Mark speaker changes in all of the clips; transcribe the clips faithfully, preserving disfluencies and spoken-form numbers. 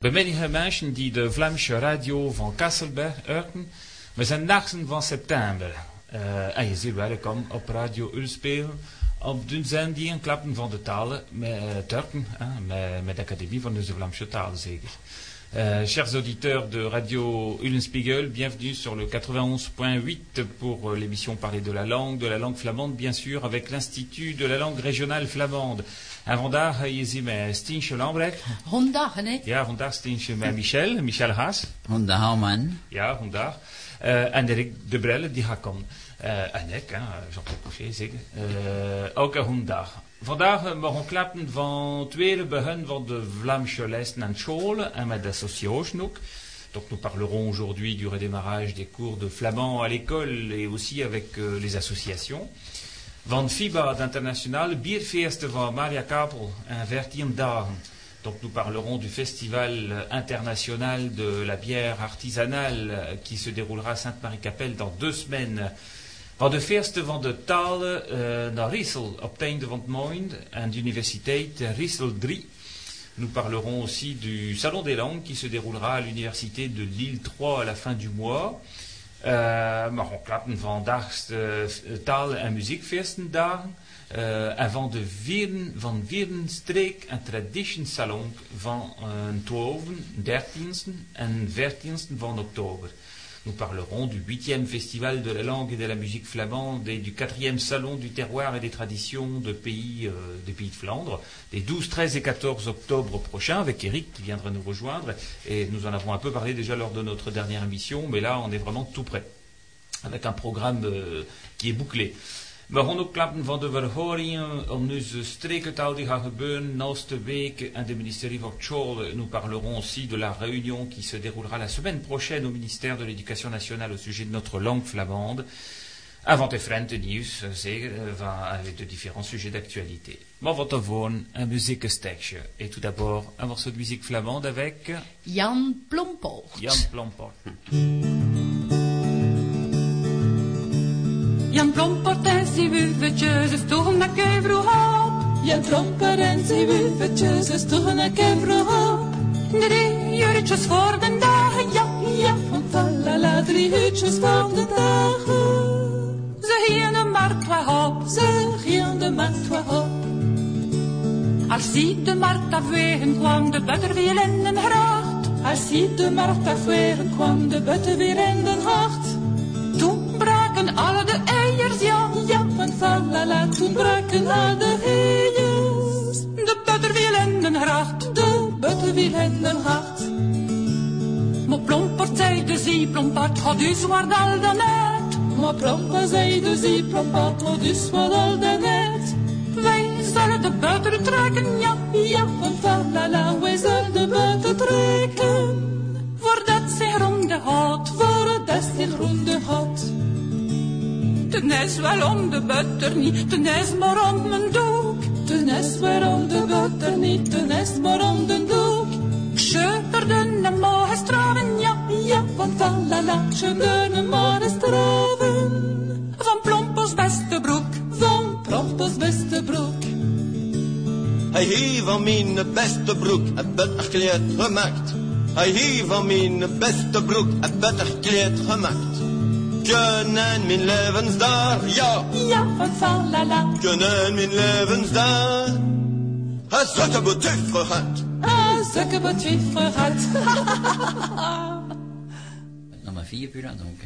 Speaker 1: Bemiddelige mensen die de Vlaamse radio van Kasselberg horen, we zijn nachten van september. Uh, en je ziet welkom op Radio Ulspeel, op de zending en klappen van de talen, met uh, Turken, hein, met, met de Académie van de Vlaamse taal zeker. Euh, chers auditeurs de Radio Eulenspiegel, bienvenue sur le quatre-vingt-onze point huit pour euh, l'émission Parler de la langue, de la langue flamande, bien sûr, avec l'Institut de la langue régionale flamande. En vandaag is hij met Stientje Lambrecht.
Speaker 2: Vandaag, hè?
Speaker 1: Ja, vandaag Stientje met Michel, Michel Haas.
Speaker 3: Vandaag, man.
Speaker 1: Ja, vandaag. Uh, en Erik de Brelle, die gaat komen. Uh, en ik, Jean-Paul Couchet, zeker. Uh, ook vandaag. Vandaag mogen klappen van het tweede begin van de Vlaamse lessen en scholen en met de association ook. Donc nous parlerons aujourd'hui du redémarrage des cours de flamand à l'école et aussi avec euh, les associations. Van FIBA d'international, bierfeest van Maria Kapel en veertien dagen. Donc nous parlerons du festival international de la bière artisanale qui se déroulera à Sainte-Marie-Capelle dans deux semaines. Van de feesten van de talen uh, naar Riesel op het einde van het maand en de universiteit Riesel drie. Nous parlerons aussi du Salon des langues qui se déroulera à l'université de Lille trois à la fin du mois. Uh, maar we klappen vandaag uh, taal- en muziekfeestendagen. Uh, en van de vieren van Vierenstreek en Tradition Salon van uh, twaalfde, dertiende en veertiende van oktober. Nous parlerons du huitième festival de la langue et de la musique flamande et du quatrième salon du terroir et des traditions de pays, euh, des pays de Flandre, les douze, treize et quatorze octobre prochains, avec Eric qui viendra nous rejoindre. Et nous en avons un peu parlé déjà lors de notre dernière émission, mais là on est vraiment tout prêt, avec un programme euh, qui est bouclé. We gaan ook klappen van de verhoringen om onze streekentaal die gaat gebeuren naast de week en de ministerie van School. Nous parlerons aussi de la réunion qui se déroulera la semaine prochaine au ministère de l'Éducation nationale au sujet de notre langue flamande. Avant de frente nieuws, zeker, avec de différents sujets d'actualité. Maar wat gewoon een muziekenstekje. Et tout d'abord, un morceau de musique flamande avec
Speaker 2: Jan Plomport.
Speaker 1: Jan Plomport.
Speaker 4: Jan Plompert en zijn wuvetjes, ze stogen naar Kevro op.
Speaker 5: Jan Plompert en zijn wuvetjes, ze stogen naar Kevro op.
Speaker 4: Drie uurtjes voor de dagen, ja, ja,
Speaker 5: van falala, drie uurtjes voor de dagen.
Speaker 4: Ze gingen de markt weer op,
Speaker 5: ze gingen de markt weer op.
Speaker 4: Als zie de markt afwegen kwam de butter weer in den gracht.
Speaker 5: Als zie de markt afwegen kwam de butter weer in den gracht.
Speaker 4: Toen braken alle de eiers, ja,
Speaker 5: ja, van falala, toen braken alle de eiers.
Speaker 4: De butter viel in den gracht,
Speaker 5: de butter viel in den gracht.
Speaker 4: Maar Plompert zei de zee, Plompert, gaat u zwart al dan net.
Speaker 5: Maar Plompert zei de zee, Plompert, gaat u zwart al dan net.
Speaker 4: Wij zullen de butter trekken, ja,
Speaker 5: ja, van falala, wij zullen de butter trekken.
Speaker 4: Voordat ze ronde had,
Speaker 5: voordat ze ronde had.
Speaker 4: Ten is wel om de butter niet, ten is maar om mijn doek.
Speaker 5: Ten is wel om de butter niet, ten is maar om de doek.
Speaker 4: Scheurden en mogen straven, ja,
Speaker 5: ja, van falala, scheurden en mogen straven.
Speaker 4: Van Plompers beste broek,
Speaker 5: van Plompers beste broek.
Speaker 6: Hij heeft van mijn beste broek een butterkleed gemaakt. Hij heeft van mijn beste broek een butterkleed gemaakt. Kunnen mijn levensdagen, ja,
Speaker 5: ja, van falala.
Speaker 6: Kunnen mijn levensdagen een zakke boetuf gehad.
Speaker 5: Een zakke boetuf gehad.
Speaker 3: Nog maar vier uur aan donc.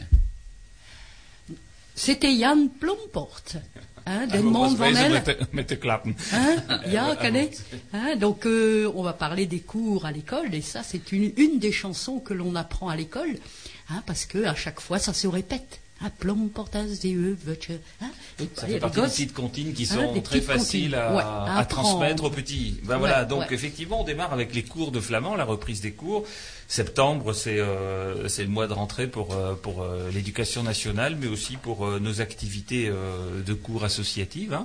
Speaker 2: C'était Jan Plomport. Hein, des mondes van elle.
Speaker 1: Met de klappen.
Speaker 2: Hein, ja, connais. Hein, donc, euh, on va parler des cours à l'école, et ça, c'est une, une des chansons que l'on apprend à l'école, hein, parce que à chaque fois, ça se répète. Hein, Plomport, hein, et
Speaker 1: ça fait partie des petites comptines qui sont
Speaker 2: hein,
Speaker 1: très faciles à,
Speaker 2: ouais,
Speaker 1: à, à transmettre aux petits. Ben ouais, voilà, donc
Speaker 2: ouais.
Speaker 1: Effectivement, on démarre avec les cours de flamand, la reprise des cours. Septembre, c'est euh, c'est le mois de rentrée pour euh, pour euh, l'éducation nationale, mais aussi pour euh, nos activités euh, de cours associatives. Hein.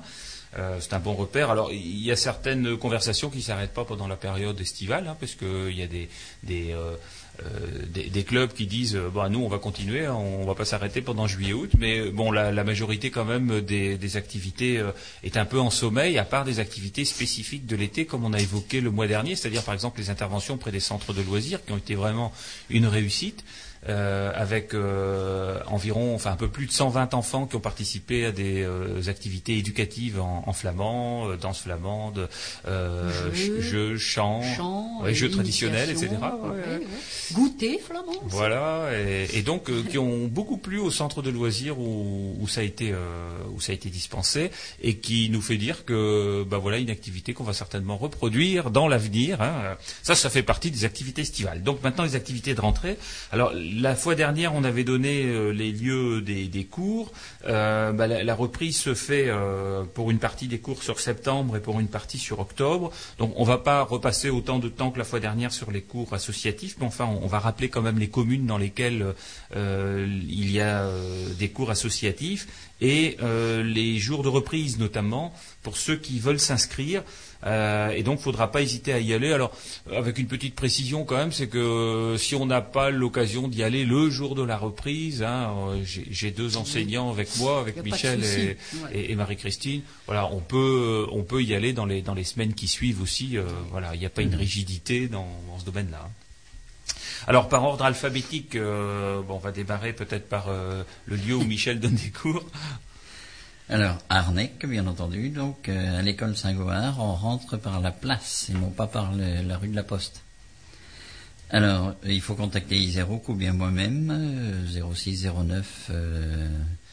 Speaker 1: Euh, c'est un bon repère. Alors, il y a certaines conversations qui ne s'arrêtent pas pendant la période estivale, hein, parce qu'il y a des, des, euh, euh, des, des clubs qui disent euh, bah, nous, on va continuer, hein, on ne va pas s'arrêter pendant juillet-août. Mais bon, la, la majorité, quand même, des, des activités euh, est un peu en sommeil, à part des activités spécifiques de l'été, comme on a évoqué le mois dernier, c'est-à-dire, par exemple, les interventions près des centres de loisirs, qui ont été vraiment une réussite. Euh, avec euh, environ, enfin un peu plus de cent vingt enfants qui ont participé à des euh, activités éducatives en, en flamand, euh, danse flamande, euh, jeux, jeux, chants,
Speaker 2: chants,
Speaker 1: ouais, jeux traditionnels, et cetera.
Speaker 2: Ouais, ouais, ouais. Goûter flamand.
Speaker 1: Voilà, et, et donc euh, qui ont beaucoup plu au centre de loisirs où, où ça a été euh, où ça a été dispensé, et qui nous fait dire que bah voilà une activité qu'on va certainement reproduire dans l'avenir. Hein. Ça, ça fait partie des activités estivales. Donc maintenant les activités de rentrée. Alors la fois dernière, on avait donné euh, les lieux des, des cours. Euh, bah, la, la reprise se fait euh, pour une partie des cours sur septembre et pour une partie sur octobre. Donc, on ne va pas repasser autant de temps que la fois dernière sur les cours associatifs, mais enfin, on, on va rappeler quand même les communes dans lesquelles euh, il y a euh, des cours associatifs et euh, les jours de reprise, notamment pour ceux qui veulent s'inscrire. Euh, et donc, il ne faudra pas hésiter à y aller. Alors, avec une petite précision quand même, c'est que euh, si on n'a pas l'occasion d'y aller le jour de la reprise, hein, euh, j'ai, j'ai deux enseignants avec moi, avec Michel et, ouais. et, et Marie-Christine. Voilà, on peut, on peut y aller dans les, dans les semaines qui suivent aussi. Euh, voilà, il n'y a pas une rigidité dans, dans ce domaine-là. Hein. Alors, par ordre alphabétique, euh, bon, on va démarrer peut-être par euh, le lieu où Michel donne des cours.
Speaker 3: Alors, Arnec, bien entendu, donc euh, à l'école Saint-Goard, on rentre par la place et non pas par le, la rue de la Poste. Alors, il faut contacter Iserouk ou bien moi-même, euh, zéro six zéro neuf, euh,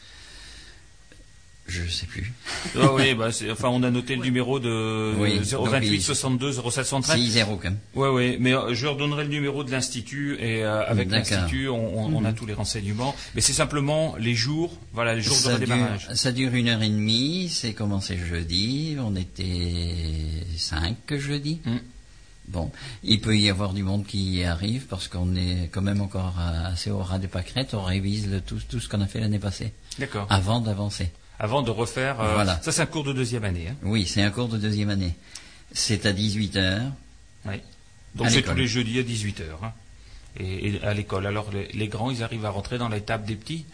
Speaker 3: je ne sais plus.
Speaker 1: Oh oui, bah c'est, enfin on a noté le numéro de
Speaker 3: oui,
Speaker 1: zéro vingt-huit soixante-deux zéro sept soixante-treize.
Speaker 3: C'est Iserouk. Hein.
Speaker 1: Oui, oui, mais euh, je redonnerai le numéro de l'Institut et euh, avec D'accord. l'Institut, on, on, mm-hmm. on a tous les renseignements. Mais c'est simplement les jours, voilà, les jours ça de redémarrage.
Speaker 3: Dure, ça dure une heure et demie, c'est commencé jeudi, on était cinq jeudi. Mm. Bon, il peut y avoir du monde qui y arrive parce qu'on est quand même encore assez au ras des pâquerettes, on révise le, tout, tout ce qu'on a fait l'année passée.
Speaker 1: D'accord.
Speaker 3: Avant d'avancer.
Speaker 1: Avant de refaire... Euh,
Speaker 3: voilà.
Speaker 1: Ça, c'est un cours de deuxième année. Hein.
Speaker 3: Oui, c'est un cours de deuxième année. C'est à dix-huit heures.
Speaker 1: Oui. Donc, c'est tous les jeudis à dix-huit heures. Hein. Et, et à l'école. Alors, les, les grands, ils arrivent à rentrer dans les tables des petits.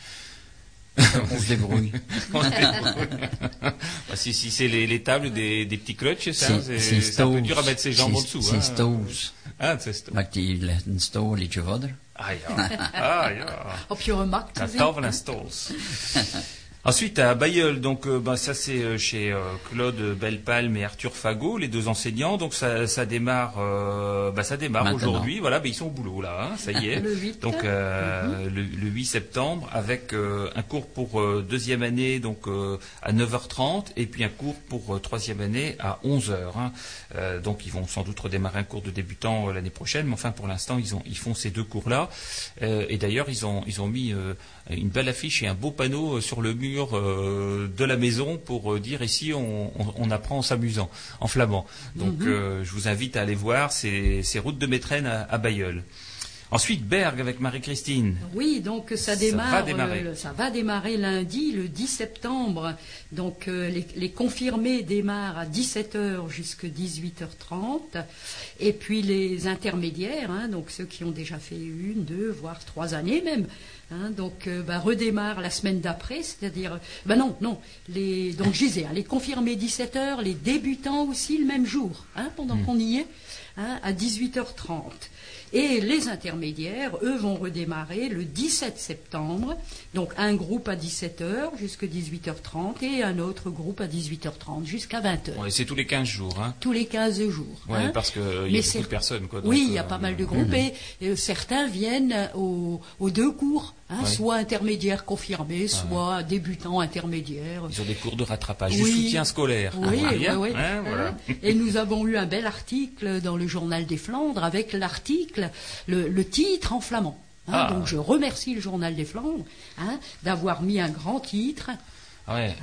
Speaker 3: On se débrouille.
Speaker 1: On se débrouille. Bah, si, si c'est les, les tables des, des petits clutches, ça, c'est, c'est, c'est un peu dur à mettre ses jambes en dessous.
Speaker 3: C'est
Speaker 1: hein.
Speaker 3: stoves.
Speaker 1: Ah, c'est stoves.
Speaker 3: Maar die een stoel liedje verder.
Speaker 1: Ah ja. Ah ja.
Speaker 2: Op je gemak.
Speaker 1: La tafel en stoels. Ensuite, à Bailleul, donc euh, ben, ça c'est euh, chez euh, Claude Bellepalme et Arthur Fagot, les deux enseignants. Donc ça, ça démarre, euh, ben, ça démarre Maintenant. aujourd'hui. Voilà, ben, ils sont au boulot là, hein, ça y est.
Speaker 2: Le huit.
Speaker 1: Donc euh, mm-hmm. le, le huit septembre, avec euh, un cours pour euh, deuxième année, donc euh, à neuf heures trente, et puis un cours pour euh, troisième année à onze heures. Hein. Euh, donc ils vont sans doute redémarrer un cours de débutant euh, l'année prochaine, mais enfin pour l'instant ils ont, ils font ces deux cours-là. Euh, et d'ailleurs ils ont, ils ont mis euh, une belle affiche et un beau panneau euh, sur le mur Euh, de la maison pour euh, dire ici on, on, on apprend en s'amusant en flamand. Donc mm-hmm. euh, je vous invite à aller voir ces, ces routes de Métrenne à, à Bailleul. Ensuite Berg avec Marie-Christine.
Speaker 2: Oui, donc ça démarre.
Speaker 1: Ça va démarrer,
Speaker 2: euh, ça va démarrer lundi, le dix septembre. Donc euh, les, les confirmés démarrent à dix-sept heures jusqu'à dix-huit heures trente. Et puis les intermédiaires, hein, donc ceux qui ont déjà fait une, deux, voire trois années même. Hein, donc, euh, bah, redémarre la semaine d'après, c'est-à-dire, bah non, non, les, donc je disais, hein, les confirmés dix-sept heures, les débutants aussi le même jour, hein, pendant mmh. qu'on y est, hein, à dix-huit heures trente. Et les intermédiaires, eux, vont redémarrer le dix-sept septembre, donc un groupe à dix-sept heures jusqu'à dix-huit heures trente et un autre groupe à dix-huit heures trente jusqu'à vingt heures.
Speaker 1: Ouais, c'est tous les quinze jours. Hein.
Speaker 2: Tous les quinze jours.
Speaker 1: Ouais,
Speaker 2: hein.
Speaker 1: Parce qu'il y a beaucoup de personnes. Quoi, donc,
Speaker 2: oui, il y a
Speaker 1: euh,
Speaker 2: pas mal de groupes euh, et euh, certains viennent aux, aux deux cours. Hein, ouais. Soit intermédiaire confirmé, soit ah, débutant intermédiaire.
Speaker 1: Ils ont des cours de rattrapage,
Speaker 2: oui.
Speaker 1: du soutien scolaire.
Speaker 2: Oui, ah, oui, oui.
Speaker 1: Hein, voilà.
Speaker 2: Et nous avons eu un bel article dans le Journal des Flandres avec l'article, le, le titre en flamand. Hein, ah. Donc je remercie le Journal des Flandres hein, d'avoir mis un grand titre.
Speaker 1: Ouais.
Speaker 2: Hein,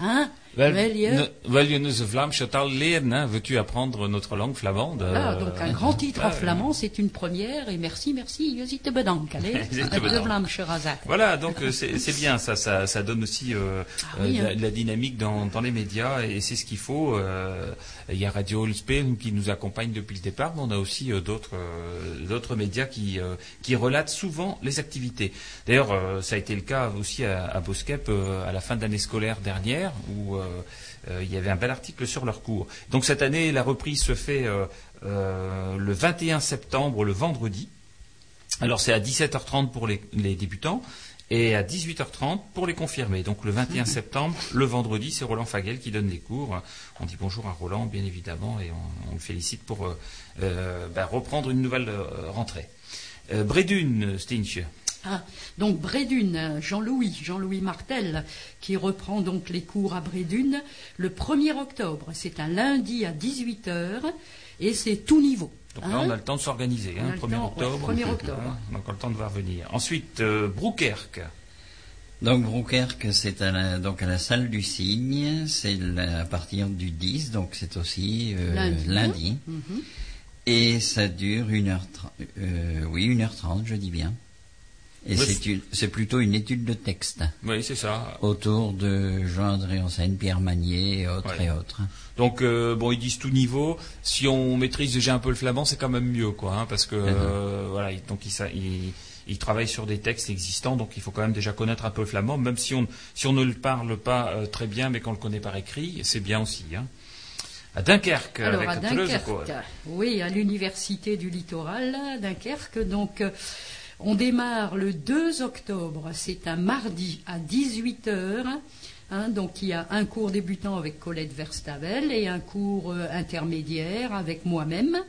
Speaker 1: Wel,
Speaker 2: Wel je-
Speaker 1: ne- wel je onze Vlaamse taal leren, hein? Veux-tu apprendre notre langue flamande?
Speaker 2: Ah,
Speaker 1: euh,
Speaker 2: donc un grand titre en
Speaker 1: ouais.
Speaker 2: flamand, c'est une première, et merci, merci, je zit te bedanken. Allez,
Speaker 1: Zit te
Speaker 2: de
Speaker 1: bedanken.
Speaker 2: Vlaamse razak.
Speaker 1: Voilà, donc euh, c'est c'est bien, ça, ça, ça donne aussi euh,
Speaker 2: Ah oui,
Speaker 1: euh,
Speaker 2: hein.
Speaker 1: la, la dynamique dans, dans les médias, et c'est ce qu'il faut. euh, Il y a Radio Ulspel qui nous accompagne depuis le départ, mais on a aussi euh, d'autres euh, d'autres médias qui euh, qui relatent souvent les activités. D'ailleurs, euh, ça a été le cas aussi à, à Boskep euh, à la fin de l'année scolaire dernière, où euh, euh, il y avait un bel article sur leur cours. Donc cette année, la reprise se fait euh, euh, le vingt et un septembre, le vendredi. Alors c'est à dix-sept heures trente pour les, les débutants et à dix-huit heures trente pour les confirmés. Donc le vingt et un septembre, le vendredi, c'est Roland Faguel qui donne les cours. On dit bonjour à Roland, bien évidemment, et on, on le félicite pour euh, euh, bah, reprendre une nouvelle euh, rentrée. Euh, Bredune, Stintje.
Speaker 2: Ah, donc Brédune, Jean-Louis, Jean-Louis Martel, qui reprend donc les cours à Brédune le premier octobre. C'est un lundi à dix-huit heures et c'est tout niveau.
Speaker 1: Donc
Speaker 2: hein.
Speaker 1: là, on a le temps de s'organiser,
Speaker 2: On a
Speaker 1: hein,
Speaker 2: le
Speaker 1: premier
Speaker 2: temps,
Speaker 1: octobre.
Speaker 2: ouais, premier octobre.
Speaker 1: Hein, on a encore le temps de voir venir. Ensuite, euh, Broekerk.
Speaker 3: Donc Broukerque, c'est à la, donc à la salle du Cygne, c'est la- à partir du dix, donc c'est aussi euh,
Speaker 2: Lundi.
Speaker 3: lundi.
Speaker 2: Mhm.
Speaker 3: Et ça dure une heure trente, euh, oui, une heure trente, je dis bien. Et
Speaker 1: Oui.
Speaker 3: c'est une- c'est plutôt une étude de texte
Speaker 1: Oui, c'est ça.
Speaker 3: autour de Jean-André Enseigne, Pierre Magnier et autres
Speaker 1: Ouais.
Speaker 3: et autres.
Speaker 1: Donc euh, bon, ils disent tout niveau. Si on maîtrise déjà un peu le flamand, c'est quand même mieux, quoi, hein, parce que euh, voilà, ils- donc ils, ça- ils, ils travaillent sur des textes existants, donc il faut quand même déjà connaître un peu le flamand, même si on si on ne le parle pas euh, très bien, mais qu'on le connaît par écrit, c'est bien aussi. Hein. À Dunkerque,
Speaker 2: Alors
Speaker 1: avec
Speaker 2: à Dunkerque,
Speaker 1: Treuzekoor.
Speaker 2: oui, à l'université du littoral, à Dunkerque, donc euh, on démarre le deux octobre, c'est un mardi à dix-huit heures. Hein, donc il y a un cours débutant avec Colette Verstavel et un cours euh, intermédiaire avec moi-même.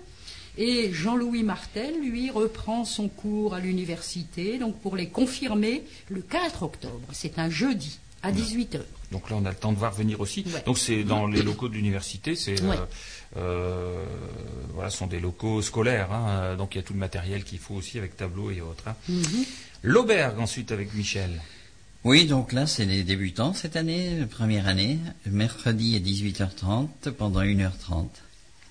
Speaker 2: Et Jean-Louis Martel, lui, reprend son cours à l'université, donc pour les confirmer, le quatre octobre. C'est un jeudi à dix-huit heures.
Speaker 1: Donc là, on a le temps de voir venir aussi.
Speaker 2: Ouais.
Speaker 1: Donc c'est dans les locaux de l'université, c'est
Speaker 2: Ouais.
Speaker 1: euh, euh, voilà, ce sont des locaux scolaires. Hein, donc il y a tout le matériel qu'il faut aussi avec tableau et autres. Hein.
Speaker 2: Mhm.
Speaker 1: L'Auberge ensuite avec Michel.
Speaker 3: Oui, donc là, c'est les débutants cette année, première année, mercredi à dix-huit heures trente pendant une heure trente.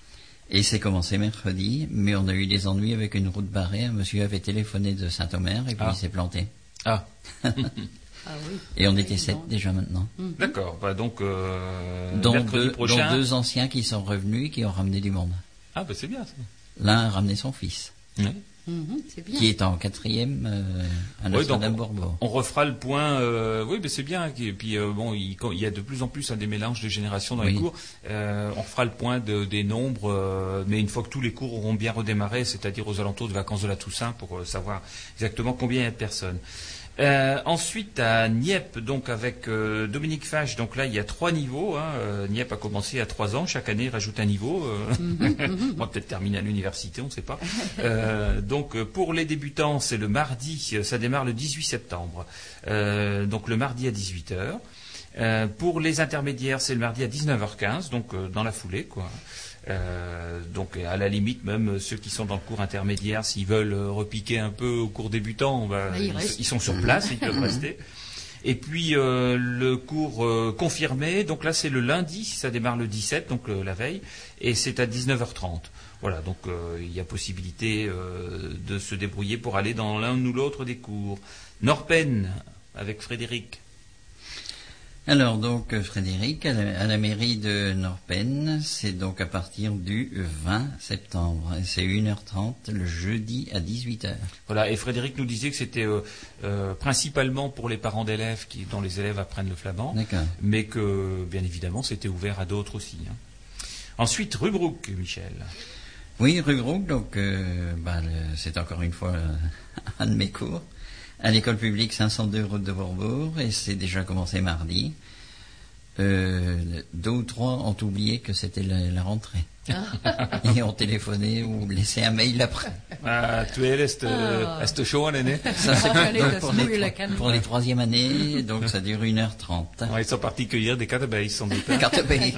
Speaker 3: Et c'est commencé mercredi, mais on a eu des ennuis avec une route barrée. Un monsieur avait téléphoné de Saint-Omer et puis
Speaker 1: Ah.
Speaker 3: il s'est planté.
Speaker 1: Ah.
Speaker 2: Ah oui.
Speaker 3: Et on était
Speaker 2: Oui,
Speaker 3: sept
Speaker 2: non.
Speaker 3: déjà maintenant.
Speaker 1: D'accord, bah donc euh,
Speaker 3: Dont
Speaker 1: mercredi
Speaker 3: deux,
Speaker 1: prochain.
Speaker 3: dont deux anciens qui sont revenus et qui ont ramené du monde.
Speaker 1: Ah bah c'est bien ça.
Speaker 3: L'un a ramené son fils,
Speaker 1: Ouais.
Speaker 2: Mhm, c'est bien.
Speaker 3: qui est en quatrième euh, à
Speaker 1: Oui, donc,
Speaker 3: Notre-Dame-Bourbeau.
Speaker 1: On refera le point. euh, oui, mais c'est bien. Et puis euh, bon, il, quand- il y a de plus en plus hein, des mélanges de générations dans les
Speaker 3: Oui.
Speaker 1: cours. Euh, on fera le point de- des nombres, euh, mais une fois que tous les cours auront bien redémarré, c'est-à-dire aux alentours de vacances de la Toussaint, pour euh, savoir exactement combien il y a de personnes. Euh, ensuite à Nieppe, donc avec euh, Dominique Fache, donc là il y a trois niveaux. Hein. Euh, Nieppe a commencé à trois ans, chaque année il rajoute un niveau. Euh, on va peut-être terminer à l'université, on ne sait pas. Euh, donc euh, pour les débutants, c'est le mardi, euh, ça démarre le dix-huit septembre. Euh, donc le mardi à dix-huit heures. Euh, pour les intermédiaires, c'est le mardi à dix-neuf heures quinze, donc euh, dans la foulée, quoi. Euh, donc à la limite même euh, ceux qui sont dans le cours intermédiaire, s'ils veulent euh, repiquer un peu au cours débutant, bah,
Speaker 2: Bah, ils
Speaker 1: ils,
Speaker 2: restent.
Speaker 1: ils sont sur place, ils peuvent rester. Et puis euh, le cours euh, confirmé, donc là c'est le lundi, ça démarre le dix-sept, donc euh, la veille, et c'est à dix-neuf heures trente. Voilà, donc euh, il y a possibilité euh, de se débrouiller pour aller dans l'un ou l'autre des cours. Norpen avec Frédéric.
Speaker 3: Alors donc euh, Frédéric, à la, à la mairie de Norpen, c'est donc à partir du vingt septembre. Et c'est une heure trente le jeudi à dix-huit heures.
Speaker 1: Voilà, et Frédéric nous disait que c'était euh, euh, principalement pour les parents d'élèves qui, dont les élèves apprennent le flamand,
Speaker 3: D'accord.
Speaker 1: mais que bien évidemment c'était ouvert à d'autres aussi. Hein. Ensuite, Rubrook, Michel.
Speaker 3: Oui, rue Groupe, donc euh, bah, le- c'est encore une fois euh, un de mes cours. À l'école publique cinq cent deux route de Bourbourg, et c'est déjà commencé mardi. Euh, deux ou trois ont oublié que c'était la, la rentrée. Et ont téléphoné ou laissé un mail après.
Speaker 1: Ah, tu es est
Speaker 2: Ah.
Speaker 1: est chaud, Néné.
Speaker 3: Ça, c'est
Speaker 2: Allez,
Speaker 3: donc
Speaker 2: ça
Speaker 3: pour,
Speaker 2: se
Speaker 3: les,
Speaker 2: mouille la
Speaker 3: trois-
Speaker 2: canne.
Speaker 3: pour les troisième années, donc ça dure une heure trente.
Speaker 1: Ouais, ils sont partis cueillir des catabailles, sans doute. hein.
Speaker 3: Carte payée.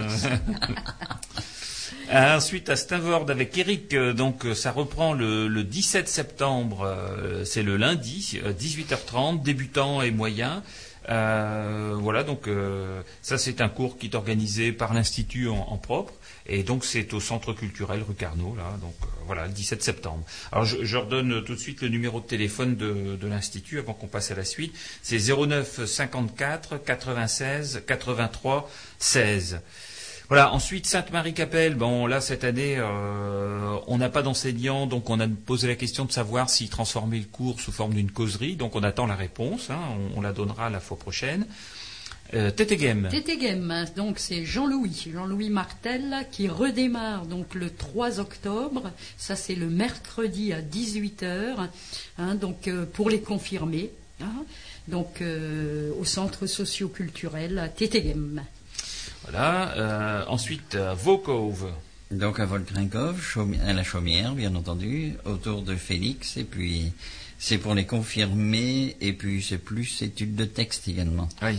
Speaker 1: Ah, ensuite, à Stavord avec Eric, euh, donc euh, ça reprend le, le dix-sept septembre, euh, c'est le lundi, euh, dix-huit heures trente, débutant et moyen. Euh, voilà, donc euh, ça c'est un cours qui est organisé par l'Institut en, en propre, et donc c'est au Centre culturel rue Carnot, là, donc euh, voilà, le dix-sept septembre. Alors je, je redonne tout de suite le numéro de téléphone de, de l'Institut avant qu'on passe à la suite. C'est zéro neuf cinquante-quatre quatre-vingt-seize quatre-vingt-trois seize. Voilà, ensuite Sainte-Marie-Capelle, bon là cette année euh, on n'a pas d'enseignants, donc on a posé la question de savoir s'ils transformaient le cours sous forme d'une causerie, donc on attend la réponse, hein, on, on la donnera la fois prochaine. Euh, Tétéghem.
Speaker 2: Tétéghem, donc c'est Jean-Louis, Jean-Louis Martel qui redémarre donc le trois octobre, ça c'est le mercredi à dix-huit heures, hein, donc euh, pour les confirmés, hein, donc euh, au centre socio-culturel à Tétéghem.
Speaker 1: Voilà, euh, ensuite à Vaucove.
Speaker 3: Donc à Volkrinkov, à la Chaumière, bien entendu, autour de Félix, et puis c'est pour les confirmés, et puis c'est plus études de texte également.
Speaker 1: Oui.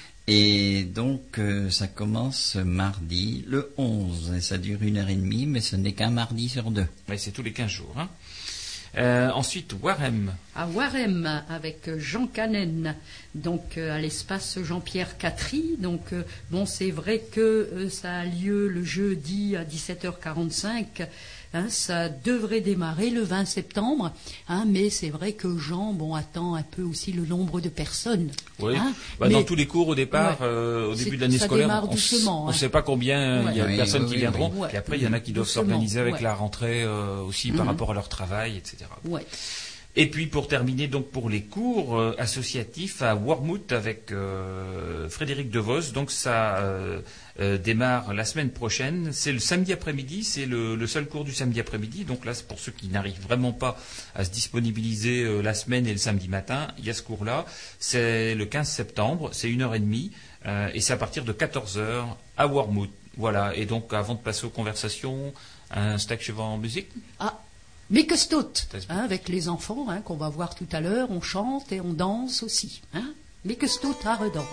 Speaker 3: Et donc euh, ça commence mardi, le onze, et ça dure une heure et demie, mais ce n'est qu'un mardi sur deux.
Speaker 1: Oui, c'est tous les quinze jours. Hein. Euh, ensuite, Warem.
Speaker 2: À Warem, avec Jean Canen, donc euh, à l'espace Jean-Pierre Catry. Donc, euh, bon, c'est vrai que euh, ça a lieu le jeudi à dix-sept heures quarante-cinq. Hein, ça devrait démarrer le vingt septembre, hein, mais c'est vrai que Jean bon, attend un peu aussi le nombre de personnes.
Speaker 1: Oui,
Speaker 2: hein,
Speaker 1: bah,
Speaker 2: mais,
Speaker 1: dans tous les cours au départ,
Speaker 2: ouais,
Speaker 1: euh, au début
Speaker 2: c'est,
Speaker 1: de l'année scolaire, on ne
Speaker 2: hein.
Speaker 1: sait pas combien il y a
Speaker 2: ouais.
Speaker 1: de personnes
Speaker 3: oui,
Speaker 1: qui
Speaker 3: oui,
Speaker 1: viendront,
Speaker 2: oui.
Speaker 1: et après il y en a qui doivent
Speaker 2: doucement,
Speaker 1: s'organiser avec
Speaker 2: ouais.
Speaker 1: la rentrée euh, aussi
Speaker 2: mmh.
Speaker 1: par rapport à leur travail, et cetera.
Speaker 2: Ouais.
Speaker 1: Et puis pour terminer donc pour les cours euh, associatifs à Wormhout avec euh, Frédéric DeVos, donc ça euh, euh, démarre la semaine prochaine, c'est le samedi après-midi, c'est le, le seul cours du samedi après-midi, donc là c'est pour ceux qui n'arrivent vraiment pas à se disponibiliser euh, la semaine et le samedi matin, il y a ce cours-là, c'est le quinze septembre, c'est une heure et demie, euh, et c'est à partir de quatorze heures à Wormhout. Voilà, et donc avant de passer aux conversations, un stack cheval en musique.
Speaker 2: Ah. Mais que stot, hein, avec les enfants hein, qu'on va voir tout à l'heure, on chante et on danse aussi. Hein. Mais que stot à redorme.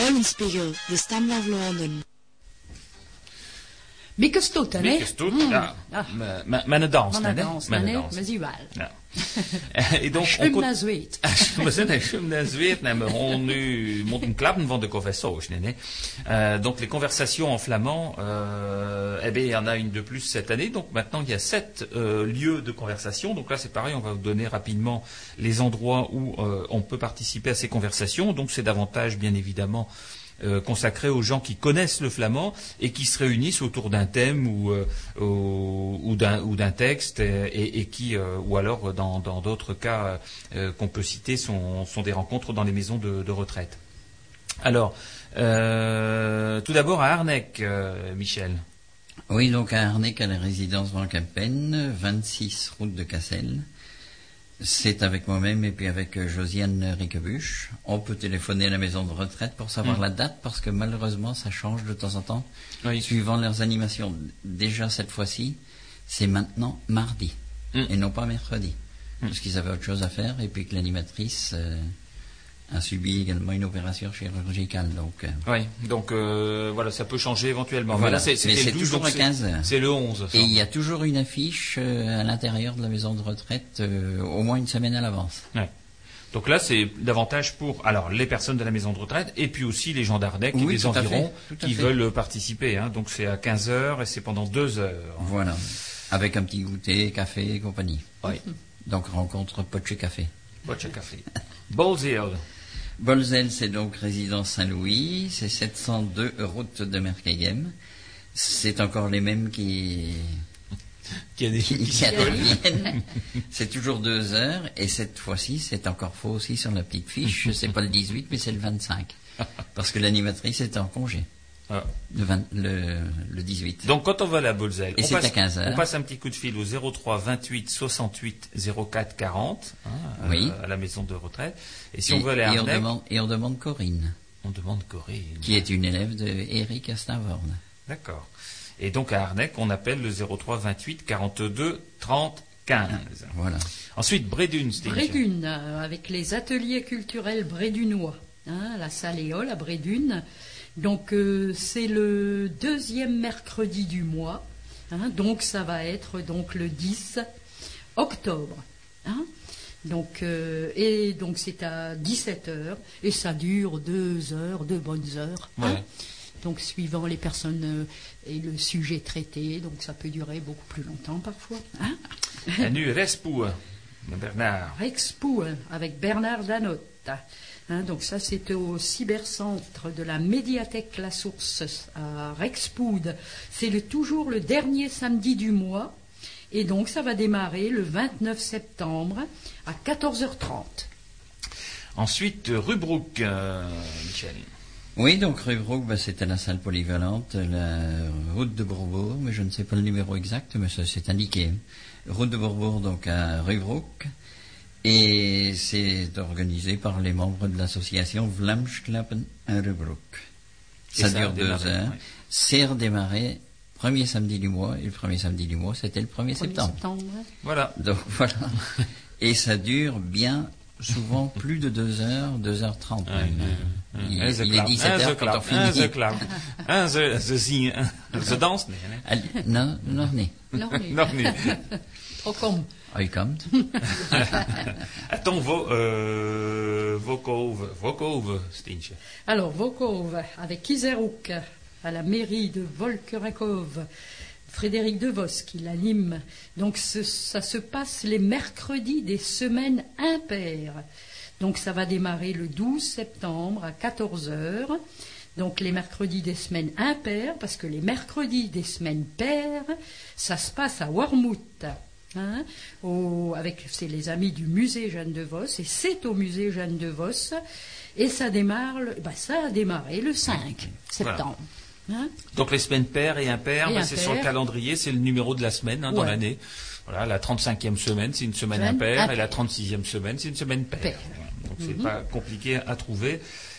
Speaker 7: Eulenspiegel, de Stem van Vlaanderen.
Speaker 2: Mycket stoet, hè?
Speaker 1: Mycket stoet,
Speaker 2: Mm.
Speaker 1: ja.
Speaker 2: Ah.
Speaker 1: Maar- maar- Maar een dans,
Speaker 2: Maar
Speaker 1: hè?
Speaker 2: een dans,
Speaker 1: Maar een
Speaker 2: nee,
Speaker 1: dans.
Speaker 2: maar zie wel.
Speaker 1: Ja. En donc,
Speaker 2: Schum
Speaker 1: on co-
Speaker 2: naar zweet.
Speaker 1: we zijn een schum naar zweet, nee, maar on nu moeten klappen van de conversations, nee, nee. Euh, donc les conversations en flamand, euh, eh bien, il y en a une de plus cette année. Donc maintenant, il y a sept euh, lieux de conversation. Donc là, c'est pareil, on va vous donner rapidement les endroits où euh, on peut participer à ces conversations. Donc c'est davantage, bien évidemment, Euh, consacré aux gens qui connaissent le flamand et qui se réunissent autour d'un thème ou, euh, ou, ou d'un, ou d'un texte et, et, et qui, euh, ou alors dans, dans d'autres cas euh, qu'on peut citer, sont, sont des rencontres dans les maisons de, de retraite. Alors, euh, tout d'abord à Arnec, euh, Michel.
Speaker 3: Oui, donc à Arnec, à la résidence Van Campen, vingt-six route de Cassel. C'est avec moi-même et puis avec euh, Josiane Riquebuche. On peut téléphoner à la maison de retraite pour savoir
Speaker 1: Mm.
Speaker 3: la date parce que malheureusement ça change de temps en temps
Speaker 1: Oui.
Speaker 3: suivant leurs animations. Déjà cette fois-ci, c'est maintenant mardi
Speaker 1: Mm.
Speaker 3: et non pas mercredi
Speaker 1: Mm.
Speaker 3: parce qu'ils avaient autre chose à faire et puis que l'animatrice euh, a subi également une opération chirurgicale. Donc euh,
Speaker 1: Oui, donc euh, voilà, ça peut changer éventuellement.
Speaker 3: Voilà.
Speaker 1: Mais là, c'est, c'était
Speaker 3: Mais c'est
Speaker 1: le douze,
Speaker 3: toujours
Speaker 1: donc
Speaker 3: à quinze heures.
Speaker 1: C'est le onze. ça.
Speaker 3: et il y a toujours une affiche euh, à l'intérieur de la maison de retraite euh, au moins une semaine à l'avance.
Speaker 1: Ouais. Donc là, c'est davantage pour alors les personnes de la maison de retraite et puis aussi les gens d'Arnec et
Speaker 3: Oui,
Speaker 1: les
Speaker 3: tout à
Speaker 1: environs
Speaker 3: fait, tout à
Speaker 1: qui
Speaker 3: fait.
Speaker 1: veulent participer. Hein. Donc c'est à quinze heures et c'est pendant deux heures.
Speaker 3: Voilà, avec un petit goûter, café et compagnie.
Speaker 1: Oui.
Speaker 3: Donc rencontre Poche Café.
Speaker 1: Boccia Café. Bolzeel.
Speaker 3: Bolzel, c'est donc résidence Saint-Louis, c'est sept cent deux route de Merkegem. C'est encore les mêmes qui,
Speaker 1: Qui a des
Speaker 3: qui,
Speaker 1: qui
Speaker 3: qui interviennent. C'est toujours deux heures, et cette fois-ci, c'est encore faux aussi sur la petite fiche. C'est pas le dix-huit, mais c'est le vingt-cinq. Parce que l'animatrice est en congé.
Speaker 1: Ah.
Speaker 3: Le, vingt, le, le dix-huit.
Speaker 1: Donc quand on va à la Bolzeel,
Speaker 3: Et
Speaker 1: on
Speaker 3: c'est
Speaker 1: passe,
Speaker 3: à quinze heures.
Speaker 1: on passe un petit coup de fil au zéro trois vingt-huit soixante-huit zéro quatre quarante hein,
Speaker 3: Oui.
Speaker 1: euh, à la maison de retraite. Et si
Speaker 3: et,
Speaker 1: on veut aller à
Speaker 3: et on
Speaker 1: Arnec,
Speaker 3: demande, et on demande Corinne,
Speaker 1: on demande Corinne.
Speaker 3: qui est une élève de Eric Astavorn.
Speaker 1: D'accord. Et donc à Arnec, on appelle le zéro trois vingt-huit quarante-deux trente quinze.
Speaker 3: Voilà.
Speaker 1: Ensuite, Brédune, c'était
Speaker 2: Brédune, euh, avec les ateliers culturels brédunois, hein, la salle Éole à Brédune. Donc euh, c'est le deuxième mercredi du mois, hein, donc ça va être donc le dix octobre. Hein. Donc, euh, et donc c'est à dix-sept heures et ça dure deux heures, deux bonnes heures. Hein.
Speaker 1: Ouais.
Speaker 2: Donc suivant les personnes euh, et le sujet traité, donc ça peut durer beaucoup plus longtemps parfois. Hein.
Speaker 1: Et nu Respoux, Bernard.
Speaker 2: Rexpoux avec Bernard Danotte. Hein, donc ça c'est au cybercentre de la médiathèque La Source à Rexpoud. C'est le, toujours le dernier samedi du mois et donc ça va démarrer le vingt-neuf septembre à quatorze heures trente.
Speaker 1: Ensuite, Rubruck, euh, Michel.
Speaker 3: Oui, donc Rubruck, ben, c'était la salle polyvalente, la route de Bourbourg, mais je ne sais pas le numéro exact, mais ça c'est indiqué. Route de Bourbourg, donc à Rubruck, et c'est organisé par les membres de l'association Vlamsklappen à Rubruck. Ça,
Speaker 1: ça a
Speaker 3: dure deux
Speaker 1: démarré,
Speaker 3: heures.
Speaker 1: oui.
Speaker 3: C'est redémarré premier samedi du mois, et le premier samedi du mois, c'était le premier septembre.
Speaker 2: ouais.
Speaker 1: Voilà.
Speaker 3: Donc voilà. Et ça dure bien souvent plus de deux heures, deux heures trente même. Il,
Speaker 1: Un, ze
Speaker 3: il est
Speaker 1: klap,
Speaker 3: dix-sept
Speaker 1: un, ze
Speaker 3: heures quand on
Speaker 1: klap, un, ze
Speaker 3: finit.
Speaker 1: klap. Un, ze, ze zien, un, ze dansen. Nee, nee.
Speaker 3: Allez, non, nog niet.
Speaker 2: Non, mais-
Speaker 1: Nog niet.
Speaker 2: Trop comme.
Speaker 3: Hij komt.
Speaker 1: Attends, vo, euh, Vokove, Vokove, Stientje.
Speaker 2: Alors, Vokov, avec Iserouk, à la mairie de Volkerakov, Frédéric Devos qui l'anime. Donc, ce- ça se passe les mercredis des semaines impaires. Donc, ça va démarrer le douze septembre à quatorze heures. Donc, les mercredis des semaines impaires, parce que les mercredis des semaines paires, ça se passe à Warmouth. Hein, au, avec c'est les amis du musée Jeanne de Vos et c'est au musée Jeanne de Vos et ça démarre le- bah, ça a démarré le cinq septembre. Hein.
Speaker 1: Donc les semaines paires et impaires,
Speaker 2: Et
Speaker 1: bah, c'est sur le
Speaker 2: impaires.
Speaker 1: calendrier, c'est le numéro de la semaine hein, dans
Speaker 2: Ouais.
Speaker 1: l'année. Voilà, la trente-cinquième semaine, c'est une semaine
Speaker 2: Semaine
Speaker 1: impaire, et
Speaker 2: impaire.
Speaker 1: la trente-sixième semaine, c'est une semaine paire.
Speaker 2: Paire.
Speaker 1: Voilà. Donc c'est
Speaker 2: Mhm.
Speaker 1: pas compliqué à trouver.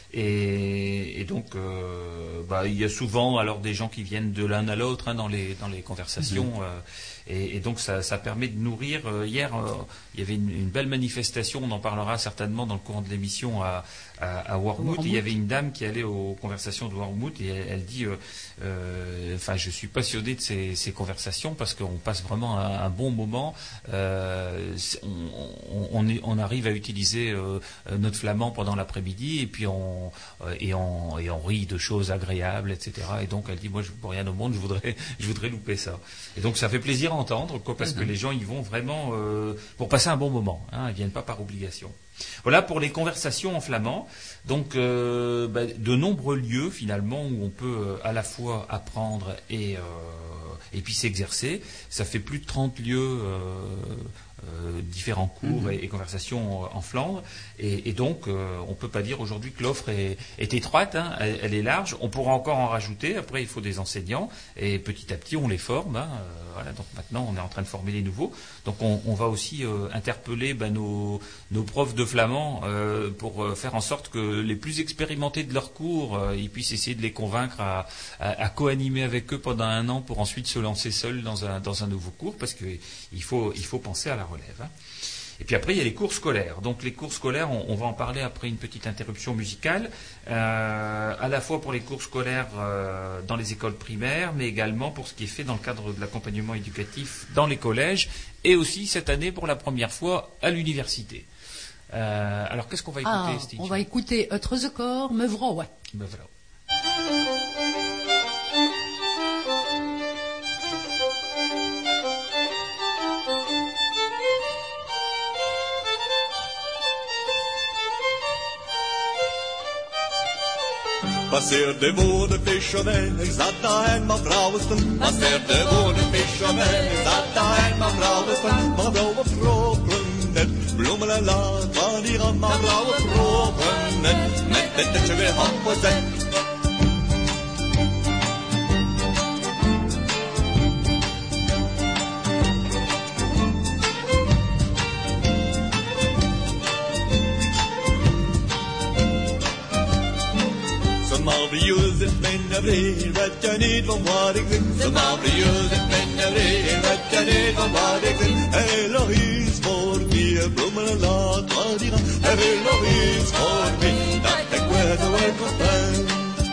Speaker 1: Et, et donc, euh, bah, il y a souvent alors des gens qui viennent de l'un à l'autre hein, dans les dans les conversations. euh, et, et donc ça, ça permet de nourrir. Euh, hier, euh, il y avait une, une belle manifestation, on en parlera certainement dans le courant de l'émission à, à, à Wormhout. Il y avait une dame qui allait aux conversations de Wormhout et elle, elle dit, euh, euh, enfin, je suis passionné de ces, ces conversations parce qu'on passe vraiment un, un bon moment. Euh, on, on, est, on arrive à utiliser euh, notre flamand pendant l'après-midi et puis on, euh, et, on, et on rit de choses agréables, et cetera. Et donc elle dit, moi, je, pour rien au monde, je voudrais, je voudrais louper ça. Et donc ça fait plaisir à entendre, quoi, parce mm-hmm. que les gens y vont vraiment euh, pour passer un bon moment. Hein, ils viennent pas par obligation. Voilà pour les conversations en flamand. Donc euh, bah, de nombreux lieux finalement où on peut euh, à la fois apprendre et, euh, et puis s'exercer. Ça fait plus de trente lieux. Euh, Euh, différents cours mmh. et, et conversations en Flandre et, et donc euh, on ne peut pas dire aujourd'hui que l'offre est, est étroite, hein, elle, elle est large, on pourra encore en rajouter, après il faut des enseignants et petit à petit on les forme, hein, euh, voilà, donc maintenant on est en train de former les nouveaux, donc on, on va aussi euh, interpeller bah, nos, nos profs de flamand euh, pour euh, faire en sorte que les plus expérimentés de leur cours, euh, ils puissent essayer de les convaincre à, à, à co-animer avec eux pendant un an pour ensuite se lancer seuls dans un, dans un nouveau cours, parce qu'il faut, il faut penser à la relève. Hein. Et puis après, il y a les cours scolaires. Donc les cours scolaires, on, on va en parler après une petite interruption musicale, euh, à la fois pour les cours scolaires euh, dans les écoles primaires, mais également pour ce qui est fait dans le cadre de l'accompagnement éducatif dans les collèges, et aussi cette année pour la première fois à l'université. Euh, alors qu'est-ce qu'on va écouter,
Speaker 2: ah,
Speaker 1: Steve ?
Speaker 2: On va écouter Utrezekor, Mevrouw.
Speaker 1: Ben voilà.
Speaker 6: Passeer de woordenvisserij, ik zat daar en mijn vrouw is toen. Passeer de woordenvisserij, ik zat daar en mijn vrouw is toen. Mijn blauwe vroegen net, bloemen en laat, van hier aan mijn blauwe vroegen net. Met dit dat je weer happen zet. Marieus, ik ben er weer, weet je niet van wat ik vind. Zo Marieus, ik ben er weer, weet je niet van wat ik vind. Hij lag iets voor wie, bloemen en laat wat die gaan. Hij wil nog iets voor wie, dat ik weet hoe ik op ben.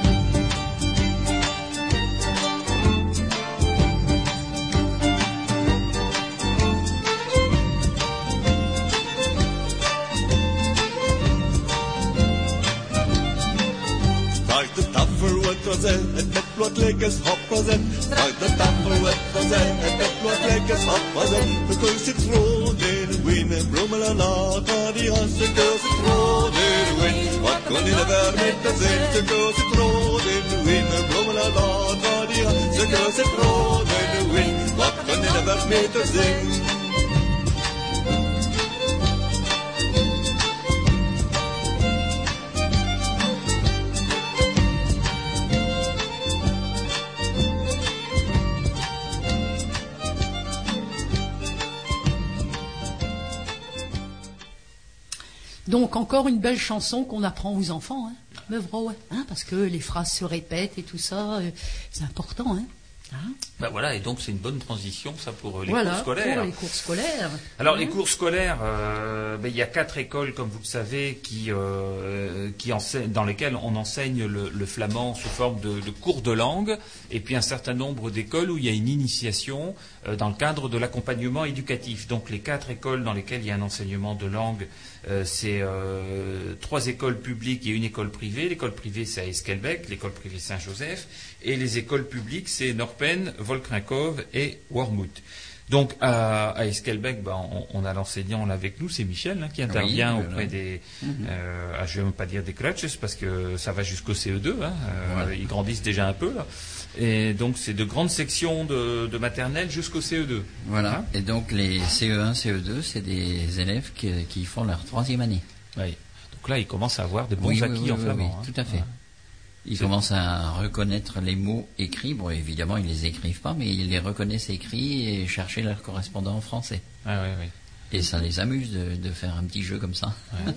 Speaker 6: Het met wat lekkers happen zijn. Straks de tafel wat van zijn. Het met wat lekkers happen zijn. De keus zit rood in de wind. Bloemen en laten die hand. De keus zit rood in de wind. Wat kon je er met de zin? De keus zit rood in de wind. Bloemen en laten die hand. De keus zit rood in de wind. Wat kon je er met de zin?
Speaker 2: Donc encore une belle chanson qu'on apprend aux enfants, hein, Mevrouw, hein, parce que les phrases se répètent et tout ça, euh, c'est important, hein. Hein
Speaker 1: ben voilà, et donc c'est une bonne transition, ça, pour les
Speaker 2: voilà,
Speaker 1: cours scolaires.
Speaker 2: Pour les cours scolaires.
Speaker 1: Alors,
Speaker 2: hein.
Speaker 1: les cours scolaires, euh, ben, il y a quatre écoles, comme vous le savez, qui, euh, qui enseignent, dans lesquelles on enseigne le, le flamand sous forme de, de cours de langue, et puis un certain nombre d'écoles où il y a une initiation euh, dans le cadre de l'accompagnement éducatif. Donc, les quatre écoles dans lesquelles il y a un enseignement de langue, euh, c'est euh, trois écoles publiques et une école privée. L'école privée, c'est à Esquelbec, l'école privée Saint-Joseph, et les écoles publiques, c'est Norpen, Volkrinkove et Wormhout. Donc à, à Esquelbec, ben, on, on a l'enseignant là avec nous, c'est Michel, hein, qui intervient oui, auprès des, mm-hmm. euh, je ne vais même pas dire des crutches parce que ça va jusqu'au C E deux, hein, euh, ouais. Ils grandissent déjà un peu là. Et donc c'est de grandes sections de, de maternelle jusqu'au C E deux.
Speaker 3: Voilà.
Speaker 1: Hein.
Speaker 3: Et donc les C E un, C E deux, c'est des élèves qui, qui font leur troisième année.
Speaker 1: Oui. Donc là, ils commencent à avoir de bons
Speaker 3: oui,
Speaker 1: acquis
Speaker 3: oui, oui,
Speaker 1: en
Speaker 3: oui,
Speaker 1: flamand.
Speaker 3: Oui, tout à fait.
Speaker 1: Ouais.
Speaker 3: Ils c'est... commencent à reconnaître les mots écrits. Bon, évidemment, ils les écrivent pas, mais ils les reconnaissent écrits et chercher leur correspondant en français.
Speaker 1: Ah, oui, oui.
Speaker 3: Et ça les amuse de, de faire un petit jeu comme ça.
Speaker 1: Ouais.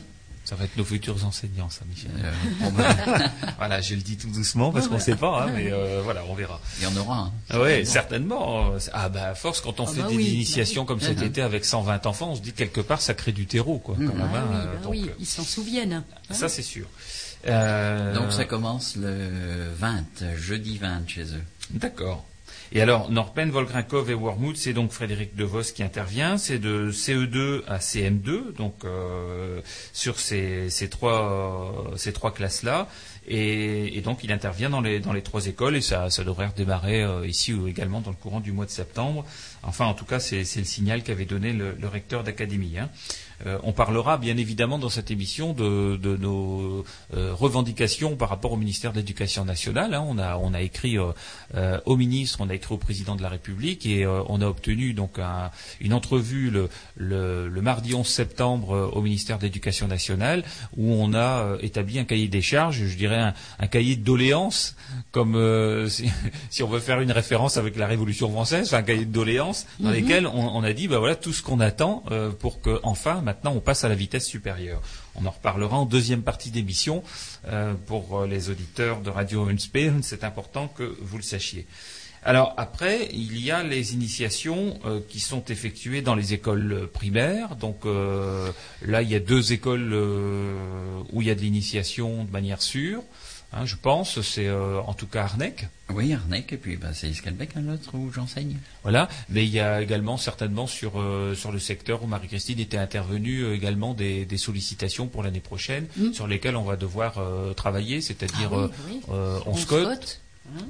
Speaker 1: Ça va être nos futurs enseignants, ça, Michel.
Speaker 3: Euh, bon, ben,
Speaker 1: Voilà, je le dis tout doucement parce qu'on ne sait pas, hein, mais euh, voilà, on verra.
Speaker 3: il y en aura. Hein.
Speaker 1: Ah oui, certainement. Ah bah à force, quand on
Speaker 2: Ah
Speaker 1: fait
Speaker 2: bah
Speaker 1: des
Speaker 2: oui,
Speaker 1: initiations
Speaker 2: bah
Speaker 1: comme cet
Speaker 3: Mhm.
Speaker 1: été avec cent vingt enfants, on se dit quelque part ça crée du terreau, quoi.
Speaker 3: Mhm.
Speaker 1: Quand même,
Speaker 2: Ah
Speaker 1: hein,
Speaker 2: oui,
Speaker 1: euh,
Speaker 2: bah
Speaker 1: donc,
Speaker 2: oui,
Speaker 1: euh,
Speaker 2: ils s'en souviennent. hein.
Speaker 1: ça c'est sûr. Euh,
Speaker 3: Donc ça commence le vingt, jeudi vingt chez eux.
Speaker 1: D'accord. Et alors, Norpen, Volgrinkov et Wormwood, c'est donc Frédéric DeVos qui intervient. C'est de C E deux à C M deux, donc euh, sur ces, ces trois, ces trois classes-là. Et, et donc, il intervient dans les, dans les trois écoles et ça, ça devrait redémarrer euh, ici ou également dans le courant du mois de septembre. Enfin, en tout cas, c'est, c'est le signal qu'avait donné le, le recteur d'académie. Hein. Euh, on parlera bien évidemment dans cette émission de, de nos euh, revendications par rapport au ministère de l'Éducation nationale. Hein. On a, on a écrit euh, euh, au ministre, on a écrit au président de la République et euh, on a obtenu donc un, une entrevue le, le, le mardi onze septembre euh, au ministère de l'Éducation nationale où on a euh, établi un cahier des charges, je dirais un, un cahier de doléances, comme euh, si, si on veut faire une référence avec la Révolution française, enfin, un cahier de doléances dans
Speaker 2: Mhm.
Speaker 1: lesquels on, on a dit bah voilà tout ce qu'on attend euh, pour que enfin maintenant on passe à la vitesse supérieure. On en reparlera en deuxième partie d'émission euh, pour euh, les auditeurs de Radio Unsperen, c'est important que vous le sachiez. Alors après, il y a les initiations euh, qui sont effectuées dans les écoles euh, primaires. Donc euh, là, il y a deux écoles euh, où il y a de l'initiation de manière sûre. Hein, je pense, c'est euh, en tout cas Arnec.
Speaker 3: Oui, Arnec, et puis bah, c'est Iskelbeck, hein, l'autre où j'enseigne.
Speaker 1: Voilà, mais il y a également certainement sur euh, sur le secteur où Marie-Christine était intervenue euh, également des, des sollicitations pour l'année prochaine
Speaker 2: Mm.
Speaker 1: sur lesquelles on va devoir euh, travailler, c'est-à-dire
Speaker 2: Ah oui,
Speaker 1: euh,
Speaker 2: oui.
Speaker 1: euh, on
Speaker 2: On
Speaker 1: scote.
Speaker 2: scote, hein.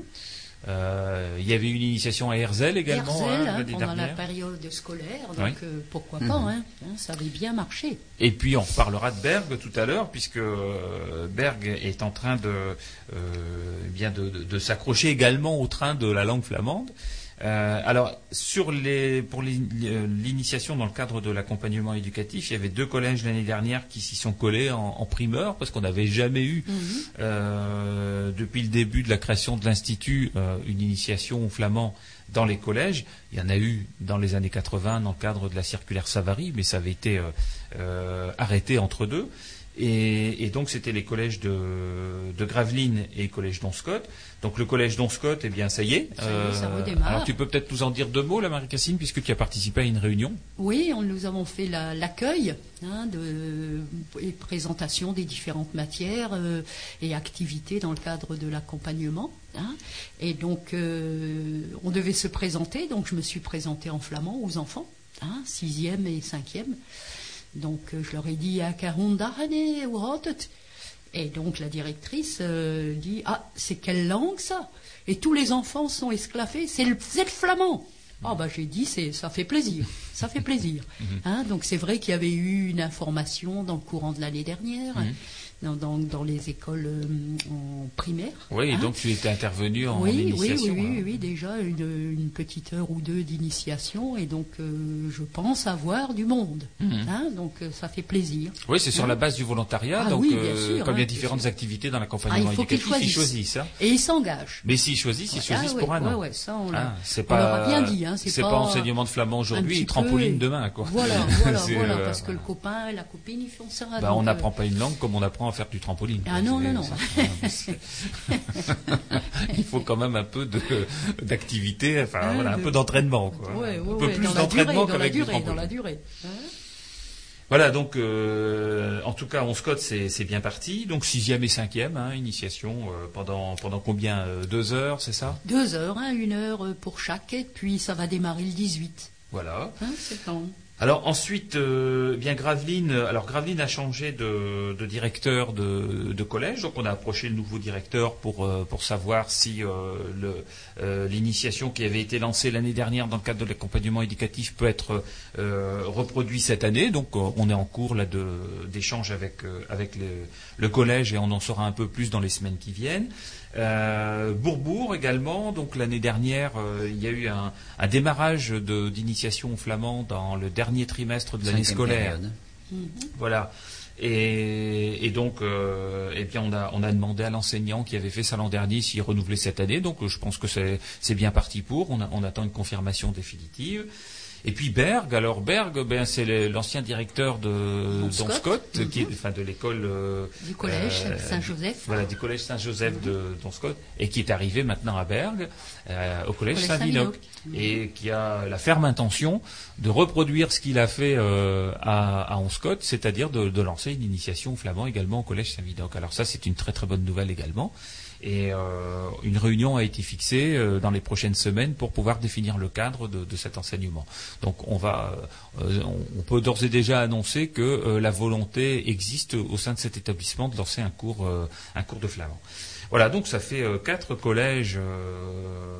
Speaker 1: Euh, il y avait une initiation à Herzl également
Speaker 2: Herzl,
Speaker 1: hein,
Speaker 2: hein,
Speaker 1: l'année
Speaker 2: pendant la
Speaker 1: dernière.
Speaker 2: période scolaire, donc
Speaker 1: Oui.
Speaker 2: euh, pourquoi
Speaker 3: Mhm.
Speaker 2: pas, hein, hein, ça avait bien marché.
Speaker 1: Et puis on reparlera de Berg tout à l'heure, puisque euh, Berg est en train de, euh, bien de, de, de s'accrocher également au train de la langue flamande. Euh, alors, sur les, pour les- l'initiation dans le cadre de l'accompagnement éducatif, il y avait deux collèges l'année dernière qui s'y sont collés en, en primeur, parce qu'on n'avait jamais eu,
Speaker 2: Mhm.
Speaker 1: euh, depuis le début de la création de l'Institut, euh, une initiation au flamand dans les collèges. Il y en a eu dans les années quatre-vingts dans le cadre de la circulaire Savary, mais ça avait été euh, euh, arrêté entre deux. Et, et donc c'était les collèges de, de Gravelines et le collège d'Onscott. Donc le collège d'Onscott, eh bien ça y est.
Speaker 2: Ça y est, ça redémarre.
Speaker 1: Alors tu peux peut-être nous en dire deux mots, là, Marie-Cassine, puisque tu as participé à une réunion.
Speaker 2: Oui, on, nous avons fait la- l'accueil hein, de, et présentation des différentes matières euh, et activités dans le cadre de l'accompagnement. hein. Et donc, euh, on devait se présenter. Donc, je me suis présentée en flamand aux enfants, hein, sixième et cinquième. Donc, euh, je leur ai dit à Karundahane ou Rotet. Et donc, la directrice euh, dit ah, c'est quelle langue ça? Et tous les enfants sont esclaffés. C'est le, c'est le flamand. Ah bah j'ai dit c'est ça fait plaisir, ça fait plaisir. Hein, donc c'est vrai qu'il y avait eu une information dans le courant de l'année dernière
Speaker 1: Mhm.
Speaker 2: dans, dans, dans les écoles euh, en primaire.
Speaker 1: Oui, et
Speaker 2: hein.
Speaker 1: donc tu étais intervenu en
Speaker 2: oui, oui, oui,
Speaker 1: initiation.
Speaker 2: oui,
Speaker 1: hein.
Speaker 2: oui, oui, déjà une, une petite heure ou deux d'initiation et donc euh, je pense avoir du monde.
Speaker 1: Mhm.
Speaker 2: Hein, donc euh, ça fait plaisir.
Speaker 1: Oui, c'est sur
Speaker 2: Hein.
Speaker 1: la base du volontariat.
Speaker 2: Ah
Speaker 1: donc,
Speaker 2: oui, bien
Speaker 1: euh,
Speaker 2: sûr,
Speaker 1: comme il y a
Speaker 2: hein,
Speaker 1: différentes
Speaker 2: bien sûr.
Speaker 1: activités dans
Speaker 2: Ah,
Speaker 1: l'accompagnement
Speaker 2: il faut qu'ils
Speaker 1: éducatif, ils
Speaker 2: choisissent.
Speaker 1: choisissent. Hein.
Speaker 2: Et ils s'engagent.
Speaker 1: Mais s'ils choisissent, ils choisissent
Speaker 2: Ah,
Speaker 1: pour
Speaker 2: ouais,
Speaker 1: un an.
Speaker 2: ouais, ouais, ça on l'a.
Speaker 1: Ah, c'est
Speaker 2: on
Speaker 1: pas,
Speaker 2: leur a bien dit, hein, c'est
Speaker 1: c'est
Speaker 2: pas-
Speaker 1: pas enseignement de flamand
Speaker 2: Un
Speaker 1: aujourd'hui,
Speaker 2: petit
Speaker 1: trampoline
Speaker 2: peu, et-
Speaker 1: demain, quoi.
Speaker 2: Voilà, voilà,
Speaker 1: C'est,
Speaker 2: voilà,
Speaker 1: euh,
Speaker 2: parce que le copain et la copine ils font ça.
Speaker 1: bah,
Speaker 2: donc,
Speaker 1: on
Speaker 2: euh,
Speaker 1: n'apprend pas une langue comme on apprend à faire du trampoline.
Speaker 2: Ah
Speaker 1: quoi.
Speaker 2: non,
Speaker 1: C'est-
Speaker 2: non, non.
Speaker 1: c'est- c'est- Il faut quand même un peu de, d'activité, enfin
Speaker 2: Ah,
Speaker 1: voilà, un
Speaker 2: de-
Speaker 1: peu d'entraînement, quoi.
Speaker 2: Ouais, ouais,
Speaker 1: un peu
Speaker 2: ouais,
Speaker 1: plus
Speaker 2: dans la
Speaker 1: d'entraînement
Speaker 2: durée, dans la
Speaker 1: qu'avec du
Speaker 2: durée, dans
Speaker 1: trampoline.
Speaker 2: la durée. Hein.
Speaker 1: Voilà, donc euh, en tout cas, on Scott, c'est, c'est bien parti. Donc sixième et cinquième, hein, initiation euh, pendant pendant combien euh, Deux heures, c'est ça
Speaker 2: Deux heures, hein, une heure euh, pour chaque, et puis ça va démarrer le dix-huit.
Speaker 1: Voilà.
Speaker 2: Hein, c'est temps.
Speaker 1: Alors ensuite, euh, bien Gravelines. Alors Gravelines a changé de, de directeur de, de collège, donc on a approché le nouveau directeur pour euh, pour savoir si euh, le, euh, l'initiation qui avait été lancée l'année dernière dans le cadre de l'accompagnement éducatif peut être euh, reproduit cette année. Donc euh, on est en cours là de d'échange avec euh, avec le, le collège et on en saura un peu plus dans les semaines qui viennent. Euh, Bourbourg également, donc l'année dernière, euh, il y a eu un, un démarrage de, d'initiation au flamand dans le dernier trimestre de l'année
Speaker 3: Cinquième
Speaker 1: scolaire.
Speaker 3: période.
Speaker 1: Voilà. Et, et donc, euh, eh bien, on a, on a demandé à l'enseignant qui avait fait ça l'an dernier s'il renouvelait cette année. Donc, je pense que c'est, c'est bien parti pour. On, a, on attend une confirmation définitive. Et puis Berg, alors Berg, ben, c'est le, l'ancien directeur de
Speaker 2: Don
Speaker 1: Don
Speaker 2: Scott,
Speaker 1: Scott,
Speaker 2: mm-hmm.
Speaker 1: qui est, enfin, de l'école euh,
Speaker 2: du collège
Speaker 1: euh,
Speaker 2: Saint-Joseph.
Speaker 1: Voilà, du collège Saint-Joseph
Speaker 2: mm-hmm.
Speaker 1: de Don Scott, et qui est arrivé maintenant à Berg, euh, au collège, collège Saint-Vinoc, Saint-Vinoc. Et qui a la ferme intention de reproduire ce qu'il a fait euh, à, à Don Scott, c'est-à-dire de, de lancer une initiation au flamand également au collège Saint-Vinoc. Alors ça, c'est une très très bonne nouvelle également. Et euh, une réunion a été fixée euh, dans les prochaines semaines pour pouvoir définir le cadre de, de cet enseignement. Donc on va, euh, on, on peut d'ores et déjà annoncer que euh, la volonté existe au sein de cet établissement de lancer un cours, euh, un cours de flamand. Voilà, donc ça fait euh, quatre collèges. Euh,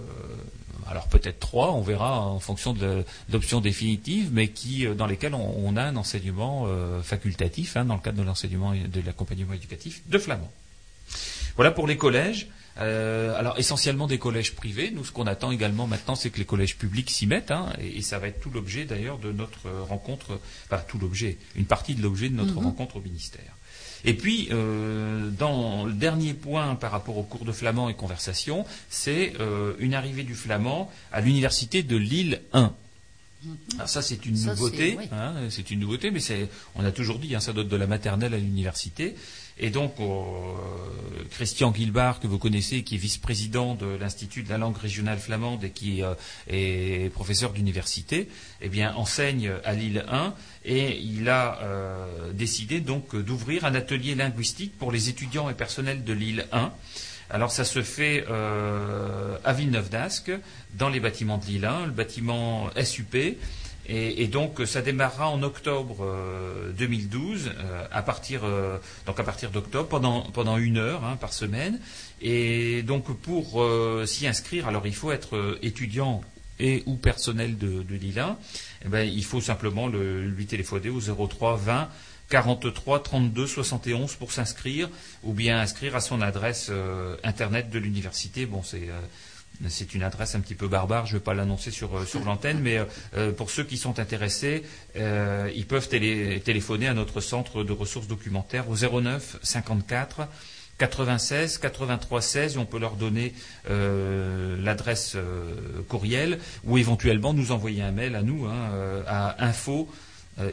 Speaker 1: alors peut-être trois, on verra en fonction de l'option définitive, mais qui, dans lesquels on, on a un enseignement euh, facultatif, hein, dans le cadre de l'enseignement et de l'accompagnement éducatif de flamand. Voilà pour les collèges. Euh, alors essentiellement des collèges privés. Nous, ce qu'on attend également maintenant, c'est que les collèges publics s'y mettent, hein, et, et ça va être tout l'objet d'ailleurs de notre rencontre, enfin tout l'objet, une partie de l'objet de notre mm-hmm. rencontre au ministère. Et puis, euh, dans le dernier point par rapport au cours de flamand et conversation, c'est euh, une arrivée du flamand à l'université de Lille un. Alors ça, c'est une ça, nouveauté, c'est, oui. hein, c'est une nouveauté, mais c'est, on a toujours dit, hein, ça donne de la maternelle à l'université. Et donc, euh, Christian Guilbard, que vous connaissez, qui est vice-président de l'Institut de la langue régionale flamande et qui euh, est professeur d'université, eh bien, enseigne à Lille un, et il a euh, décidé donc d'ouvrir un atelier linguistique pour les étudiants et personnels de Lille un. Alors ça se fait euh, à Villeneuve-d'Ascq, dans les bâtiments de Lille un, le bâtiment S U P, et, et donc ça démarrera en octobre euh, deux mille douze, euh, à partir euh, donc à partir d'octobre, pendant pendant une heure hein, par semaine. Et donc pour euh, s'y inscrire, alors il faut être euh, étudiant et ou personnel de, de Lille un. Eh ben, il faut simplement le, lui téléphoner au zéro trois vingt quarante-trois trente-deux soixante et onze pour s'inscrire, ou bien inscrire à son adresse euh, internet de l'université. Bon, c'est euh, c'est une adresse un petit peu barbare, je ne vais pas l'annoncer sur euh, sur l'antenne, mais euh, pour ceux qui sont intéressés, euh, ils peuvent télé- téléphoner à notre centre de ressources documentaires au zéro neuf cinquante-quatre quatre-vingt-seize quatre-vingt-trois seize, et on peut leur donner euh, l'adresse euh, courriel, ou éventuellement nous envoyer un mail à nous hein, euh, à info euh,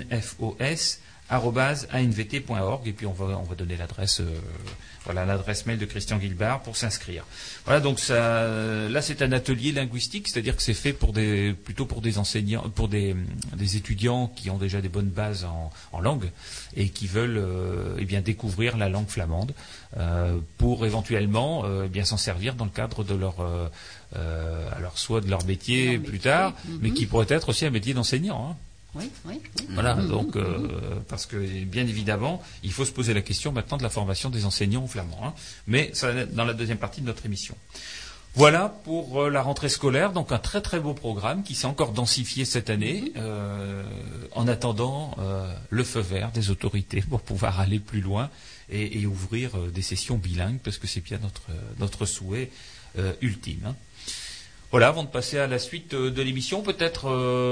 Speaker 1: infos arobase a n v t point org, et puis on va on va donner l'adresse euh, voilà l'adresse mail de Christian Guilbard pour s'inscrire. Voilà, donc ça là c'est un atelier linguistique, c'est-à-dire que c'est fait pour des plutôt pour des enseignants, pour des des étudiants qui ont déjà des bonnes bases en, en langue et qui veulent euh, eh bien découvrir la langue flamande euh, pour éventuellement euh, eh bien s'en servir dans le cadre de leur euh, euh, alors soit de leur métier leur plus métier, tard, mm-hmm. mais qui pourrait être aussi un métier d'enseignant. Hein.
Speaker 2: Oui, oui, oui.
Speaker 1: Voilà,
Speaker 2: mmh,
Speaker 1: donc euh,
Speaker 2: mmh.
Speaker 1: parce que bien évidemment, il faut se poser la question maintenant de la formation des enseignants flamands, hein, mais ça va être dans la deuxième partie de notre émission. Voilà pour euh, la rentrée scolaire, donc un très très beau programme qui s'est encore densifié cette année, mmh. euh, en attendant euh, le feu vert des autorités pour pouvoir aller plus loin et, et ouvrir euh, des sessions bilingues, parce que c'est bien notre notre souhait euh, ultime. Hein. Voilà, avant de passer à la suite de l'émission, peut-être,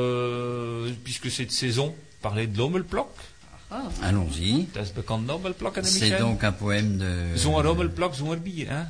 Speaker 1: euh, puisque c'est de saison, parler de l'Ommelplock.
Speaker 3: Ah. Allons-y. C'est donc un poème de...
Speaker 1: hein?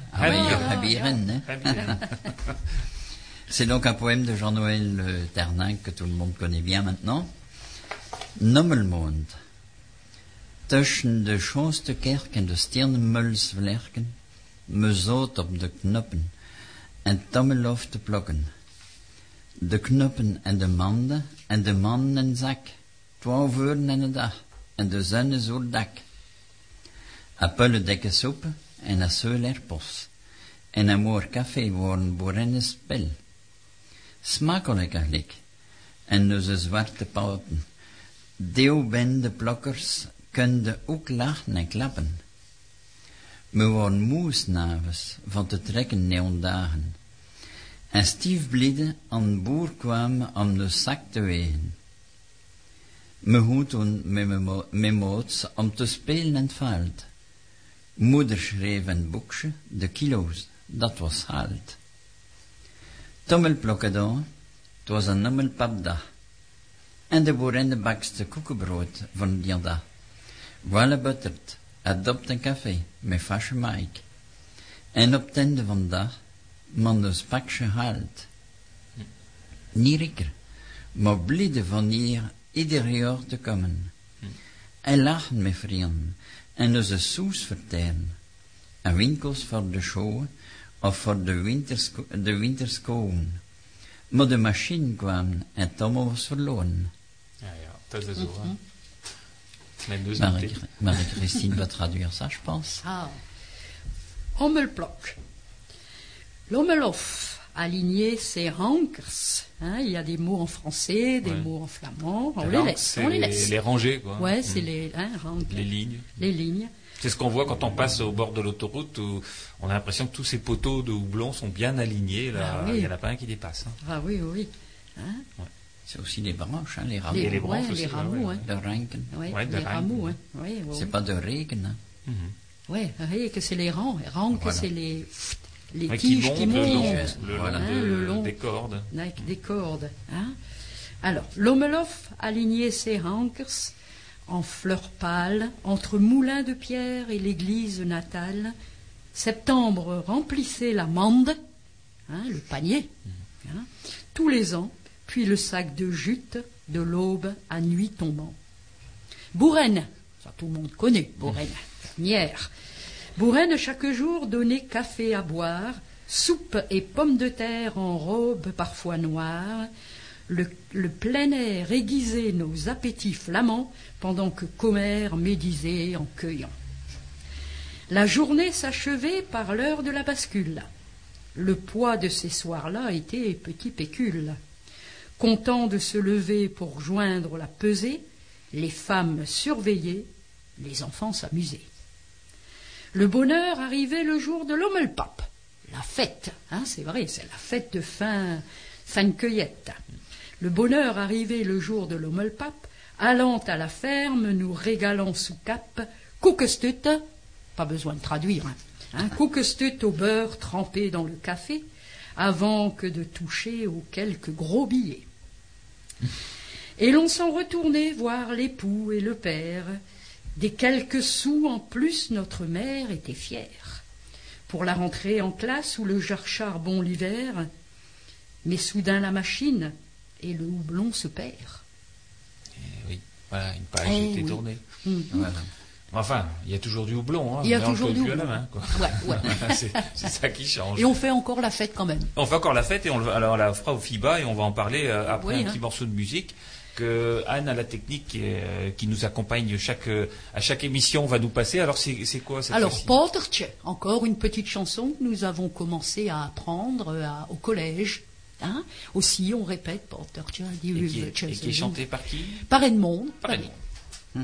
Speaker 3: C'est donc un poème de Jean-Noël Ternin, que tout le monde connaît bien maintenant. Nommelmond. Tussen de schoonste kerk en de sternenmulsvlerken, me zoot op de knoppen, en tommelof te plokken. De knoppen en de manden, en de man en zak, twaalf uren en een dag, en de zon is op dak. A pulle dekke soep, en a seul erpos, en a moor café worden boeren spel. Smakelijk eigenlijk, en onze zwarte pouten. Deel ben de plokkers, kunde ook lachen en klappen. Me worden moesnavens van te trekken neondagen. En stiefblieden aan boer kwamen om de zak te wegen. Me goed toen met moots om te spelen in het veld. Moeder schreef een boekje, de kilo's, dat was halt. Tommelplokken dan, het was een nommelpapdag. En de boerin bakste koekenbrood van die dag. Wel butterd. Adopt een café met fasche Mike. En op het einde van de dag, man dus pakje haalt. Niet rikker, maar blide van hier ieder jaar te komen. En lachen met vrienden en onze soes vertellen. En winkels voor de show of voor de, winters, de winterskoon. Maar de machine kwam en Tomme was verloren.
Speaker 1: Ja, ja, dat is zo. Mm-hmm.
Speaker 3: Marie, Marie-Christine va traduire ça, je pense.
Speaker 2: Ah. Hommelplock. L'hommelof, aligner ses rankers. Hein, il y a des mots en français, des ouais. mots en flamand. On les, les laisse. On les laisse.
Speaker 1: Les rangées, quoi.
Speaker 2: Ouais, c'est mmh. les hein, rankers.
Speaker 1: Les lignes.
Speaker 2: Les lignes.
Speaker 1: C'est ce qu'on voit quand on passe au bord de l'autoroute où on a l'impression que tous ces poteaux de houblon sont bien alignés. Là, ah, oui. Il n'y en a pas un qui dépasse. Hein.
Speaker 2: Ah oui, oui. Hein?
Speaker 3: Ouais. C'est aussi les branches, hein, les rameaux.
Speaker 2: Les,
Speaker 1: les branches
Speaker 2: ouais,
Speaker 1: aussi.
Speaker 2: Les rameaux,
Speaker 1: ouais,
Speaker 2: ouais.
Speaker 3: De ranken.
Speaker 2: Ouais,
Speaker 1: ouais,
Speaker 2: les rameaux, ouais. Ouais, ouais,
Speaker 3: c'est ouais. pas de regen. Hein.
Speaker 1: Mm-hmm.
Speaker 2: Oui, que c'est les rangs. Rangs,
Speaker 3: voilà.
Speaker 2: c'est les, les
Speaker 1: ouais,
Speaker 2: tiges
Speaker 1: qui montent,
Speaker 2: qui montent.
Speaker 1: Le long, le
Speaker 2: voilà.
Speaker 1: long,
Speaker 2: hein,
Speaker 1: de,
Speaker 2: le long
Speaker 1: des cordes.
Speaker 2: Avec des cordes. Hein. Alors, l'hommelof alignait ses rankers en fleurs pâles entre Moulin de Pierre et l'église natale. Septembre remplissait la mande, hein, le panier, hein, tous les ans, puis le sac de jute de l'aube à nuit tombant. Bourraine, ça tout le monde connaît, Bourraine, Nière. Bourraine chaque jour donnait café à boire, soupe et pommes de terre en robe parfois noire. Le, le plein air aiguisait nos appétits flamands pendant que commère médisait en cueillant. La journée s'achevait par l'heure de la bascule. Le poids de ces soirs-là était petit pécule. Content de se lever pour joindre la pesée, les femmes surveillaient, les enfants s'amusaient. Le bonheur arrivait le jour de l'Hommelpapp, la fête, hein, c'est vrai, c'est la fête de fin, fin de cueillette. Le bonheur arrivait le jour de l'Hommelpapp, allant à la ferme, nous régalant sous cap, koekestut, pas besoin de traduire, hein, hein, koekestut au beurre trempé dans le café, avant que de toucher aux quelques gros billets. Et l'on s'en retournait voir l'époux et le père. Des quelques sous en plus, notre mère était fière. Pour la rentrée en classe où le jar charbon l'hiver, mais soudain la machine et le houblon se perd.
Speaker 1: Et oui, voilà, une page
Speaker 2: oh,
Speaker 1: était
Speaker 2: oui.
Speaker 1: tournée.
Speaker 2: Mmh.
Speaker 1: Voilà. Enfin, il y a toujours du houblon. Hein,
Speaker 2: il y a toujours du houblon.
Speaker 1: À la main, quoi.
Speaker 2: Ouais, ouais.
Speaker 1: c'est, c'est ça qui change.
Speaker 2: Et on fait encore la fête quand même.
Speaker 1: On fait encore la fête et on, alors, on la fera au F I B A et on va en parler euh, après
Speaker 2: oui,
Speaker 1: un
Speaker 2: hein.
Speaker 1: petit morceau de musique. Que Anne à la technique qui, est, qui nous accompagne chaque, à chaque émission va nous passer. Alors c'est, c'est quoi cette
Speaker 2: Alors
Speaker 1: fois-ci?
Speaker 2: Potertje, encore une petite chanson que nous avons commencé à apprendre à, au collège. Hein. Aussi on répète Potertje.
Speaker 1: Et, qui est, et qui est chanté par qui?
Speaker 2: Par Edmond.
Speaker 1: Par Edmond. Mmh.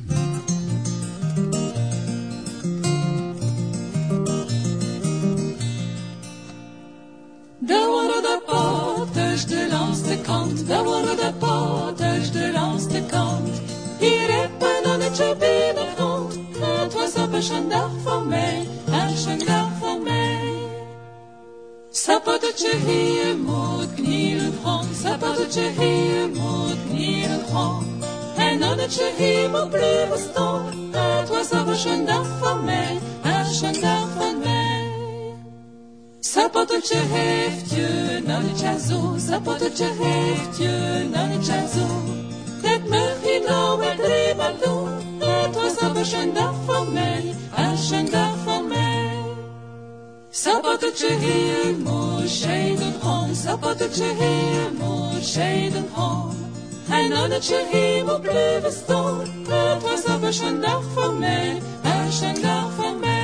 Speaker 5: Daar worden de poters de langste kant, daar worden de poters de langste kant. Hier heb een nonnetje binnengrond, het was op een schoon dag voor mij, een schoon dag voor mij. Sapotetje hier moet knielen grond, sapotetje hier moet knielen grond. En nonnetje hier moet blijven staan, het was op een schoon dag voor mij, een schoon dag voor mij. Sapotetje heeft je nonnetje zo, sapotetje heeft je nonnetje zo. Dat mag je nou maar driemaal doen, het was op een schoon dag voor mij, een schoon dag voor mij. Sapotetje hier moet scheiden gaan, sapotetje hier moet scheiden gaan. En nonnetje hier moet blijven staan, het was op een schoon dag voor mij, een schoon dag voor mij.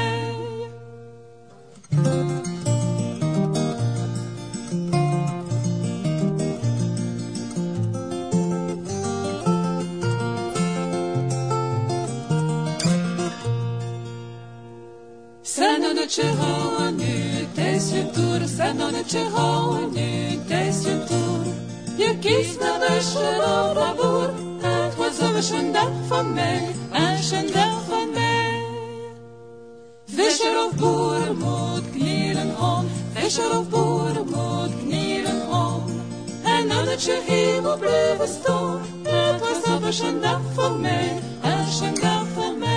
Speaker 5: Nonnetje houden nu, het is je toer. Zeg nonnetje houden nu, het is je toer. Je kiest naar de schoon bravoer. Het was een schoon dag van mij, een schoon dag van mij. Visser of boer moet knielen gaan, visser of boer moet knielen gaan. En nonnetje hier moet blijven staan. Het was een schoon dag van mij, een schoon dag van mij.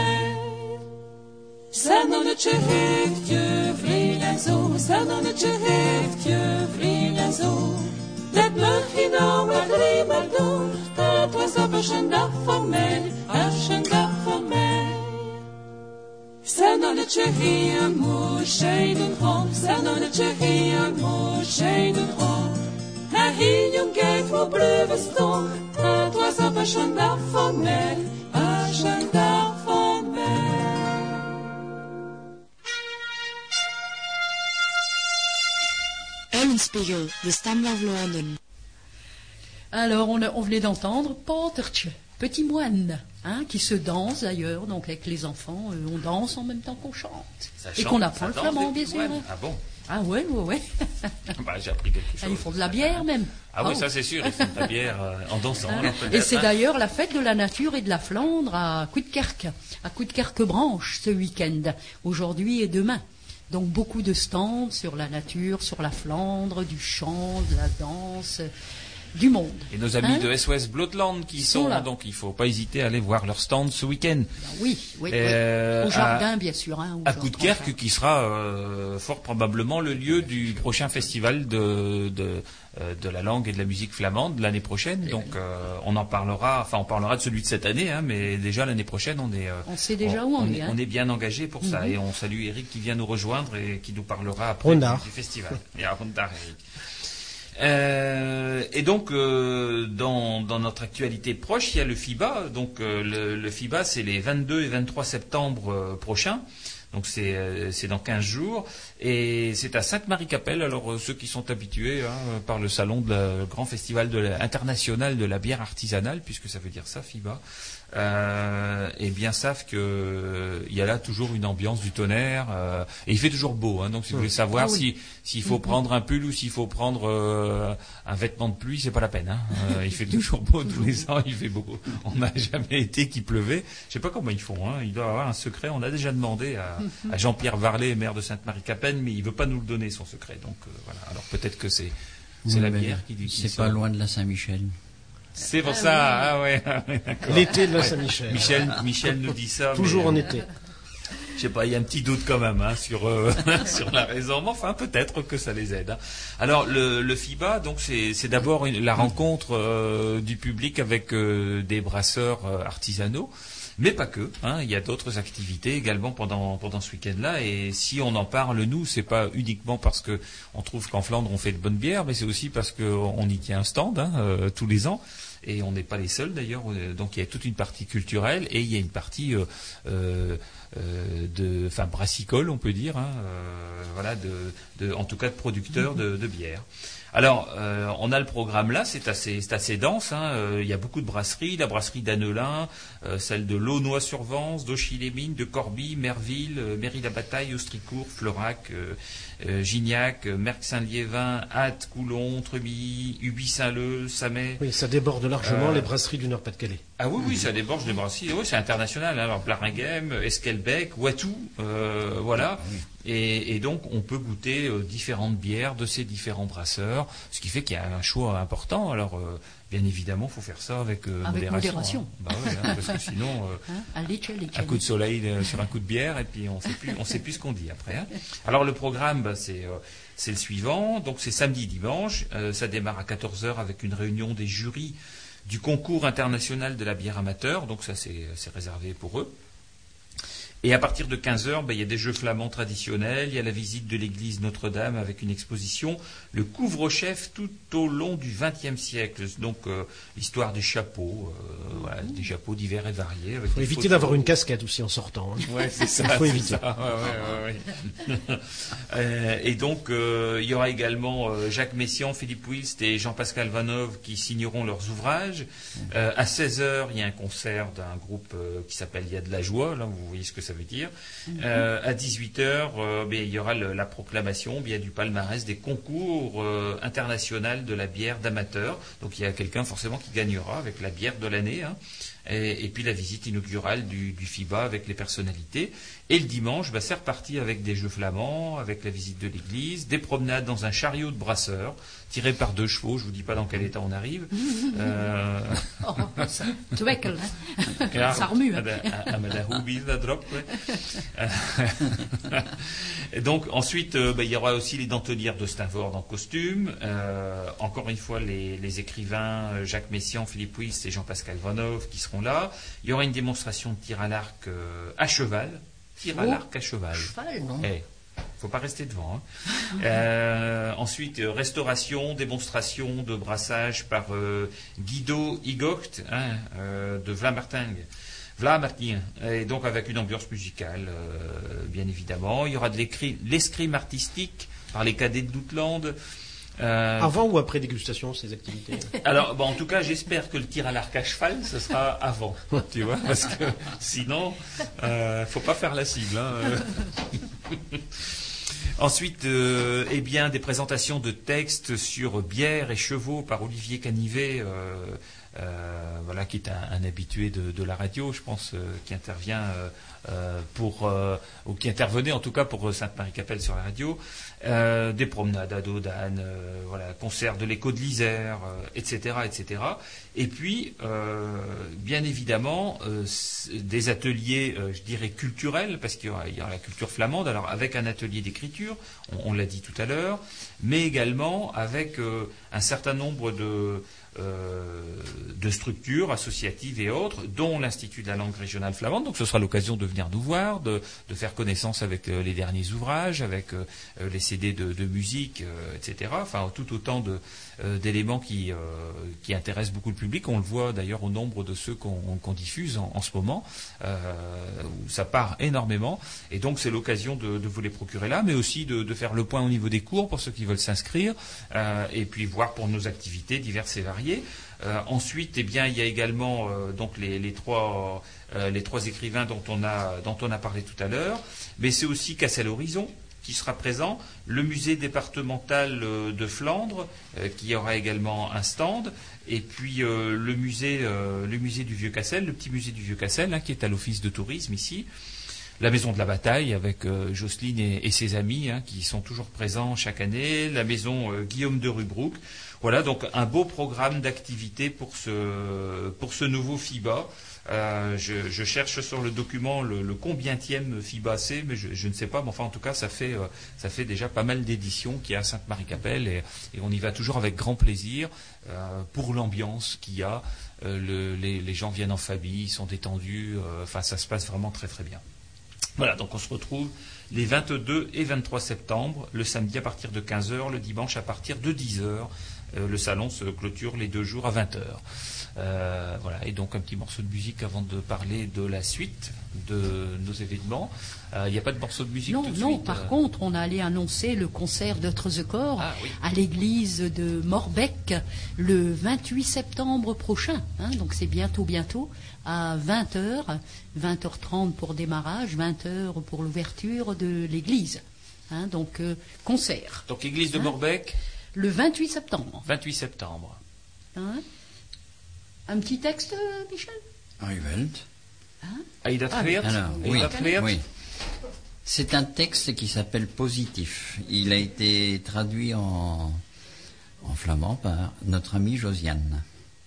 Speaker 5: Zeg nonnetje heeft je vriend en zo, zeg nonnetje heeft je vriend en zo. Zet me hino met driemaal door. Het was op een dag voor mij, een dag voor mij. Sennonnetje hier moet scheiden om, Sennonnetje hier moet scheiden om. Hij hier jong geit voor blijven staan. Het was op een dag voor mij, een dag voor mij.
Speaker 7: Eulenspiegel, de stem van Vlaanderen.
Speaker 2: Alors, on, a- on venait d'entendre Patertje, petit moine, hein, qui se danse d'ailleurs, donc avec les enfants, euh, on danse en même temps qu'on chante.
Speaker 1: Ça
Speaker 2: Et
Speaker 1: chante,
Speaker 2: qu'on
Speaker 1: ça
Speaker 2: apprend le
Speaker 1: danse,
Speaker 2: flamand,
Speaker 1: des
Speaker 2: bien sûr.
Speaker 1: moines. Ah bon?
Speaker 2: Ah ouais, ouais, ouais.
Speaker 1: Bah, j'ai appris quelque
Speaker 2: Ah,
Speaker 1: chose.
Speaker 2: ils font de la bière même.
Speaker 1: Ah oui,
Speaker 2: Oh.
Speaker 1: ça c'est sûr, ils font de la bière euh, en dansant.
Speaker 2: Hein.
Speaker 1: alors,
Speaker 2: Et
Speaker 1: peut-être,
Speaker 2: c'est
Speaker 1: hein.
Speaker 2: d'ailleurs la fête de la nature et de la Flandre à Coudekerque, à Coudekerque-Branche ce week-end, aujourd'hui et demain. Donc beaucoup de stands sur la nature, sur la Flandre, du chant, de la danse, du monde.
Speaker 1: Et nos amis
Speaker 2: Hein?
Speaker 1: de S O S Bloodland qui
Speaker 2: Ils
Speaker 1: sont
Speaker 2: sont là.
Speaker 1: là, donc il ne faut pas hésiter à aller voir leur stand ce week-end.
Speaker 2: Ben oui, oui,
Speaker 1: Euh,
Speaker 2: oui. Au
Speaker 1: à-
Speaker 2: jardin, bien sûr. Hein, au
Speaker 1: À
Speaker 2: jardin.
Speaker 1: Coudekerque, qui sera euh, fort probablement le lieu du prochain festival de, de, euh, de la langue et de la musique flamande l'année prochaine. Donc euh, on en parlera, enfin on parlera de celui de cette année, hein, mais déjà l'année prochaine on est, euh,
Speaker 2: On sait déjà où on est, hein.
Speaker 1: on est bien engagé pour ça.
Speaker 2: Mhm.
Speaker 1: Et on salue Eric qui vient nous rejoindre et qui nous parlera après
Speaker 8: Rondard.
Speaker 1: du, du festival. Et à Rondard, Eric. Euh, et donc, euh, dans, dans notre actualité proche, il y a le FIBA. Donc, euh, le, le FIBA, c'est les vingt-deux et vingt-trois septembre euh, prochains. Donc, c'est euh, c'est dans quinze jours. Et c'est à Sainte-Marie-Capelle. Alors, euh, ceux qui sont habitués hein, par le salon de la- le grand festival de la- international de la bière artisanale, puisque ça veut dire ça, FIBA, euh, eh bien savent que euh, il y a là toujours une ambiance du tonnerre. euh, et il fait toujours beau. Hein, donc, si vous voulez savoir
Speaker 2: Ah oui.
Speaker 1: si s'il faut prendre un pull ou s'il faut prendre euh, un vêtement de pluie, c'est pas la peine. Hein. Euh, il fait toujours beau tous les ans, il fait beau. On n'a jamais été qu'il pleuvait. Je sais pas comment ils font. Hein. Il doit avoir un secret. On a déjà demandé à, à Jean-Pierre Varlet, maire de Sainte-Marie-Capelle, mais il veut pas nous le donner son secret. Donc euh, voilà. Alors peut-être que c'est c'est
Speaker 3: Oui,
Speaker 1: la
Speaker 3: mais
Speaker 1: bière qui dit.
Speaker 3: C'est pas loin de la Saint-Michel.
Speaker 1: C'est pour
Speaker 2: Ah
Speaker 1: ça. Ah ouais. ah ouais, d'accord.
Speaker 8: L'été de la Saint-Michel.
Speaker 1: Michel, Michel nous dit ça.
Speaker 8: Toujours
Speaker 1: mais,
Speaker 8: en été.
Speaker 1: Je sais pas, il y a un petit doute quand même hein, sur euh, sur la raison, mais enfin peut-être que ça les aide. Hein. Alors le, le FIBA, donc c'est c'est d'abord une- la rencontre euh, du public avec euh, des brasseurs euh, artisanaux, mais pas que. Hein, il y a d'autres activités également pendant pendant ce week-end-là. Et si on en parle nous, c'est pas uniquement parce que on trouve qu'en Flandre on fait de bonnes bières, mais c'est aussi parce qu'on y tient un stand hein, euh, tous les ans. Et on n'est pas les seuls d'ailleurs. Euh, Donc il y a toute une partie culturelle et il y a une partie euh, euh, euh, de, enfin brassicole, on peut dire, hein, euh, voilà, de, de, en tout cas de producteurs de, de bière. Alors, euh, on a le programme là, c'est assez, c'est assez dense. Hein, euh, il y a beaucoup de brasseries, la brasserie d'Annelin, euh, celle de Launois-sur-Vence, d'Auchy-les-Mines, de Corbie, Merville, euh, Mairie-la-Bataille, Austricourt, Florac, euh, euh, Gignac, euh, Merck-Saint-Liévin, Ath, Coulon, Tremilly, Uby-Saint-Leu, Samet.
Speaker 8: Oui, ça déborde largement
Speaker 1: Euh,
Speaker 8: les brasseries du Nord-Pas-de-Calais.
Speaker 1: Ah oui, oui, ça déborde les brasseries. Oui, c'est international. Hein. Alors, Blaringhem, Esquelbec, Watou, euh, voilà. Et, et donc, on peut goûter euh, différentes bières de ces différents brasseurs, ce qui fait qu'il y a un choix important. Alors, euh, bien évidemment, il faut faire ça avec, euh,
Speaker 2: Avec modération.
Speaker 1: hein. Bah ouais, hein, parce que sinon, euh,
Speaker 2: Hein, allez, tchali,
Speaker 1: un
Speaker 2: tchali.
Speaker 1: coup de soleil euh, sur un coup de bière, et puis on sait plus, on sait plus ce qu'on dit après. Hein. Alors, le programme, bah, c'est euh, c'est le suivant. Donc, c'est samedi, dimanche. Euh, ça démarre à quatorze heures avec une réunion des jurys du concours international de la bière amateur, donc ça c'est c'est réservé pour eux. Et à partir de quinze heures, ben, il y a des jeux flamands traditionnels, il y a la visite de l'église Notre-Dame avec une exposition, le couvre-chef tout au long du vingtième siècle, donc euh, l'histoire des chapeaux, euh, voilà, des chapeaux divers et variés. Il
Speaker 8: Il faut éviter d'avoir une casquette aussi en sortant. Hein.
Speaker 1: Ouais, c'est ça.
Speaker 8: Il faut
Speaker 1: c'est
Speaker 8: éviter.
Speaker 1: ça. Ouais, ouais, ouais, ouais. Euh, et donc, euh, il y aura également euh, Jacques Messiaen, Philippe Wilst et Jean-Pascal Vanov qui signeront leurs ouvrages. Euh, à seize heures, il y a un concert d'un groupe euh, qui s'appelle Il y a de la joie. Là, vous voyez ce que ça veut dire. Euh, à dix-huit heures, euh, ben, il y aura le- la proclamation bien du palmarès des concours euh, internationaux de la bière d'amateur. Donc, il y a quelqu'un forcément qui gagnera avec la bière de l'année. Hein. Et, et puis la visite inaugurale du, du F I B A avec les personnalités. Et le dimanche, bah, c'est reparti avec des jeux flamands, avec la visite de l'église, des promenades dans un chariot de brasseurs, tiré par deux chevaux, je vous dis pas dans quel état on arrive. euh...
Speaker 2: Oh, ça, twekkel, hein.
Speaker 1: Ja,
Speaker 2: ça remue. Hein.
Speaker 1: à Madame Houbi, la drop, ouais. Et donc, ensuite, euh, bah, il y aura aussi les dentellières de Steinfort en costume. Euh, encore une fois, les, les écrivains Jacques Messiaen, Philippe Huyst et Jean-Pascal Vanhoff qui seront là. Il y aura une démonstration de tir à l'arc euh, à cheval. Tir à
Speaker 2: Oh,
Speaker 1: l'arc à cheval.
Speaker 2: cheval, non
Speaker 1: Eh, faut pas rester devant. Hein. euh, ensuite, euh, restauration, démonstration de brassage par euh, Guido Higocht hein, euh, de Vlamartingue. Vlamartingue. Et donc avec une ambiance musicale, euh, bien évidemment. Il y aura de l'écri- l'escrime artistique par les cadets de Doutland. Euh,
Speaker 8: Avant ou après dégustation, ces activités?
Speaker 1: alors, bon, en tout cas, j'espère que le tir à l'arc à cheval, ce sera avant, tu vois, parce que sinon, euh, faut pas faire la cible. Hein. Ensuite, euh, eh bien, des présentations de textes sur bière et chevaux par Olivier Canivet, euh, euh, voilà, qui est un, un habitué de, de la radio, je pense, euh, qui intervient euh, euh, pour, euh, ou qui intervenait en tout cas pour Sainte-Marie-Capelle sur la radio. Euh, des promenades à dos d'âne, euh, voilà, concert de l'écho de l'Isère, euh, et cetera, et cetera. Et puis, euh, bien évidemment, euh, des ateliers, euh, je dirais culturels, parce qu'il y aura, il y aura la culture flamande, alors avec un atelier d'écriture, on, on l'a dit tout à l'heure, mais également avec euh, un certain nombre de Euh, de structures associatives et autres, dont l'Institut de la langue régionale flamande. Donc ce sera l'occasion de venir nous voir, de, de faire connaissance avec euh, les derniers ouvrages, avec euh, les C D de, de musique, euh, et cetera. Enfin, tout autant de, euh, d'éléments qui, euh, qui intéressent beaucoup le public. On le voit d'ailleurs au nombre de ceux qu'on, qu'on diffuse en, en ce moment, euh, où ça part énormément. Et donc c'est l'occasion de, de vous les procurer là, mais aussi de, de faire le point au niveau des cours pour ceux qui veulent s'inscrire, euh, et puis voir pour nos activités diverses et variées. Euh, ensuite, eh bien, il y a également euh, donc les, les trois euh, les trois écrivains dont on a dont on a parlé tout à l'heure, mais c'est aussi Cassel Horizon qui sera présent, le musée départemental euh, de Flandre euh, qui aura également un stand, et puis euh, le musée euh, le musée du Vieux Cassel, le petit musée du Vieux Cassel hein, qui est à l'office de tourisme ici. La Maison de la Bataille avec euh, Jocelyne et, et ses amis hein, qui sont toujours présents chaque année. La Maison euh, Guillaume de Rubrouck. Voilà donc un beau programme d'activités pour ce, pour ce nouveau F I B A. Euh, je, je cherche sur le document le, le combientième F I B A c'est, mais je, je ne sais pas. Mais enfin en tout cas ça fait, euh, ça fait déjà pas mal d'éditions qu'il y a à Sainte-Marie-Capelle et, et on y va toujours avec grand plaisir euh, pour l'ambiance qu'il y a. Euh, le, les, les gens viennent en famille, ils sont détendus. Euh, enfin ça se passe vraiment très très bien. Voilà, donc on se retrouve les vingt-deux et vingt-trois septembre, le samedi à partir de quinze heures, le dimanche à partir de dix heures. Euh, le salon se clôture les deux jours à vingt heures. Euh, voilà, et donc un petit morceau de musique avant de parler de la suite de nos événements. Il euh, n'y a pas de morceau de musique
Speaker 2: non,
Speaker 1: tout de
Speaker 2: non,
Speaker 1: suite
Speaker 2: par
Speaker 1: euh...
Speaker 2: contre, on allait annoncer le concert d'Otre the Corps
Speaker 1: ah, oui.
Speaker 2: à l'église de Morbec le vingt-huit septembre prochain. Hein, donc c'est bientôt, bientôt, à vingt heures, vingt heures trente pour démarrage, vingt heures pour l'ouverture de l'église. Hein, donc, euh, concert.
Speaker 1: Donc, église de
Speaker 2: hein,
Speaker 1: Morbec
Speaker 2: le vingt-huit septembre.
Speaker 1: vingt-huit septembre.
Speaker 2: Hein, un petit texte, Michel
Speaker 3: Ah, u wilt.
Speaker 2: Hein
Speaker 1: Aïda Treert.
Speaker 3: Alors, oui,
Speaker 1: Aïda Treert.
Speaker 3: oui. C'est un texte qui s'appelle Positif. Il a été traduit en, en flamand par notre ami Josiane.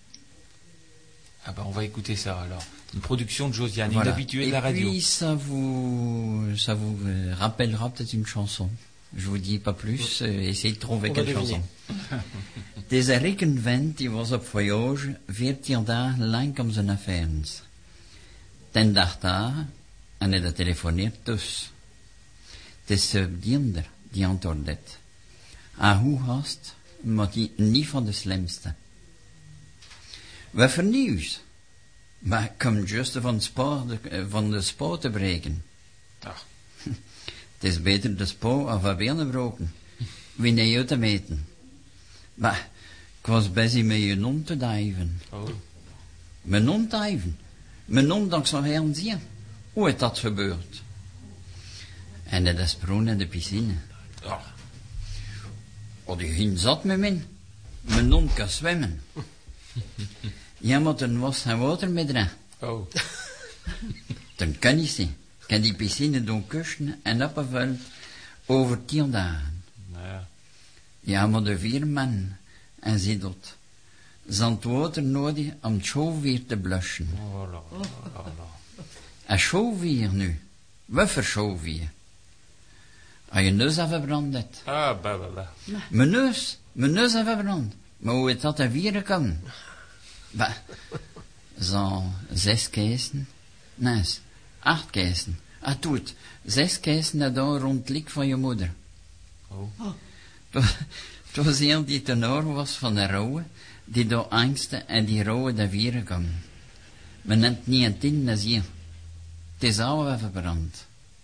Speaker 1: Ah ben, on va écouter ça alors. Une production de Josiane,
Speaker 3: Voilà.
Speaker 1: une habituée de
Speaker 3: Et
Speaker 1: la radio.
Speaker 3: Et puis ça vous, ça vous rappellera peut-être une chanson. Je vous dis pas plus, euh, essayez de trouver
Speaker 8: On
Speaker 3: quelle
Speaker 8: va
Speaker 3: chanson. Deze rekenvent die was op voyage veertien dagen lang om zijn affaires. Ten dag daar en hij dat telefoneert dus. Het is de diender die antwoordt. Ah, hoe haast, maar die niet van de slimste. Wat voor nieuws? Maar ik kom juist van, spoor, van de spoor te breken.
Speaker 1: Ach.
Speaker 3: Het is beter de spoor of een benen broken. Wie niet uit te meten. Maar ik was busy met je non te diven.
Speaker 1: Oh.
Speaker 3: Mijn non diven. Mijn non dat ik zou gaan zien. Hoe is dat gebeurd? En dat is sprong in de piscine.
Speaker 1: Oh.
Speaker 3: Oh, die ging zat met mij. Mijn non kan zwemmen. Ja, maar toen was geen water meer erin.
Speaker 1: Oh.
Speaker 3: Dan kan je zien. Kan die piscine doen kussen en opgevuld over tien dagen.
Speaker 1: Ja.
Speaker 3: Ja, maar de vier man en ze dat. Zand water nodig om het schoolweer te blussen.
Speaker 1: Oh, la, la, la.
Speaker 3: En schoolweer nu. Wat voor schoolweer? Als je neus heeft verbrand.
Speaker 1: Ah, bah, bah, bah.
Speaker 3: Mijn neus, mijn neus heeft verbrand. Maar hoe het dat te vieren kan? Bah, zo'n zes kezen. Nee, acht kezen. Ah, doet. Zes kezen dat dan rond het lik van je moeder.
Speaker 1: Oh.
Speaker 3: Het was een die tenor was van de rouwe, die door angsten en die rouwe dat vieren kan. Men neemt niet een tien als hier. Het is al even verbrand.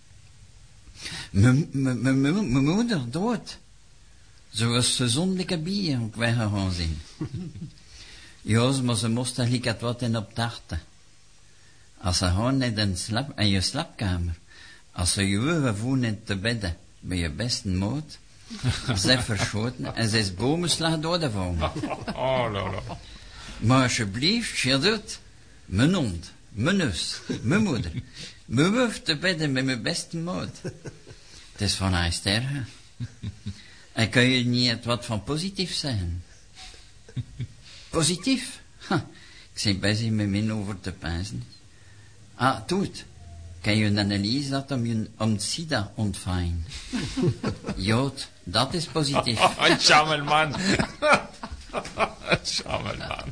Speaker 3: Mijn moeder dood. Zoals ze zondelijke bier ook weggegaan zijn. Ja, maar ze moest eigenlijk het wat in optarten. Als ze gewoon in, de slap, in je slaapkamer, als ze je gevoel in te bedden, bij je beste moed, ze verschoten en ze is bomenslag doodgevallen.
Speaker 1: Oh, la, la.
Speaker 3: Maar alsjeblieft, je doet, mijn hond, mijn neus, mijn moeder, mijn wuf te bedden met mijn beste moed. Het is van haar sterren. En kun je niet het wat van positief zeggen? Positief? Ha, ik ben bezig met min over te pijzen. Ah, doet. Kan je een analyse dat om, je, om het sida ontvangen? Jood, dat is positief.
Speaker 1: Un chammelman. Un chammelman.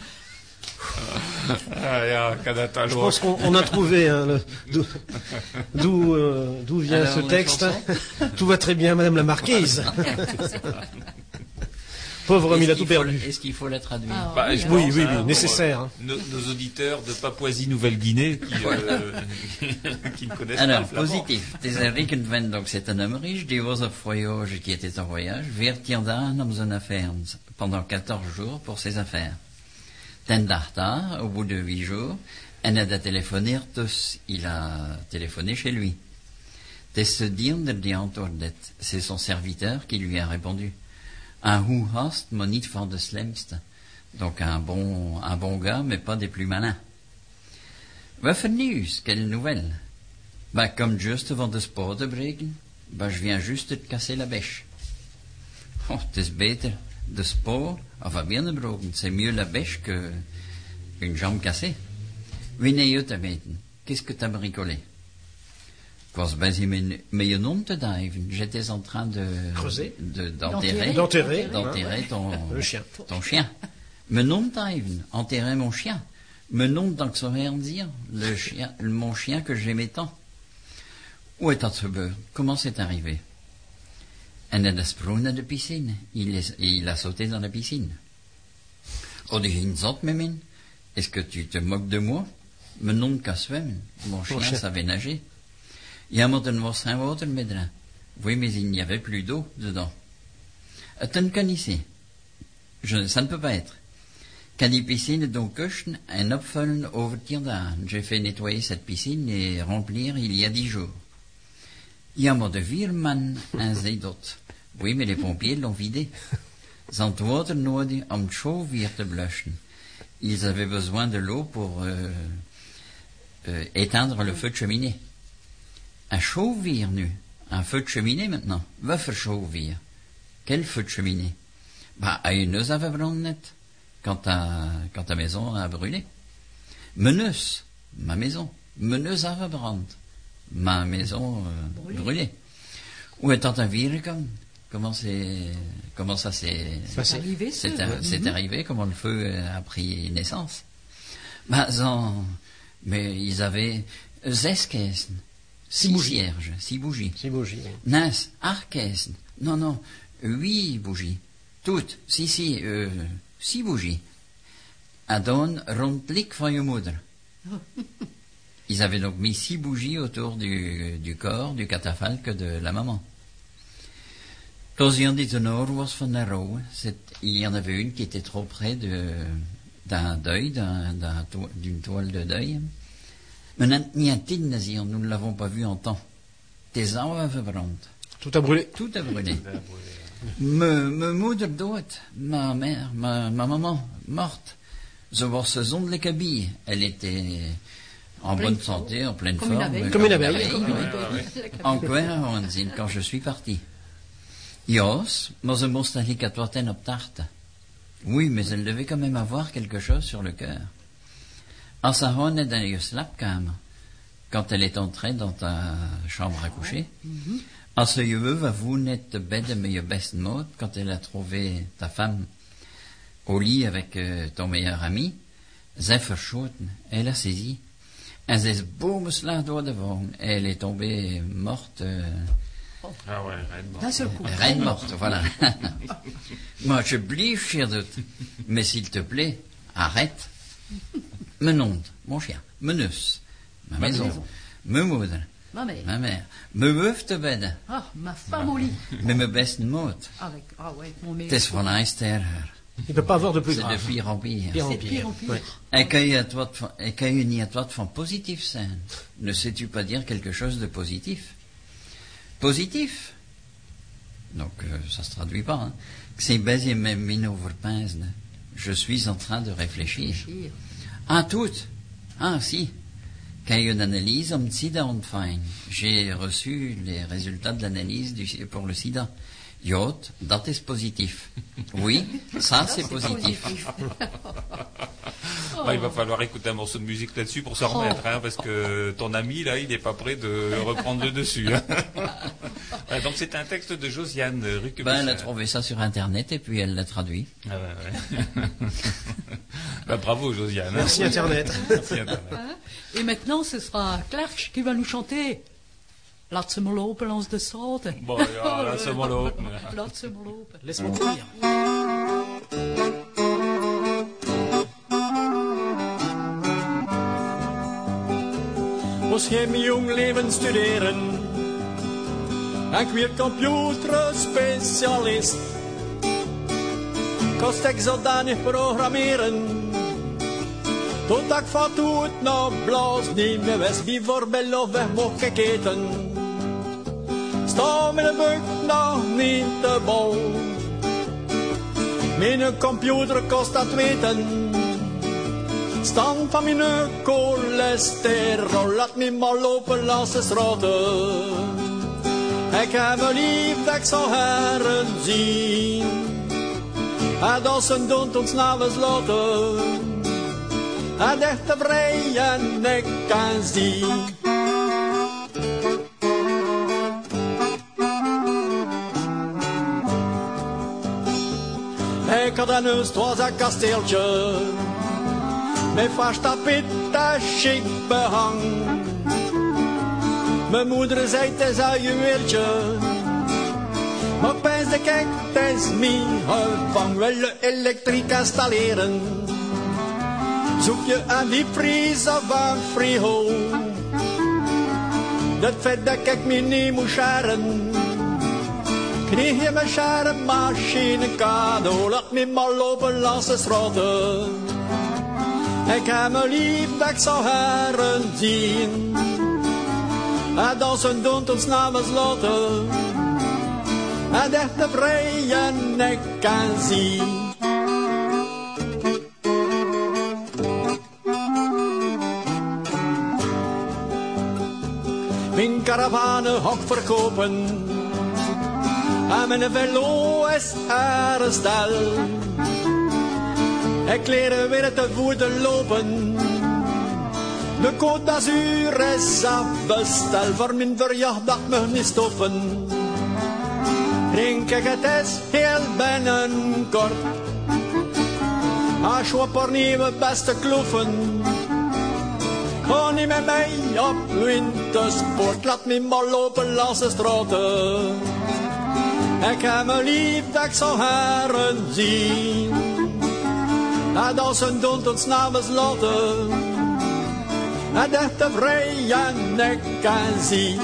Speaker 1: Ah, ja, kan dat
Speaker 8: Je
Speaker 1: alors.
Speaker 8: pense qu'on on a trouvé hein, le- d'où d'où, euh, d'où vient
Speaker 3: Alors,
Speaker 8: ce
Speaker 3: la
Speaker 8: texte.
Speaker 3: chanson
Speaker 8: Tout va très bien, Madame la Marquise. Pauvre homme, il a
Speaker 3: Est-ce
Speaker 8: tout
Speaker 3: qu'il faut-
Speaker 8: perdu.
Speaker 3: Est-ce qu'il faut la traduire?
Speaker 2: Ah,
Speaker 1: Bah,
Speaker 2: oui,
Speaker 1: je
Speaker 2: alors.
Speaker 8: Oui,
Speaker 1: pense,
Speaker 8: oui,
Speaker 1: hein,
Speaker 8: oui,
Speaker 1: pour,
Speaker 8: nécessaire. hein.
Speaker 1: Nos, nos auditeurs de Papouasie-Nouvelle-Guinée qui, euh, qui ne connaissent
Speaker 3: Alors,
Speaker 1: pas le flamand.
Speaker 3: positif. Het is een rekenvent, donc c'est un Amerisch, die was op voyage, qui était en voyage, veertien dagen om zijn affaires, pendant quatorze jours pour ses affaires. Ten dag daar, au bout de huit jours, en hij a téléphoné, dus il a téléphoné chez lui. Het is de diender die antwoordt, c'est son serviteur qui lui a répondu. Un hoe hast, maar niet van de slimste. Donc un bon, un bon gars, mais pas des plus malins. Wat voor nieuws? Quelle nouvelle? Bah, comme juste van de spoor te breken, bah, je viens juste de casser la bêche. Oh, het is beter de spoor, enfin bien gebroken. C'est mieux la bêche que une jambe cassée. Wie nee je te weten? Qu'est-ce que t'as bricolé? Ik was bezig met, met je nom te diven. J'étais en train de...
Speaker 8: Creuser?
Speaker 3: de- D'enterrer.
Speaker 8: D'enterrer.
Speaker 3: D'enterrer ton...
Speaker 8: Le chien.
Speaker 3: Ton chien. Mijn nom diven. Enterrer mon chien. Mijn nom, dat zou rien dire. Le chien, mon chien que j'aimais tant. Hoe est dat gebeurd? Comment c'est arrivé? En hij sprong naar de piscine. Il, est, il a sauté dans la piscine. Oh, die ging zat met mij. Est-ce que tu te moques de moi? Mijn nom kan zwemmen. Mon chien
Speaker 8: chien.
Speaker 3: savait nager. Ja, maar er was geen water meer erin. Oui, mais il n'y avait plus d'eau dedans. Het een kan ici. Je, ça ne peut pas être. Kan die piscine donc kussen en opvullen over tien dagen. J'ai fait nettoyer cette piscine et remplir il y a dix jours. Ja, maar de vier man en zei dat. Oui, mais les pompiers l'ont vidé. Ze hadden water nodig om het schoolweer te blussen. Ils avaient besoin de l'eau pour euh, euh, éteindre le feu de cheminée. Un schoolweer nu. Un feu de cheminée maintenant. Wat voor schoolweer? Quel feu de cheminée? Bah, à une neus avait brûlé net. Quand ta, quand ta maison a brûlé. Meneus, ma maison. Meneus avait brûlé. Ma maison euh, brûlée. Où est un virus comme? Comment c'est, comment ça s'est,
Speaker 2: C'est arrivé, ça.
Speaker 3: c'est, ar- c'est arrivé, comment le feu a pris naissance? Bah, en, mais ils avaient zes käsen. Six
Speaker 8: bougies.
Speaker 3: cierges, six bougies.
Speaker 8: C'est bougie. oui.
Speaker 3: Nice, acht käsen. Non, non, huit bougies. Toutes, si, si, euh, six bougies. Adon rond het lik van je moeder. Ils avaient donc mis six bougies autour du, du corps, du catafalque de la maman. L'océan des Honors was van der Rohe. Il y en avait une qui était trop près de, d'un deuil, d'un, d'un to- d'une toile de deuil. Mais Niantin Nazir, nous ne l'avons pas vu en temps. Tes ans avaient brand.
Speaker 8: Tout a brûlé.
Speaker 3: Tout a brûlé. Me, me moeder dood. Ma mère, ma, ma maman, morte. zoals ze zondelijke bie. Elle était en bonne santé, en pleine
Speaker 2: Comme une
Speaker 3: forme.
Speaker 2: abeille.
Speaker 8: Comme une abeille.
Speaker 2: Comme une
Speaker 3: ouais.
Speaker 2: abeille.
Speaker 3: En Querhonzin, quand je suis parti. Jos, maar ze moest eigenlijk het wat in op tarten. Oui, mais elle devait quand même avoir quelque chose sur le cœur. Als ze gewoon net in je slaapkamer, quand elle est entrée dans ta chambre à coucher, als ze je veuve avoue net te bedden met je beste noot, quand elle a trouvé ta femme au lit avec euh, ton meilleur ami, zij verschoten, elle a saisi. En ze is boomslag door de wang. Elle est tombée morte. Euh,
Speaker 1: Ah ouais, reine
Speaker 2: D'un seul coup.
Speaker 3: reine morte, voilà. Moi, je blief, cher doute. Mais s'il te plaît, arrête. Mijn hond, mon chien, mijn neus, ma maison,
Speaker 2: maison.
Speaker 3: mijn moeder,
Speaker 2: Ma mère.
Speaker 3: ma mère, mijn weuf te bedden,
Speaker 2: Ah, ma femme au lit.
Speaker 3: met mijn beste moot.
Speaker 2: Avec, ah ouais, mon
Speaker 3: Het
Speaker 2: meilleur.
Speaker 3: is van ijsterger.
Speaker 8: Il ne peut pas avoir de plus
Speaker 3: C'est de
Speaker 8: grave.
Speaker 3: pire en pire.
Speaker 8: Pire en
Speaker 2: C'est de pire en pire.
Speaker 8: Ouais.
Speaker 3: En kan je, het wat van, en kan je niet het wat van positief zijn? Ne sais-tu pas dire quelque chose de positif? Positif? Donc, euh, ça se traduit pas, hein. C'est bezig met mijn overpeinzen. Je suis en train de réfléchir.
Speaker 2: Réfléchir.
Speaker 3: Ah, tout. Ah, si. Kan je une analyse om het sida ontvangen? J'ai reçu les résultats de l'analyse du- pour le sida. Jod, dat is positief. Oui, ça c'est positif.
Speaker 1: Bah, il va falloir écouter un morceau de musique là-dessus pour s'en remettre, hein, parce que ton ami, là, il n'est pas prêt de reprendre le dessus. Hein. Ah, donc c'est un texte de Josiane Ruckebusser.
Speaker 3: Ben, elle a trouvé ça sur Internet et puis elle l'a traduit.
Speaker 1: Ah ouais, ouais. Bah, bravo Josiane. hein.
Speaker 8: Merci Internet.
Speaker 1: Merci Internet.
Speaker 2: Et maintenant, ce sera Clark qui va nous chanter. Laat ze maar lopen langs de straat.
Speaker 1: Bon, ja, laat ze maar lopen.
Speaker 2: Laat ze maar lopen.
Speaker 8: Laisse-moi te dire.
Speaker 9: Moest jij mijn jong leven studeren? Ik weer computerspecialist. Kost ik zodanig programmeren. Tot ik van toen nog blaas niet meer wist. Bijvoorbeeld of weg mocht geketen. Sta met de buk nog niet te bol. Mijn computer kost dat weten. Stand van mijn cholesterol, laat me maar lopen langs de straten. Ik heb me lief dat ik zou heren zien. En dat ze doen ons namens laten. En echt te vrij en ik kan zien. Ik had een huis, het was een kasteeltje. Met vast tapijt en chic behang. Mijn moeder zei het is een juweeltje. Maar pens de kijk, het is mijn vang. Wil je elektriek installeren? Zoek je een diepvries of een frigo. Dat vet dat ik me niet moet scharen. Kreeg je mijn schermmachine cadeau. Laat me maar lopen langs de straten. Ik heb me lief dat ik zou heren zien. En dat ze doen ons namens laten. En echt te vrij en ik kan zien. Mijn caravane hok verkopen. En mijn velo is herstel. Ik leren weer te voeten lopen. De Côte d'Azur is afbestel. Voor mijn verjaardag mag niet stoppen. Drink ik het is heel binnenkort. Als je op nieuwe beste kloeven. Ga niet met mij op wintersport. Laat me maar lopen langs de straten. Ik heb me lief dat ik zou heren zien. En dat ze doen ons namens laten. En echt te vrij en ik kan zien.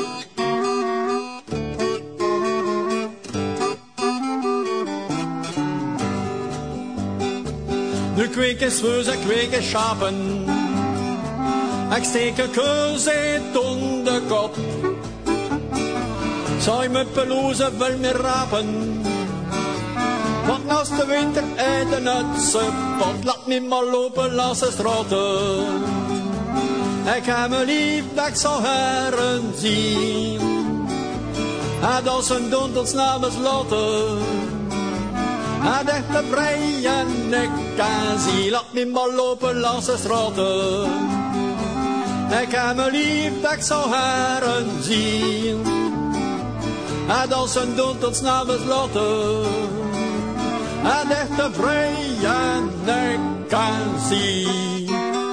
Speaker 9: Nu kweken zweus en kweken schapen. Ik steek een keus in de kop. Zou je mijn pelouse wel meer rapen? Want als de winter en de nutse pot, laat me maar lopen langs de straten. Ik heb me lief dat ik zou heren zien. En dat zijn donders namens Lotte. En echt te vrij en ik kan zien. Laat me maar lopen langs de straten. Ik heb me lief dat ik zou heren zien. En dat zijn donders namens Lotte. En echt te vrij en ik kan zien.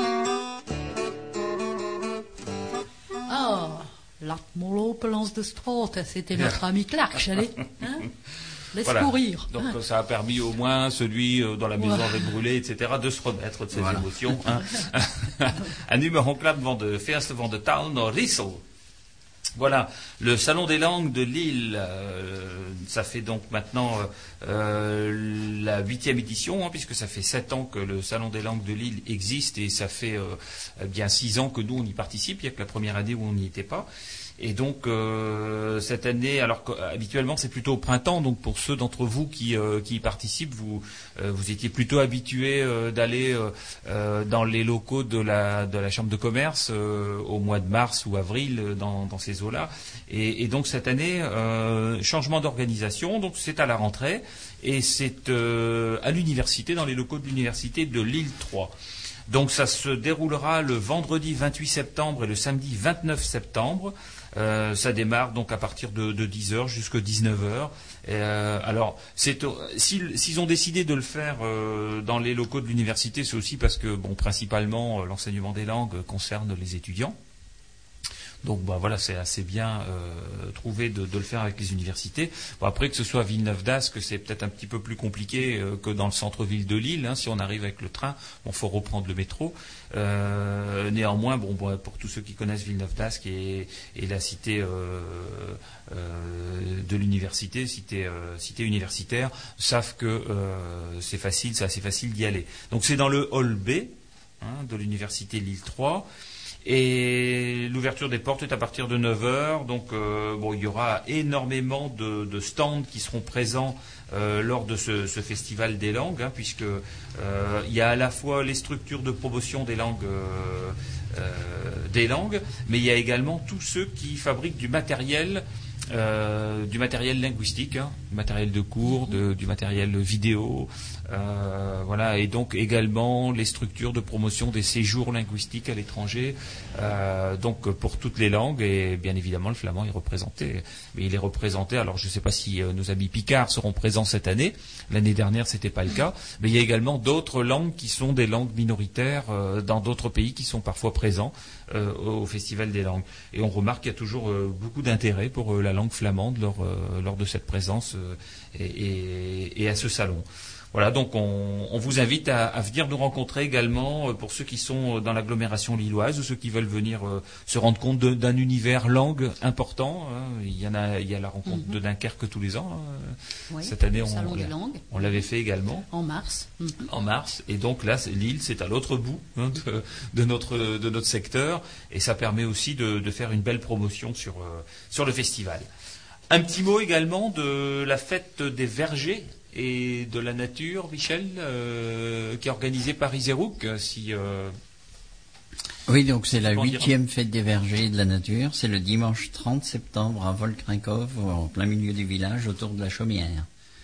Speaker 2: Oh, laat me lopen langs de straat, c'était notre ami Clark, allez, hein? Laisse
Speaker 1: Voilà.
Speaker 2: courir.
Speaker 1: Donc
Speaker 2: hein.
Speaker 1: ça a permis au moins celui euh, dont la maison
Speaker 2: Ouais.
Speaker 1: avait brûlé, et cetera, de se remettre de ses
Speaker 3: Voilà.
Speaker 1: émotions. Hein. Un numéro club van de First van de Town of Riesel. Voilà, le Salon des langues de Lille, euh, ça fait donc maintenant euh, euh, la huitième édition, hein, puisque ça fait sept ans que le Salon des langues de Lille existe et ça fait euh, bien six ans que nous on y participe, il n'y a que la première année où on n'y était pas. Et donc euh, cette année, alors qu'habituellement c'est plutôt au printemps, donc pour ceux d'entre vous qui, euh, qui y participent, vous, euh, vous étiez plutôt habitués euh, d'aller euh, euh, dans les locaux de la, de la Chambre de commerce euh, au mois de mars ou avril euh, dans, dans ces eaux-là. Et, et donc cette année, euh, changement d'organisation, donc c'est à la rentrée et c'est euh, à l'université, dans les locaux de l'université de Lille trois. Donc ça se déroulera le vendredi vingt-huit septembre et le samedi vingt-neuf septembre. Euh, ça démarre donc à partir de, de dix heures jusqu'à dix-neuf heures. Euh, alors, c'est, s'ils, s'ils ont décidé de le faire euh, dans les locaux de l'université, c'est aussi parce que, bon, principalement, euh, l'enseignement des langues concerne les étudiants. Donc bah, voilà, c'est assez bien euh, trouvé de, de le faire avec les universités. Bon, après, que ce soit à Villeneuve-d'Ascq, c'est peut-être un petit peu plus compliqué euh, que dans le centre-ville de Lille. Hein, si on arrive avec le train, bon, faut reprendre le métro. Euh, néanmoins, bon, bon, pour tous ceux qui connaissent Villeneuve-d'Ascq et, et la cité euh, euh, de l'université, cité, euh, cité universitaire, savent que euh, c'est facile, c'est assez facile d'y aller. Donc c'est dans le hall B hein, de l'université Lille trois. Et l'ouverture des portes est à partir de neuf heures. Donc, euh, bon, il y aura énormément de, de stands qui seront présents euh, lors de ce, ce festival des langues, hein, puisque euh, il y a à la fois les structures de promotion des langues, euh, euh, des langues, mais il y a également tous ceux qui fabriquent du matériel. Euh, du matériel linguistique, hein, du matériel de cours, de, du matériel vidéo, euh, voilà, et donc également les structures de promotion des séjours linguistiques à l'étranger, euh, donc pour toutes les langues, et bien évidemment le flamand est représenté, mais il est représenté, alors je ne sais pas si euh, nos amis picards seront présents cette année, l'année dernière c'était pas le cas, mais il y a également d'autres langues qui sont des langues minoritaires euh, dans d'autres pays qui sont parfois présents euh, au Festival des langues, et on remarque qu'il y a toujours euh, beaucoup d'intérêt pour euh, la langue flamande lors, euh, lors de cette présence euh, et, et, et à ce salon. Voilà, donc on, on vous invite à, à venir nous rencontrer également euh, pour ceux qui sont dans l'agglomération lilloise ou ceux qui veulent venir euh, se rendre compte de, d'un univers langue important. Hein. Il y en a, il y a la rencontre mm-hmm. de Dunkerque tous les ans. Hein.
Speaker 2: Oui,
Speaker 1: cette année, on,
Speaker 2: salon
Speaker 1: on,
Speaker 2: des langues.
Speaker 1: on l'avait fait également.
Speaker 2: En mars. Mm-hmm.
Speaker 1: En mars, et donc là, c'est, Lille, c'est à l'autre bout hein, de, de, notre, de notre secteur, et ça permet aussi de, de faire une belle promotion sur, euh, sur le festival. Un petit mot également de la fête des vergers et de la nature, Michel, euh, qui est organisée par Iserouk. Si, euh,
Speaker 3: oui, donc c'est la huitième fête des vergers et de la nature. C'est le dimanche trente septembre à Volkrinkov, en plein milieu du village, autour de la chaumière.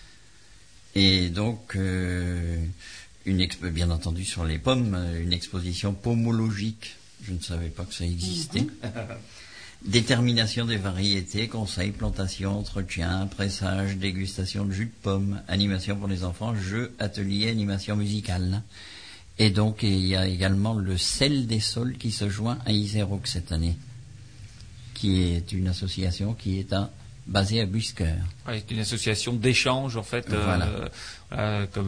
Speaker 3: Et donc, euh, une expo, bien entendu, sur les pommes, une exposition pomologique. Je ne savais pas que ça existait. Mm-hmm. Détermination des variétés, conseils, plantation, entretien, pressage, dégustation de jus de pomme, animation pour les enfants, jeux, ateliers, animation musicale. Et donc, il y a également le sel des sols qui se joint à Iserouk cette année, qui est une association qui est à, basée à Busker.
Speaker 1: Oui, c'est une association d'échange, en fait.
Speaker 3: Voilà.
Speaker 1: Euh, euh, comme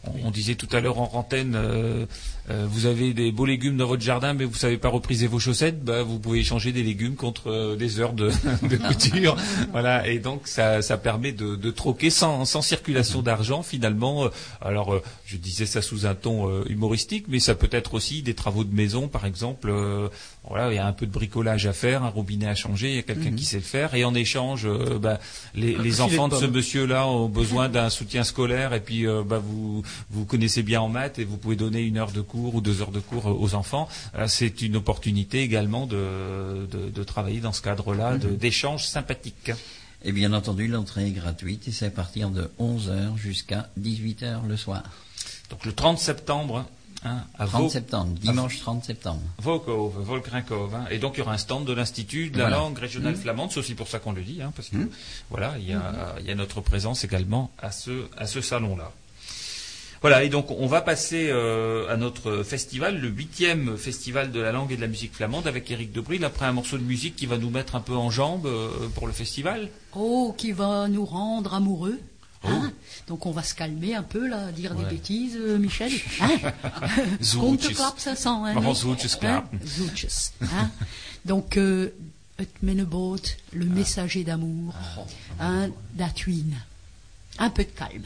Speaker 1: on, on disait tout à l'heure en antenne, euh, euh, vous avez des beaux légumes dans votre jardin, mais vous savez pas repriser vos chaussettes, bah, vous pouvez échanger des légumes contre euh, des heures de, de couture. Voilà, et donc ça, ça permet de, de troquer sans, sans circulation d'argent finalement. Alors, euh, je disais ça sous un ton euh, humoristique, mais ça peut être aussi des travaux de maison, par exemple. Euh, voilà, il y a un peu de bricolage à faire, un robinet à changer, il y a quelqu'un mm-hmm. qui sait le faire, et en échange, euh, bah, les, les enfants de ce monsieur-là ont besoin d'un soutien scolaire, et puis euh, bah, vous vous connaissez bien en maths et vous pouvez donner une heure de cours ou deux heures de cours aux enfants. Euh, c'est une opportunité également de, de, de travailler dans ce cadre-là, mm-hmm. d'échanges sympathiques.
Speaker 3: Et bien entendu, l'entrée est gratuite et c'est à partir de onze heures jusqu'à dix-huit heures le soir.
Speaker 1: Donc le trente septembre. Hein, à
Speaker 3: trente
Speaker 1: Vau...
Speaker 3: septembre, dimanche trente septembre.
Speaker 1: Volkove, Volkrinkove, hein. Et donc il y aura un stand de l'Institut de la voilà. langue régionale mmh. flamande, c'est aussi pour ça qu'on le dit, hein, parce que mmh. voilà, il y a, mmh. il y a notre présence également à ce, à ce salon-là. Voilà, et donc on va passer euh, à notre festival, le huitième festival de la langue et de la musique flamande avec Éric Debril, après un morceau de musique qui va nous mettre un peu en jambes euh, pour le festival.
Speaker 2: Oh, qui va nous rendre amoureux.
Speaker 1: Oh.
Speaker 2: Hein, donc on va se calmer un peu là, dire ouais. des bêtises, euh, Michel. Hein Compte clap ça sent. Hein,
Speaker 1: oh, zoetjes clap.
Speaker 2: Hein zoetjes, hein donc euh, het Menneboot, le ah. messager d'amour, oh. hein, d'Atwin. Un peu de calme.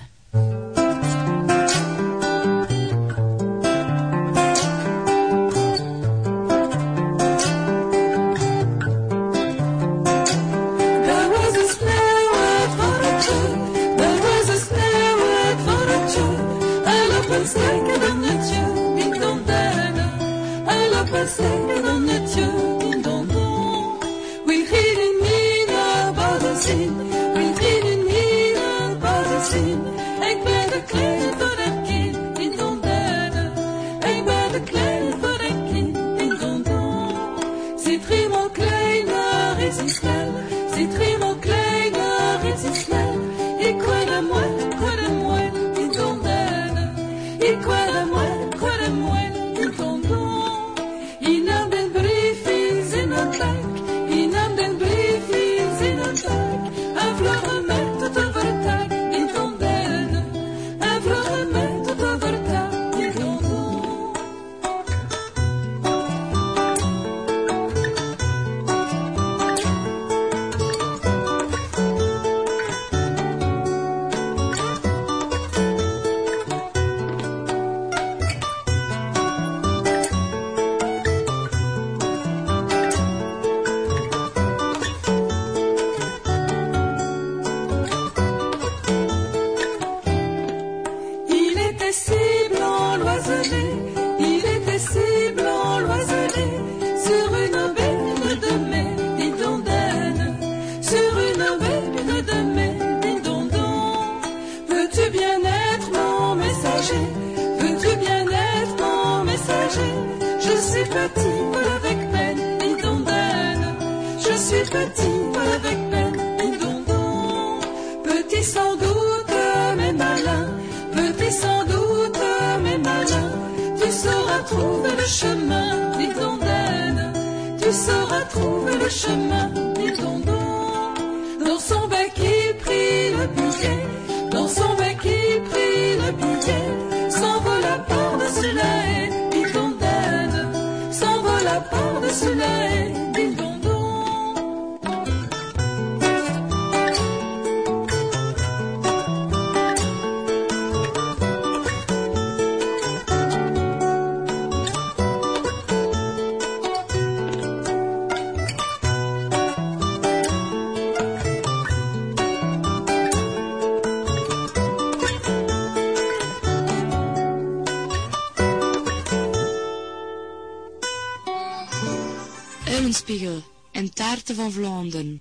Speaker 7: Eulenspiegel en taarten van Vlaanderen.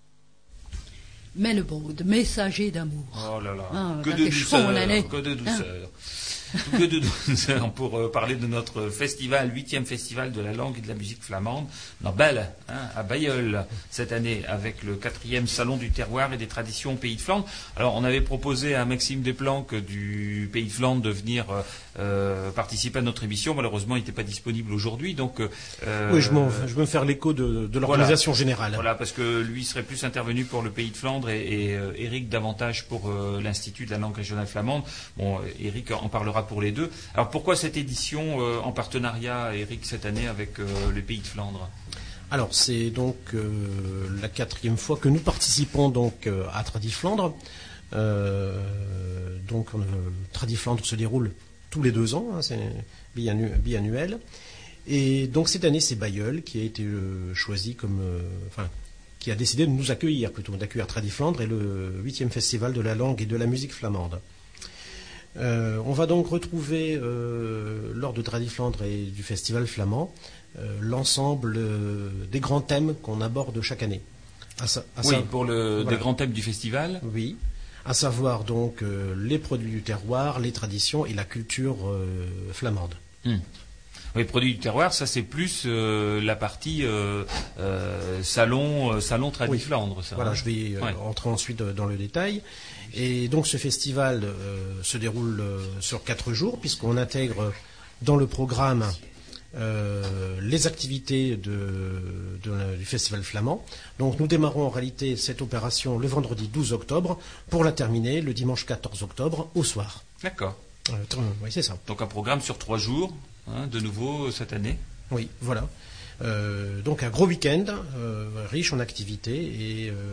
Speaker 2: Menneboot, messager d'amour.
Speaker 1: Oh là là,
Speaker 2: ah,
Speaker 1: que, de douceur, que de douceur, que de douceur pour euh, parler de notre festival, huitième festival de la langue et de la musique flamande, dans Belle, hein, à Bailleul, cette année, avec le quatrième salon du terroir et des traditions au Pays de Flandre. Alors, on avait proposé à Maxime Desplanques du Pays de Flandre de venir euh, participer à notre émission. Malheureusement, il n'était pas disponible aujourd'hui, donc... Euh,
Speaker 8: oui, je, je veux me faire l'écho de, de l'organisation
Speaker 1: voilà,
Speaker 8: générale.
Speaker 1: Voilà, parce que lui serait plus intervenu pour le Pays de Flandre et, et euh, Éric davantage pour euh, l'Institut de la langue régionale flamande. Bon, Éric en parlera sera pour les deux. Alors pourquoi cette édition euh, en partenariat, Eric, cette année avec euh, le Pays de Flandre?
Speaker 8: Alors c'est donc euh, la quatrième fois que nous participons donc euh, à Tradiflandre. Euh, donc euh, Tradiflandre se déroule tous les deux ans, hein, c'est biannu- biannuel. Et donc cette année c'est Bailleul qui a été euh, choisi comme, euh, enfin, qui a décidé de nous accueillir plutôt, d'accueillir Tradiflandre et le huitième festival de la langue et de la musique flamande. Euh, on va donc retrouver euh, lors de Tradiflandre et du festival flamand euh, l'ensemble euh, des grands thèmes qu'on aborde chaque année. À sa, à
Speaker 1: oui,
Speaker 8: sa,
Speaker 1: pour le
Speaker 8: voilà.
Speaker 1: des grands thèmes du festival.
Speaker 8: Oui, à savoir donc euh, les produits du terroir, les traditions et la culture euh, flamande.
Speaker 1: Hum. Oui, produits du terroir, ça c'est plus euh, la partie euh, euh, salon, euh, salon Tradiflandre.
Speaker 8: Oui.
Speaker 1: Ça,
Speaker 8: voilà,
Speaker 1: hein.
Speaker 8: je vais euh,
Speaker 1: ouais.
Speaker 8: entrer ensuite dans le détail. Et donc ce festival euh, se déroule euh, sur quatre jours, puisqu'on intègre dans le programme euh, les activités de, de, du festival flamand. Donc nous démarrons en réalité cette opération le vendredi douze octobre, pour la terminer le dimanche quatorze octobre au soir.
Speaker 1: D'accord.
Speaker 8: Euh, oui, c'est ça.
Speaker 1: Donc un programme sur trois jours, hein, de nouveau cette année.
Speaker 8: Oui, voilà. Euh, donc un gros week-end, euh, riche en activités et euh,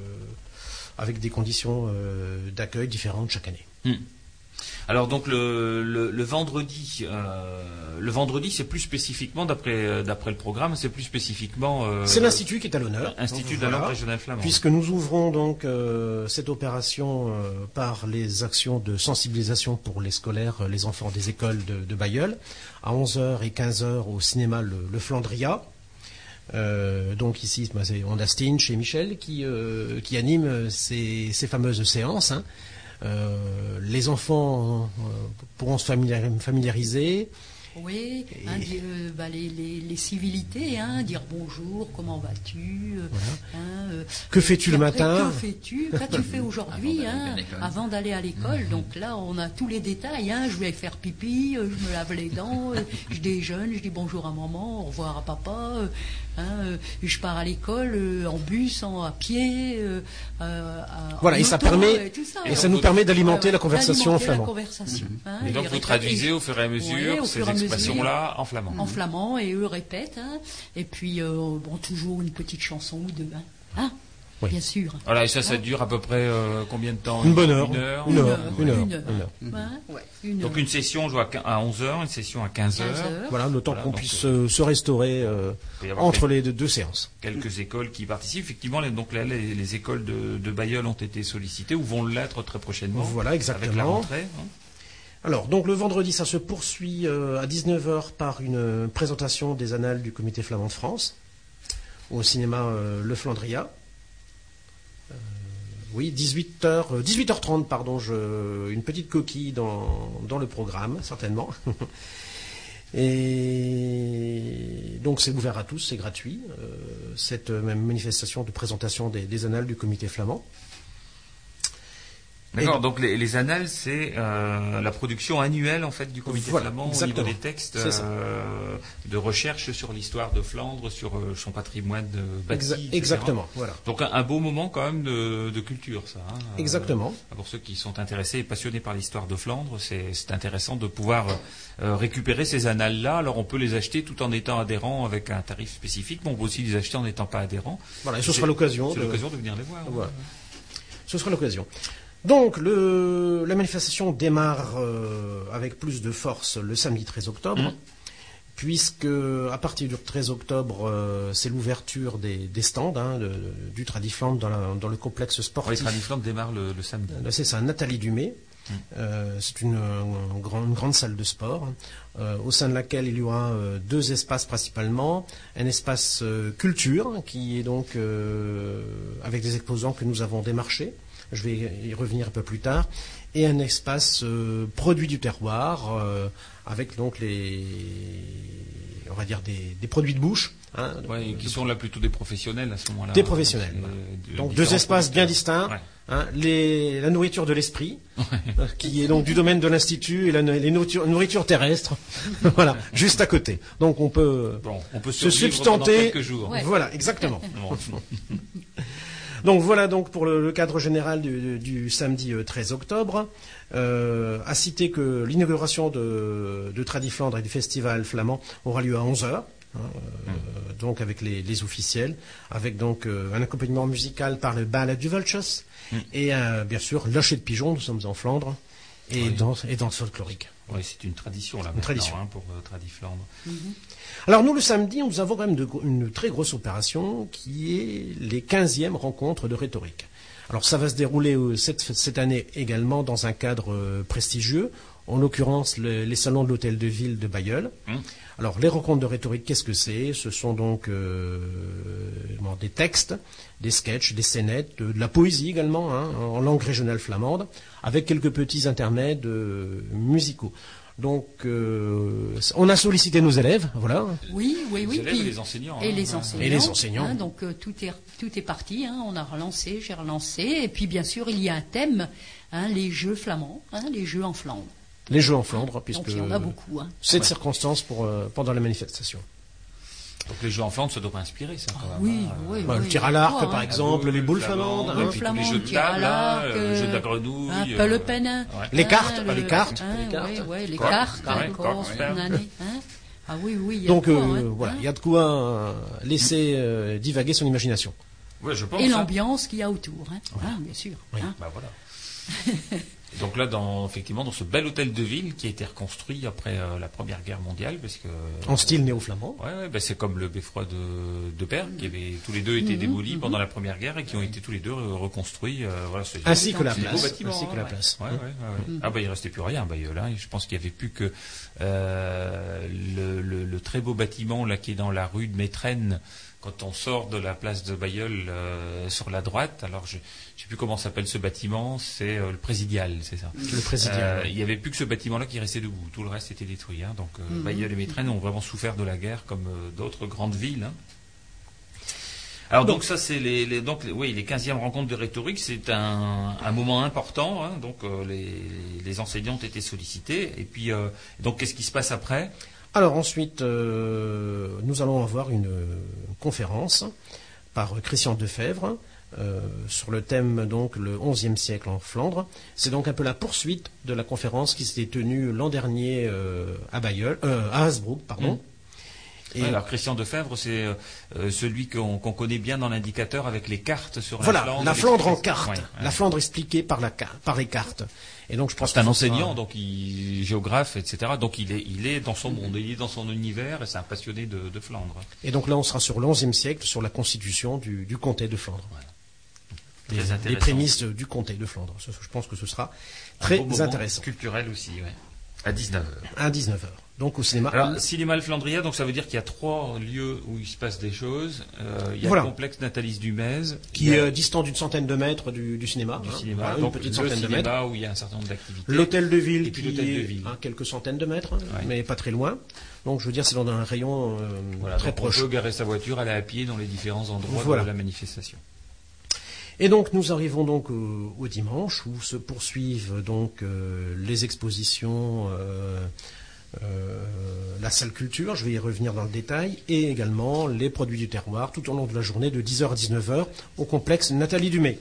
Speaker 8: avec des conditions euh, d'accueil différentes chaque année.
Speaker 1: Hum. Alors donc le, le, le vendredi, euh, le vendredi c'est plus spécifiquement d'après d'après le programme, c'est plus spécifiquement. Euh,
Speaker 8: c'est l'Institut qui est à l'honneur.
Speaker 1: Institut de
Speaker 8: voilà.
Speaker 1: la langue régionale flamande.
Speaker 8: Puisque nous ouvrons donc euh, cette opération euh, par les actions de sensibilisation pour les scolaires, les enfants des écoles de, de Bailleul, à onze heures et quinze heures au cinéma Le, le Flandria. Euh, donc ici, bah, c'est Ondastine chez Michel qui, euh, qui anime ces, ces fameuses séances. Hein. Euh, les enfants euh, pourront se familiariser.
Speaker 2: Oui, hein, dire, euh, bah, les, les, les civilités, hein, dire bonjour, comment vas-tu, euh,
Speaker 8: voilà.
Speaker 2: hein, euh,
Speaker 8: que fais-tu le
Speaker 2: après,
Speaker 8: matin,
Speaker 2: que fais-tu, qu'as-tu fait aujourd'hui, hein, avant d'aller à l'école. Mmh. Donc là, on a tous les détails. Hein, je vais faire pipi, euh, je me lave les dents, euh, je déjeune, je dis bonjour à maman, au revoir à papa. Euh, hein, euh, je pars à l'école euh, en bus, en, à pied. Euh, à,
Speaker 8: voilà, et ça permet,
Speaker 2: et, tout ça,
Speaker 8: et ça nous permet d'alimenter
Speaker 2: ouais,
Speaker 8: la conversation en flamand.
Speaker 2: Conversation, mmh. hein,
Speaker 1: et donc vous traduisez au fur et à mesure
Speaker 2: ouais,
Speaker 1: ces expressions-là en flamand.
Speaker 2: En flamand, et eux répètent. Hein, et puis, euh, bon, toujours une petite chanson ou deux. Hein, hein oui. Bien sûr.
Speaker 1: Voilà, et ça, ça dure à peu près euh, combien de temps?
Speaker 8: Une bonne heure.
Speaker 1: Une heure.
Speaker 8: Une heure.
Speaker 2: Une heure.
Speaker 8: Une heure.
Speaker 2: Une heure. Une heure. Hein, ouais, une
Speaker 1: donc
Speaker 2: heure.
Speaker 1: une session joue à onze heures, une session à quinze heures.
Speaker 8: Voilà, le temps
Speaker 1: voilà,
Speaker 8: qu'on
Speaker 1: donc,
Speaker 8: puisse euh, se restaurer euh, entre les deux, deux séances.
Speaker 1: Quelques écoles qui participent. Effectivement, les, donc là, les, les écoles de, de Bailleul ont été sollicitées ou vont l'être très prochainement.
Speaker 8: Voilà, exactement.
Speaker 1: Avec la rentrée. Hein.
Speaker 8: Alors, donc le vendredi, ça se poursuit euh, à dix-neuf heures par une euh, présentation des annales du Comité flamand de France au cinéma euh, Le Flandria. Euh, oui, dix-huit heures, euh, dix-huit heures trente, pardon, je, une petite coquille dans, dans le programme, certainement. Et donc c'est ouvert à tous, c'est gratuit, euh, cette même manifestation de présentation des, des annales du Comité flamand.
Speaker 1: D'accord, donc les, les annales, c'est euh, la production annuelle en fait du Comité
Speaker 8: voilà,
Speaker 1: flamand
Speaker 8: exactement.
Speaker 1: au niveau des textes euh, de recherche sur l'histoire de Flandre, sur euh, son patrimoine de bâti,
Speaker 8: Exa- exactement, voilà.
Speaker 1: Donc un, un beau moment quand même de, de culture, ça. Hein,
Speaker 8: exactement.
Speaker 1: Euh, pour ceux qui sont intéressés et passionnés par l'histoire de Flandre, c'est, c'est intéressant de pouvoir euh, récupérer ces annales-là. Alors on peut les acheter tout en étant adhérent avec un tarif spécifique, mais on peut aussi les acheter en n'étant pas adhérent.
Speaker 8: Voilà, et ce
Speaker 1: c'est,
Speaker 8: sera l'occasion.
Speaker 1: C'est
Speaker 8: de...
Speaker 1: l'occasion de venir les voir.
Speaker 8: Voilà. Ce sera l'occasion. Donc, le, la manifestation démarre euh, avec plus de force le samedi treize octobre, mmh. puisque à partir du treize octobre, euh, c'est l'ouverture des, des stands hein, de, du Tradiflandre dans, la, dans le complexe sportif.
Speaker 1: Oui, Tradiflandre démarre le, le samedi.
Speaker 8: Là, c'est ça, Nathalie Dumay. Mmh. Euh, c'est une, une, grande, une grande salle de sport, euh, au sein de laquelle il y aura euh, deux espaces principalement. Un espace euh, culture, qui est donc euh, avec des exposants que nous avons démarchés. Je vais y revenir un peu plus tard, et un espace euh, produit du terroir, euh, avec donc les, on va dire des, des produits de bouche. Hein,
Speaker 1: ouais, qui sont là plutôt des professionnels à ce moment-là.
Speaker 8: Des professionnels.
Speaker 1: Donc,
Speaker 8: voilà. donc deux espaces bien distincts. Ouais. Hein, les, la nourriture de l'esprit, ouais. euh, qui est donc du domaine de l'Institut, et la, les nourritures, nourriture terrestre, voilà, juste à côté. Donc on peut,
Speaker 1: bon, on peut
Speaker 8: se substanter.
Speaker 1: Quelques jours.
Speaker 8: Ouais. Voilà, exactement. Donc voilà donc pour le, le cadre général du, du samedi euh, treize octobre. Euh, à citer que l'inauguration de, de Tradiflandre et du festival flamand aura lieu à onze heures. Hein, euh, mmh. Donc avec les, les officiels, avec donc euh, un accompagnement musical par le Ballet du Vultures mmh. et euh, bien sûr Locher de Pigeon, nous sommes en Flandre, et
Speaker 1: oui.
Speaker 8: danse et danse folklorique.
Speaker 1: Oui, c'est une tradition là,
Speaker 8: une tradition
Speaker 1: hein, pour euh, Tradiflandre.
Speaker 2: Mmh.
Speaker 8: Alors nous le samedi, nous avons quand même de, une très grosse opération qui est les quinzièmes rencontres de rhétorique. Alors ça va se dérouler euh, cette, cette année également dans un cadre euh, prestigieux, en l'occurrence le, les salons de l'hôtel de ville de Bailleul. Mmh. Alors les rencontres de rhétorique, qu'est-ce que c'est? Ce sont donc euh, bon, des textes, des sketchs, des scénettes, de, de la poésie également, hein, en langue régionale flamande, avec quelques petits intermèdes euh, musicaux. Donc, euh, on a sollicité nos élèves, voilà.
Speaker 2: Oui, oui, oui.
Speaker 1: Les élèves
Speaker 2: puis,
Speaker 1: et les enseignants.
Speaker 2: Et
Speaker 1: hein.
Speaker 2: les enseignants.
Speaker 8: Et les enseignants.
Speaker 2: Hein, donc, euh, tout est tout est parti. Hein, on a relancé, j'ai relancé. Et puis, bien sûr, il y a un thème, hein, les jeux flamands, hein, les jeux en Flandre.
Speaker 8: Les jeux en Flandre, puisque
Speaker 2: donc, il y en a beaucoup. Hein.
Speaker 8: C'est de
Speaker 1: ouais.
Speaker 8: circonstance pour euh, pendant la manifestation.
Speaker 1: Donc les jeux en Flandre, ça doit pas inspirer, ça, quand même.
Speaker 2: Oui,
Speaker 1: hein.
Speaker 2: oui,
Speaker 8: bah,
Speaker 2: oui.
Speaker 8: Le tir à l'arc,
Speaker 2: Oh,
Speaker 8: par
Speaker 2: hein.
Speaker 8: exemple,
Speaker 1: Ah, oui,
Speaker 8: les boules
Speaker 1: flamandes,
Speaker 8: flamandes.
Speaker 1: et
Speaker 8: Hein.
Speaker 1: puis
Speaker 2: flamandes,
Speaker 1: tous les jeux de
Speaker 2: tir à
Speaker 1: table, là,
Speaker 2: l'arc,
Speaker 1: le jeu de la grenouille.
Speaker 2: Un
Speaker 1: euh,
Speaker 2: peu le penin.
Speaker 1: ouais.
Speaker 8: Les cartes,
Speaker 2: Ah,
Speaker 8: pas
Speaker 2: le-
Speaker 8: les cartes.
Speaker 2: hein,
Speaker 8: les cartes.
Speaker 2: ouais, ouais, les
Speaker 1: Corps,
Speaker 2: cartes.
Speaker 1: corps,
Speaker 2: hein,
Speaker 1: corps,
Speaker 2: corps,
Speaker 1: ouais.
Speaker 2: une année, hein. Ah oui, oui, il y a
Speaker 8: Donc
Speaker 2: de quoi,
Speaker 8: euh,
Speaker 2: hein,
Speaker 8: voilà,
Speaker 2: hein.
Speaker 8: il y a de quoi euh, laisser euh, divaguer son imagination.
Speaker 1: Ouais, je pense.
Speaker 2: Et
Speaker 1: hein.
Speaker 2: l'ambiance qu'il y a autour, hein. Hein, bien sûr.
Speaker 8: Oui.
Speaker 2: Hein.
Speaker 1: Bah voilà. Donc là, dans, effectivement, dans ce bel hôtel de ville qui a été reconstruit après euh, la Première Guerre mondiale, parce que
Speaker 8: En style néo-flamand.
Speaker 1: ouais, ouais bah c'est comme le beffroi de, de Berck, qui avait tous les deux été
Speaker 2: Mhm,
Speaker 1: démolis
Speaker 2: mhm.
Speaker 1: pendant la Première Guerre et qui ont été tous les deux re- reconstruits. Euh, voilà, c'est,
Speaker 8: Ainsi que la
Speaker 1: c'est des beaux
Speaker 8: place.
Speaker 1: bâtiments,
Speaker 8: Ainsi que
Speaker 1: hein,
Speaker 8: la
Speaker 1: ouais.
Speaker 8: place.
Speaker 1: Ouais, ouais, ouais, ouais. Ah bah il restait plus rien, bah, là, je pense qu'il y avait plus que euh, le, le, le très beau bâtiment là qui est dans la rue de Métrenne. Quand on sort de la place de Bailleul euh, sur la droite, alors je ne sais plus comment s'appelle ce bâtiment, c'est euh, le Présidial, c'est ça.
Speaker 8: Le présidial.
Speaker 1: Euh, il n'y avait plus que ce bâtiment-là qui restait debout. Tout le reste était détruit. Hein. Donc euh,
Speaker 2: Mhm.
Speaker 1: Bailleul et Métrenne ont vraiment souffert de la guerre comme euh, d'autres grandes villes. Hein. Alors donc, donc ça c'est les, les donc les, oui les quinzièmes rencontres de rhétorique, c'est un, un moment important. Hein. Donc euh, les, les enseignants ont été sollicités et puis euh, donc qu'est-ce qui se passe après?
Speaker 8: Alors ensuite, euh, nous allons avoir une, une conférence par Christian Defebvre euh, sur le thème donc le onzième siècle en Flandre. C'est donc un peu la poursuite de la conférence qui s'était tenue l'an dernier euh, à Bailleul, euh, à Hasbrook, pardon.
Speaker 1: Mmh.
Speaker 8: Et
Speaker 1: ouais, alors Christian Defebvre, c'est euh, celui qu'on, qu'on connaît bien dans l'indicateur avec les cartes sur
Speaker 8: voilà,
Speaker 1: la Flandre.
Speaker 8: la Flandre en carte,
Speaker 1: ouais, ouais.
Speaker 8: la Flandre expliquée par, la, par les cartes. Et donc je pense
Speaker 1: c'est un
Speaker 8: que
Speaker 1: enseignant,
Speaker 8: sera...
Speaker 1: donc il, géographe, et cetera. Donc il est, il est dans son monde, il est dans son univers, et c'est un passionné de, de Flandre.
Speaker 8: Et donc là, on sera sur le onzième siècle, sur la constitution du, du comté de Flandre.
Speaker 1: Très
Speaker 8: Les,
Speaker 1: intéressant.
Speaker 8: les prémices du comté de Flandre. Je pense que ce sera
Speaker 1: Un
Speaker 8: très
Speaker 1: beau moment
Speaker 8: intéressant.
Speaker 1: Culturel aussi, ouais. À dix-neuf heures.
Speaker 8: À dix-neuf heures. Donc au cinéma.
Speaker 1: Alors, Cinéma Le Flandria, donc ça veut dire qu'il y a trois lieux où il se passe des choses. Euh, il y a
Speaker 8: Voilà.
Speaker 1: le complexe Nathalie Dumez.
Speaker 8: Qui
Speaker 1: il y a
Speaker 8: est euh, distant d'une centaine de mètres du, du cinéma.
Speaker 1: du
Speaker 8: hein.
Speaker 1: cinéma,
Speaker 8: Voilà,
Speaker 1: donc
Speaker 8: une petite
Speaker 1: le
Speaker 8: centaine de mètres.
Speaker 1: cinéma où il y a un certain nombre d'activités.
Speaker 8: L'hôtel de ville
Speaker 1: Et puis
Speaker 8: qui
Speaker 1: l'hôtel de
Speaker 8: est
Speaker 1: ville.
Speaker 8: à quelques centaines de mètres, hein,
Speaker 1: Ouais.
Speaker 8: mais pas très loin. Donc je veux dire, c'est dans un rayon euh,
Speaker 1: Voilà,
Speaker 8: très
Speaker 1: donc
Speaker 8: proche.
Speaker 1: on peut garer sa voiture, aller à pied dans les différents endroits
Speaker 8: Voilà.
Speaker 1: de la manifestation.
Speaker 8: Et donc nous arrivons donc au, au dimanche où se poursuivent donc euh, les expositions, euh, euh, la salle culture, je vais y revenir dans le détail, et également les produits du terroir tout au long de la journée de dix heures à dix-neuf heures au complexe Nathalie Dumez.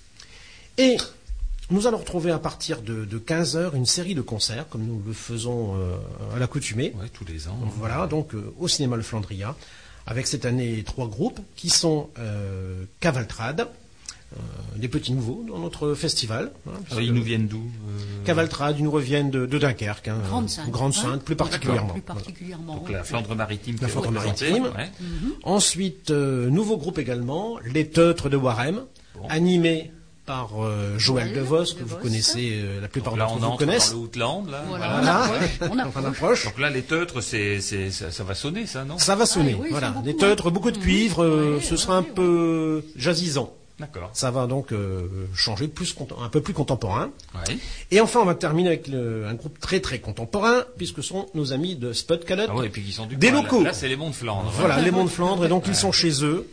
Speaker 8: Et nous allons retrouver à partir de, de quinze heures une série de concerts comme nous le faisons euh, à l'accoutumée.
Speaker 1: Ouais, tous les ans.
Speaker 8: Voilà, donc euh, au cinéma Le Flandria, avec cette année trois groupes qui sont euh, Cavaltrade, euh, des petits nouveaux dans notre festival. Hein,
Speaker 1: Ah,
Speaker 8: puisque
Speaker 1: ils nous viennent d'où euh,
Speaker 8: Cavaltrade, ils nous reviennent de, de Dunkerque. Hein,
Speaker 2: Grande-Sainte.
Speaker 8: Grande-Sainte,
Speaker 2: Hein
Speaker 8: plus particulièrement.
Speaker 2: Plus particulièrement.
Speaker 1: Donc
Speaker 2: oui.
Speaker 1: la Flandre maritime.
Speaker 8: La
Speaker 1: qui est
Speaker 8: Flandre
Speaker 1: représentée,
Speaker 8: maritime.
Speaker 1: ouais.
Speaker 8: Ensuite, euh, nouveau groupe également, les Teutres de Warem,
Speaker 1: Bon.
Speaker 8: animés par euh, Joël
Speaker 2: Joël
Speaker 8: De Vos, que
Speaker 2: De
Speaker 8: vous
Speaker 2: Vos.
Speaker 8: connaissez, euh, la plupart
Speaker 1: Donc là,
Speaker 8: d'entre
Speaker 1: on
Speaker 8: vous
Speaker 1: entre
Speaker 8: connaissent.
Speaker 1: dans le Outland, là.
Speaker 2: Voilà,
Speaker 1: voilà.
Speaker 2: on approche, on
Speaker 8: On
Speaker 2: approche.
Speaker 8: approche.
Speaker 1: Donc là, les teutres, c'est, c'est, ça, ça va sonner, ça, non?
Speaker 8: Ça va sonner,
Speaker 2: Ah, oui,
Speaker 8: voilà.
Speaker 2: c'est beaucoup,
Speaker 8: Des teutres, beaucoup de
Speaker 2: hein.
Speaker 8: cuivre, euh,
Speaker 2: Ouais,
Speaker 8: ce
Speaker 2: ouais,
Speaker 8: sera un
Speaker 2: ouais,
Speaker 8: peu jazzisant.
Speaker 1: D'accord.
Speaker 8: Ça va donc euh, changer, plus contem- un peu plus contemporain.
Speaker 1: Ouais.
Speaker 8: Et enfin, on va terminer avec le- un groupe très très contemporain, puisque ce sont nos amis de Spot Calot.
Speaker 1: Ah ouais, et puis qui sont du
Speaker 8: Des
Speaker 1: coin.
Speaker 8: locaux.
Speaker 1: Là, là, c'est les monts de Flandre.
Speaker 8: Voilà, les monts de Flandre, et donc ils sont chez eux.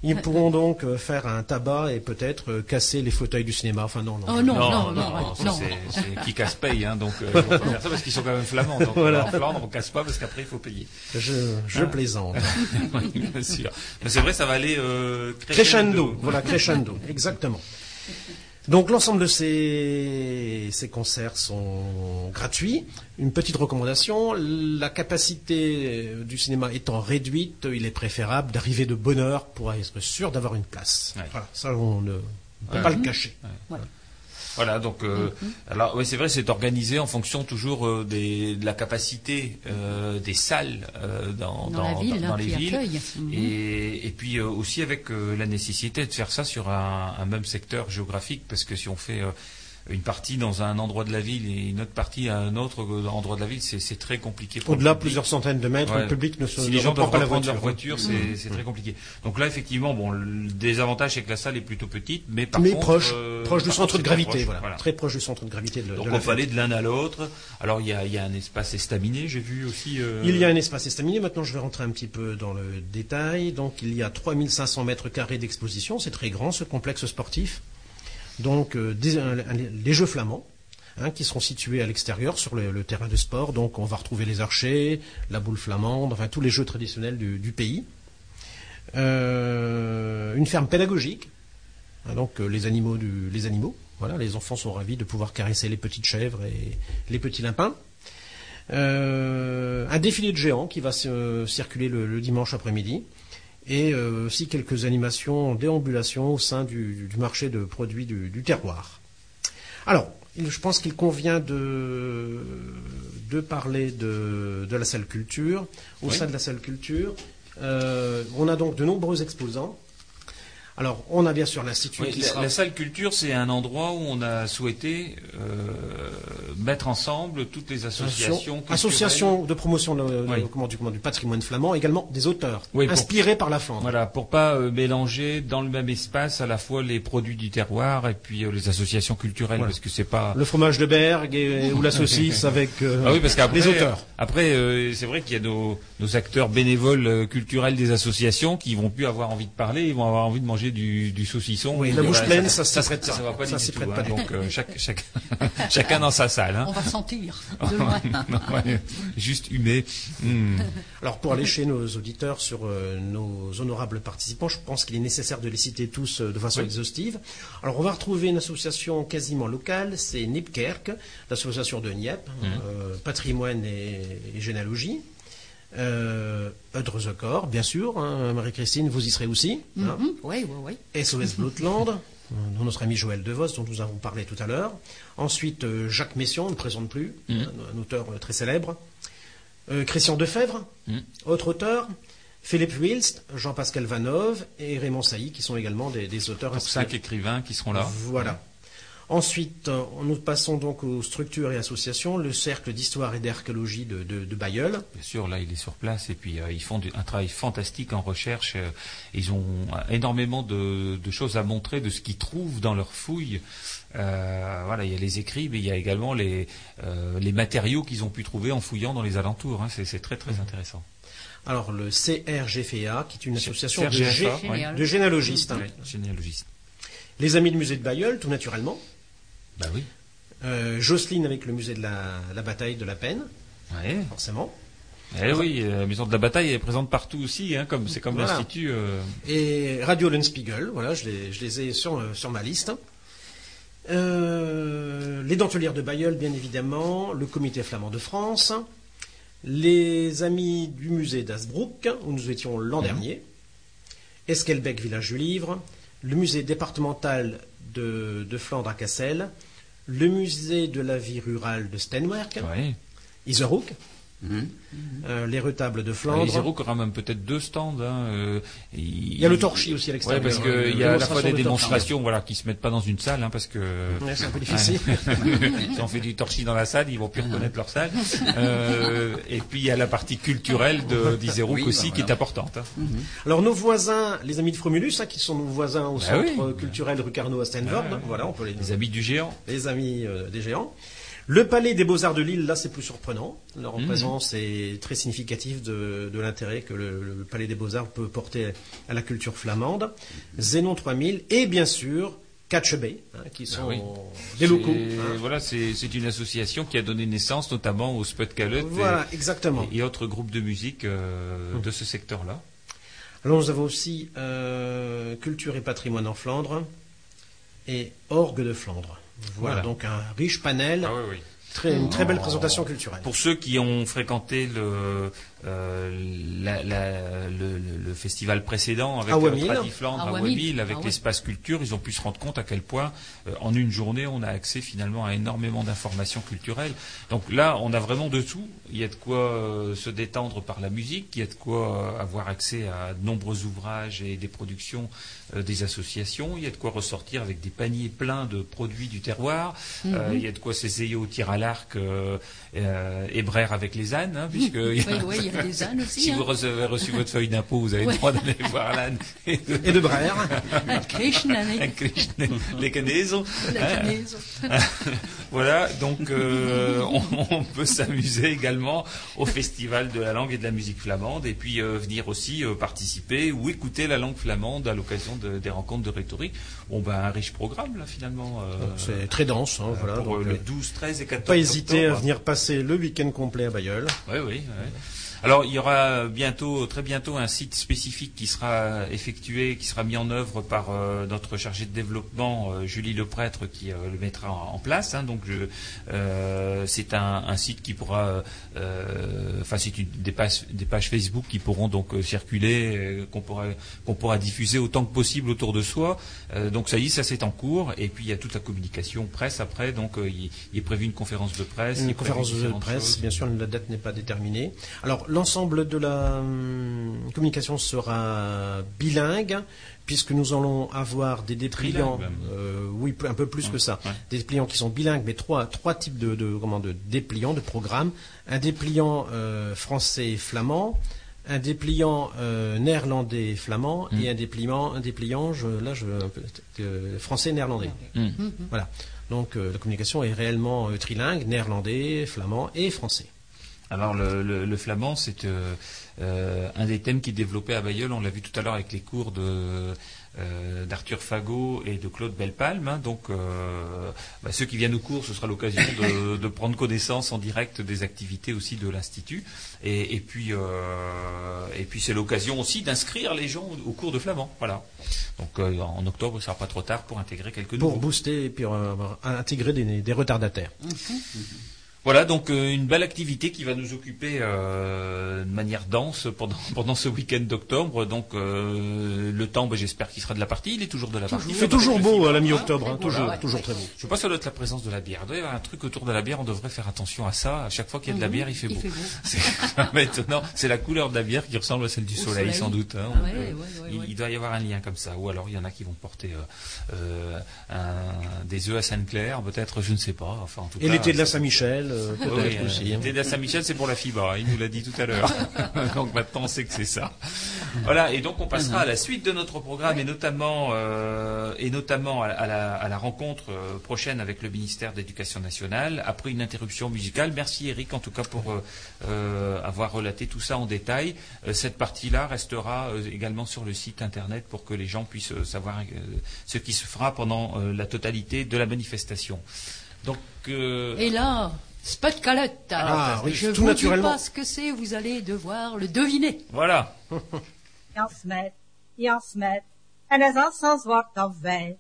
Speaker 8: Ils pourront donc euh, faire un tabac et peut-être euh, casser les fauteuils du cinéma. Enfin non, non.
Speaker 2: Oh non,
Speaker 1: Non,
Speaker 2: non,
Speaker 1: non,
Speaker 2: non.
Speaker 1: non, ça,
Speaker 2: non.
Speaker 1: c'est- c'est qui casse paye, hein, donc euh, ils vont pas faire ça parce qu'ils sont quand même flamands. Donc
Speaker 8: Voilà.
Speaker 1: en Flandre, on casse pas parce qu'après il faut payer.
Speaker 8: Je, je
Speaker 1: Ah.
Speaker 8: plaisante.
Speaker 1: Oui, bien sûr. Mais c'est vrai, ça va aller euh,
Speaker 8: Crescendo, voilà, crescendo, exactement. Donc l'ensemble de ces, ces concerts sont gratuits. Une petite recommandation, la capacité du cinéma étant réduite, il est préférable d'arriver de bonne heure pour être sûr d'avoir une place.
Speaker 1: Ouais.
Speaker 8: Voilà, ça on ne peut
Speaker 1: Ouais.
Speaker 8: pas le cacher.
Speaker 2: Voilà.
Speaker 1: Voilà, donc euh, alors oui, c'est vrai, c'est organisé en fonction toujours euh, des, de la capacité euh, des salles euh, dans,
Speaker 2: Dans la ville,
Speaker 1: dans,
Speaker 2: hein,
Speaker 1: dans les
Speaker 2: qui
Speaker 1: villes,
Speaker 2: accueille. Mhm.
Speaker 1: et, et puis euh, aussi avec euh, la nécessité de faire ça sur un, un même secteur géographique, parce que si on fait euh, une partie dans un endroit de la ville et une autre partie à un autre endroit de la ville, c'est c'est très compliqué. pour
Speaker 8: Au-delà
Speaker 1: le public.
Speaker 8: plusieurs centaines de mètres,
Speaker 1: Ouais.
Speaker 8: le public ne se
Speaker 1: Si
Speaker 8: ne
Speaker 1: les gens
Speaker 8: reprend
Speaker 1: doivent
Speaker 8: pas la
Speaker 1: reprendre
Speaker 8: voiture.
Speaker 1: leur voiture, c'est c'est très compliqué. Donc là, effectivement, bon, le désavantage c'est que la salle est plutôt petite, mais par
Speaker 8: Mais
Speaker 1: contre,
Speaker 8: proche,
Speaker 1: euh,
Speaker 8: proche du
Speaker 1: par
Speaker 8: centre
Speaker 1: contre,
Speaker 8: de
Speaker 1: c'est très
Speaker 8: gravité,
Speaker 1: proche,
Speaker 8: voilà. Très proche du centre de gravité de,
Speaker 1: Donc
Speaker 8: de
Speaker 1: on
Speaker 8: la
Speaker 1: peut
Speaker 8: fête.
Speaker 1: aller de l'un à l'autre. Alors il y a, il y a un espace estaminé, j'ai vu aussi. euh,
Speaker 8: Il y a un espace estaminé. Maintenant, je vais rentrer un petit peu dans le détail. Donc, il y a trois mille cinq cents mètres carrés d'exposition. C'est très grand, ce complexe sportif. Donc, euh, des- un- un- les Jeux flamands, hein, qui seront situés à l'extérieur sur le, le terrain de sport. Donc, on va retrouver les archers, la boule flamande, enfin, tous les jeux traditionnels du, du pays. Euh, une ferme pédagogique. Hein, donc, euh, les animaux, du, les animaux. Voilà, les enfants sont ravis de pouvoir caresser les petites chèvres et les petits lapins. Euh, un défilé de géants qui va se- circuler le, le dimanche après-midi, et euh, aussi quelques animations en déambulation au sein du, du marché de produits du, du terroir. Alors, il- je pense qu'il convient de, de parler de, de la salle culture. Au
Speaker 1: Oui.
Speaker 8: sein de la salle culture, euh, on a donc de nombreux exposants. Alors, on a bien sûr l'Institut
Speaker 1: Oui,
Speaker 8: qui
Speaker 1: la,
Speaker 8: sera...
Speaker 1: la salle culture, c'est un endroit où on a souhaité euh, mettre ensemble toutes les associations. culturelles.
Speaker 8: Association de promotion de- de-
Speaker 1: Oui.
Speaker 8: comment, du, comment, du patrimoine flamand, également des auteurs,
Speaker 1: Oui, pour-
Speaker 8: inspirés par la Flandre.
Speaker 1: Voilà, pour pas euh, mélanger dans le même espace à la fois les produits du terroir et puis euh, les associations culturelles,
Speaker 8: Voilà.
Speaker 1: parce que c'est pas.
Speaker 8: Le fromage de Berg et- ou la saucisse avec euh,
Speaker 1: Ah oui, parce qu'après,
Speaker 8: les auteurs.
Speaker 1: Après, euh, c'est vrai qu'il y a nos, nos acteurs bénévoles euh, culturels des associations qui vont plus avoir envie de parler, ils vont avoir envie de manger du, du saucisson.
Speaker 8: Oui,
Speaker 1: Et
Speaker 8: la bouche
Speaker 1: voilà,
Speaker 8: pleine, ça s'y
Speaker 1: ça,
Speaker 8: prête
Speaker 1: ça,
Speaker 8: pas.
Speaker 1: ça va pas
Speaker 8: Ça
Speaker 1: du
Speaker 8: s'y
Speaker 1: tout.
Speaker 8: prête
Speaker 1: hein.
Speaker 8: pas du
Speaker 1: Donc euh, chaque, chaque, chacun dans sa salle. Hein.
Speaker 2: On va sentir de loin.
Speaker 1: Ouais, juste humer. Hmm.
Speaker 8: Alors, pour aller chez nos auditeurs sur euh, nos honorables participants, je pense qu'il est nécessaire de les citer tous euh, de façon
Speaker 1: Oui.
Speaker 8: exhaustive. Alors, on va retrouver une association quasiment locale, c'est Nipkerk, l'association de Nieppe,
Speaker 1: Mhm.
Speaker 8: euh, patrimoine et, et généalogie. Euh, Eudre the Corps, bien sûr, hein, Marie-Christine, vous y serez aussi. hein.
Speaker 2: Mhm. Oui, oui, oui.
Speaker 8: S O S Blotland, euh, dont notre ami Joël Devos, dont nous avons parlé tout à l'heure. Ensuite, euh, Jacques Mession, on ne le présente plus,
Speaker 1: Mhm.
Speaker 8: un, un auteur euh, très célèbre. Euh, Christian Defebvre,
Speaker 1: Mhm.
Speaker 8: autre auteur. Philippe Wilst, Jean-Pascal Vanove et Raymond Sailly, qui sont également des, des auteurs
Speaker 1: Donc
Speaker 8: inspirés.
Speaker 1: cinq écrivains qui seront là.
Speaker 8: Voilà. Ensuite, euh, nous passons donc aux structures et associations. Le Cercle d'histoire et d'archéologie de, de, de Bailleul.
Speaker 1: Bien sûr, là, il est sur place et puis euh, ils font du- un travail fantastique en recherche. euh, ils ont euh, énormément de, de choses à montrer de ce qu'ils trouvent dans leurs fouilles. Euh, voilà, il y a les écrits, mais il y a également les, euh, les matériaux qu'ils ont pu trouver en fouillant dans les alentours. hein. C'est c'est très très intéressant.
Speaker 8: Alors, le C R G F A, qui est une association de,
Speaker 1: C R G F A,
Speaker 8: gé-
Speaker 1: oui.
Speaker 8: de généalogistes. hein.
Speaker 1: Ouais, généalogiste.
Speaker 8: Les Amis du musée de Bailleul, tout naturellement.
Speaker 1: Bah oui.
Speaker 8: Euh, Jocelyne avec le musée de la, la bataille de la peine,
Speaker 1: Ouais.
Speaker 8: forcément.
Speaker 1: Eh oui, la maison de la bataille elle est présente partout aussi, hein, comme c'est comme
Speaker 8: Voilà.
Speaker 1: l'institut. euh,
Speaker 8: Et Radio Lenspiegel, voilà, je les, je les ai sur, euh, sur ma liste. Euh, les Dentelières de Bailleul, bien évidemment. Le Comité flamand de France. Les Amis du musée d'Asbrook, où nous étions l'an dernier. Esquelbec, village du livre. Le musée départemental de, de Flandre à Cassel. Le musée de la vie rurale de Stenwerk.
Speaker 1: ouais.
Speaker 8: Iserhoek.
Speaker 3: Mhm.
Speaker 8: Euh, les retables de
Speaker 1: Les
Speaker 8: Flandre.
Speaker 1: Zéro aura même peut-être deux stands. Hein, euh,
Speaker 8: Il y a le torchis aussi à l'extérieur.
Speaker 1: Ouais, parce
Speaker 8: Euh,
Speaker 1: qu'il y a à la fois des
Speaker 8: démonstration de
Speaker 1: démonstrations, voilà, qui se mettent pas dans une salle, hein, parce que
Speaker 8: Ouais, c'est un peu difficile.
Speaker 1: si on fait du torchis dans la salle, ils vont plus reconnaître leur salle. Euh, et puis il y a la partie culturelle de d'Iserouk
Speaker 3: Oui,
Speaker 1: aussi
Speaker 3: bah,
Speaker 1: qui
Speaker 3: voilà.
Speaker 1: est importante. hein.
Speaker 8: Alors nos voisins, les amis de Fromulus, hein, qui sont nos voisins au
Speaker 1: Bah
Speaker 8: centre
Speaker 1: oui.
Speaker 8: euh, culturel rue Carnot à Stenvord,
Speaker 1: Ah ouais.
Speaker 8: voilà, on peut les,
Speaker 1: Les amis du géant.
Speaker 8: les amis euh, des géants. Le Palais des Beaux-Arts de Lille, là, c'est plus surprenant. Leur
Speaker 1: Mmh.
Speaker 8: présence est très significative de, de l'intérêt que le, le Palais des Beaux-Arts peut porter à la culture flamande. Zénon trois mille et bien sûr Catchebay, hein, qui sont
Speaker 1: Ah oui.
Speaker 8: des locaux.
Speaker 1: C'est-
Speaker 8: hein.
Speaker 1: Voilà, c'est c'est une association qui a donné naissance notamment au Spot Calotte
Speaker 8: Voilà, exactement.
Speaker 1: et, et autres groupes de musique euh,
Speaker 8: Mmh.
Speaker 1: de ce secteur-là.
Speaker 8: Alors nous avons aussi euh, Culture et patrimoine en Flandre et Orgue de Flandre. Voilà,
Speaker 1: Voilà.
Speaker 8: donc un riche panel,
Speaker 1: Ah oui, oui.
Speaker 8: très, une très belle
Speaker 1: Oh.
Speaker 8: présentation culturelle.
Speaker 1: Pour ceux qui ont fréquenté le, euh, la- la- le, le- le festival précédent avec
Speaker 8: À Wamil.
Speaker 1: Tradiflandre
Speaker 2: À
Speaker 1: à
Speaker 2: Wamil.
Speaker 1: Wamil, avec
Speaker 2: Ah ouais.
Speaker 1: l'espace culture, ils ont pu se rendre compte à quel point, euh, en une journée, on a accès finalement à énormément d'informations culturelles. Donc là, on a vraiment de tout. Il y a de quoi euh, se détendre par la musique, il y a de quoi euh, avoir accès à de nombreux ouvrages et des productions euh, des associations, il y a de quoi ressortir avec des paniers pleins de produits du terroir,
Speaker 2: Mhm.
Speaker 1: Euh, il y a de quoi s'essayer au tir à l'arc euh, euh, hébraire avec les ânes, hein, puisque
Speaker 2: Oui, oui, il y a des ânes aussi.
Speaker 1: si
Speaker 2: hein.
Speaker 1: vous avez reçu votre feuille d'impôt, vous avez
Speaker 2: Ouais.
Speaker 1: le droit d'aller voir l'âne et de,
Speaker 8: Et de Brère.
Speaker 2: La Krishna, né.
Speaker 1: les Canezo.
Speaker 2: La
Speaker 1: Hein.
Speaker 2: Canezo.
Speaker 1: Voilà, donc euh, on, on peut s'amuser également au Festival de la langue et de la musique flamande, et puis euh, venir aussi euh, participer ou écouter la langue flamande à l'occasion de- des rencontres de rhétorique. Bon, ben un riche programme là finalement. euh,
Speaker 8: C'est très dense, hein, voilà.
Speaker 1: pour
Speaker 8: donc,
Speaker 1: euh, le
Speaker 8: euh,
Speaker 1: douze, treize et quatorze
Speaker 8: pas hésiter à
Speaker 1: octobre.
Speaker 8: venir passer le week-end complet à Bailleul.
Speaker 1: Oui, oui. oui. Alors, il y aura bientôt, très bientôt, un site spécifique qui sera effectué, qui sera mis en œuvre par euh, notre chargée de développement, euh, Julie Leprêtre, qui euh, le mettra en, en place. hein. donc, je, euh, c'est un, un site qui pourra, euh, enfin, c'est une, des, pages, des pages Facebook qui pourront donc euh, circuler, euh, qu'on pourra, qu'on pourra diffuser autant que possible autour de soi. Euh, donc, ça y est, ça c'est en cours. Et puis, il y a toute la communication presse après. Donc, euh, il, il est prévu une conférence de presse. il
Speaker 8: Une
Speaker 1: est prévu
Speaker 8: conférence de
Speaker 1: différentes
Speaker 8: presse,
Speaker 1: choses.
Speaker 8: bien sûr, la date n'est pas déterminée. Alors, l'ensemble de la hum, communication sera bilingue, puisque nous allons avoir des dépliants,
Speaker 1: Trilingue, même.
Speaker 8: euh, oui, un peu plus
Speaker 1: Ouais,
Speaker 8: que ça,
Speaker 1: ouais.
Speaker 8: des dépliants qui sont bilingues, mais trois, trois types de, de, comment, de dépliants, de programmes. Un dépliant euh, français et flamand, un dépliant euh, néerlandais et flamand,
Speaker 1: Mm.
Speaker 8: et un dépliant, un dépliant je, là, je, un peu, euh, français et néerlandais.
Speaker 1: Mm.
Speaker 8: Voilà. Donc, euh, la communication est réellement euh, trilingue, néerlandais, flamand et français.
Speaker 1: Alors le, le, le flamand, c'est euh, euh, un des thèmes qui est développé à Bailleul. On l'a vu tout à l'heure avec les cours de euh, d'Arthur Fagot et de Claude Bellepalme. hein. Donc euh, bah, ceux qui viennent au cours, ce sera l'occasion de, de prendre connaissance en direct des activités aussi de l'Institut. Et, et puis euh, et puis c'est l'occasion aussi d'inscrire les gens au, au cours de flamand. Voilà. Donc euh, en octobre, ce sera pas trop tard pour intégrer quelques
Speaker 8: Pour
Speaker 1: nouveaux.
Speaker 8: booster et puis euh, intégrer des, des retardataires.
Speaker 1: Voilà, donc euh, une belle activité qui va nous occuper euh, de manière dense pendant, pendant ce week-end d'octobre. Donc euh, le temps, ben, j'espère qu'il sera de la partie. Il est toujours de la partie.
Speaker 8: Il fait toujours
Speaker 1: Avec le
Speaker 8: beau
Speaker 1: fibre,
Speaker 8: à la
Speaker 1: hein.
Speaker 8: mi-octobre, hein,
Speaker 1: Voilà.
Speaker 8: toujours,
Speaker 2: ouais,
Speaker 8: toujours
Speaker 2: ouais.
Speaker 8: très beau.
Speaker 1: Je sais pas si ça doit être la présence de la bière. Il doit y avoir un truc autour de la bière. On devrait faire attention à ça. À chaque fois qu'il y a de la bière, il fait
Speaker 2: Il
Speaker 1: beau.
Speaker 2: fait beau.
Speaker 1: C'est maintenant, c'est la couleur de la bière qui ressemble à celle du
Speaker 2: Au
Speaker 1: soleil,
Speaker 2: soleil.
Speaker 1: sans doute. hein.
Speaker 2: Ouais,
Speaker 1: Donc,
Speaker 2: ouais,
Speaker 1: euh,
Speaker 2: ouais,
Speaker 1: il,
Speaker 2: ouais.
Speaker 1: il doit y avoir un lien comme ça. Ou alors il y en a qui vont porter euh, euh, un- des œufs à Sainte-Claire, peut-être, je ne sais pas. Enfin, en tout
Speaker 8: Et
Speaker 1: cas,
Speaker 8: l'été de la
Speaker 1: ça-
Speaker 8: Saint-Michel, euh, peut-être
Speaker 1: oui, euh,
Speaker 8: aussi. hein.
Speaker 1: L'été de la Saint-Michel, c'est pour la fibre, il nous l'a dit tout à l'heure. Donc maintenant, on sait que c'est ça. Voilà, et donc on passera à la suite de notre programme, et notamment, euh, et notamment à, à la, à la rencontre euh, prochaine avec le ministère de l'Éducation nationale, après une interruption musicale. Merci Eric, en tout cas, pour euh, euh, avoir relaté tout ça en détail. Euh, cette partie-là restera euh, également sur le site internet pour que les gens puissent euh, savoir euh, ce qui se fera pendant euh, la totalité de la manifestation. Donc, euh,
Speaker 2: Et là, Spot Calotte.
Speaker 8: Ah, oui,
Speaker 2: je
Speaker 8: tout
Speaker 2: vous
Speaker 8: naturellement.
Speaker 2: dis pas ce que c'est, vous allez devoir le deviner.
Speaker 1: voilà.
Speaker 10: Jan Smet, Jan Smet, en is al zo zwart als wij.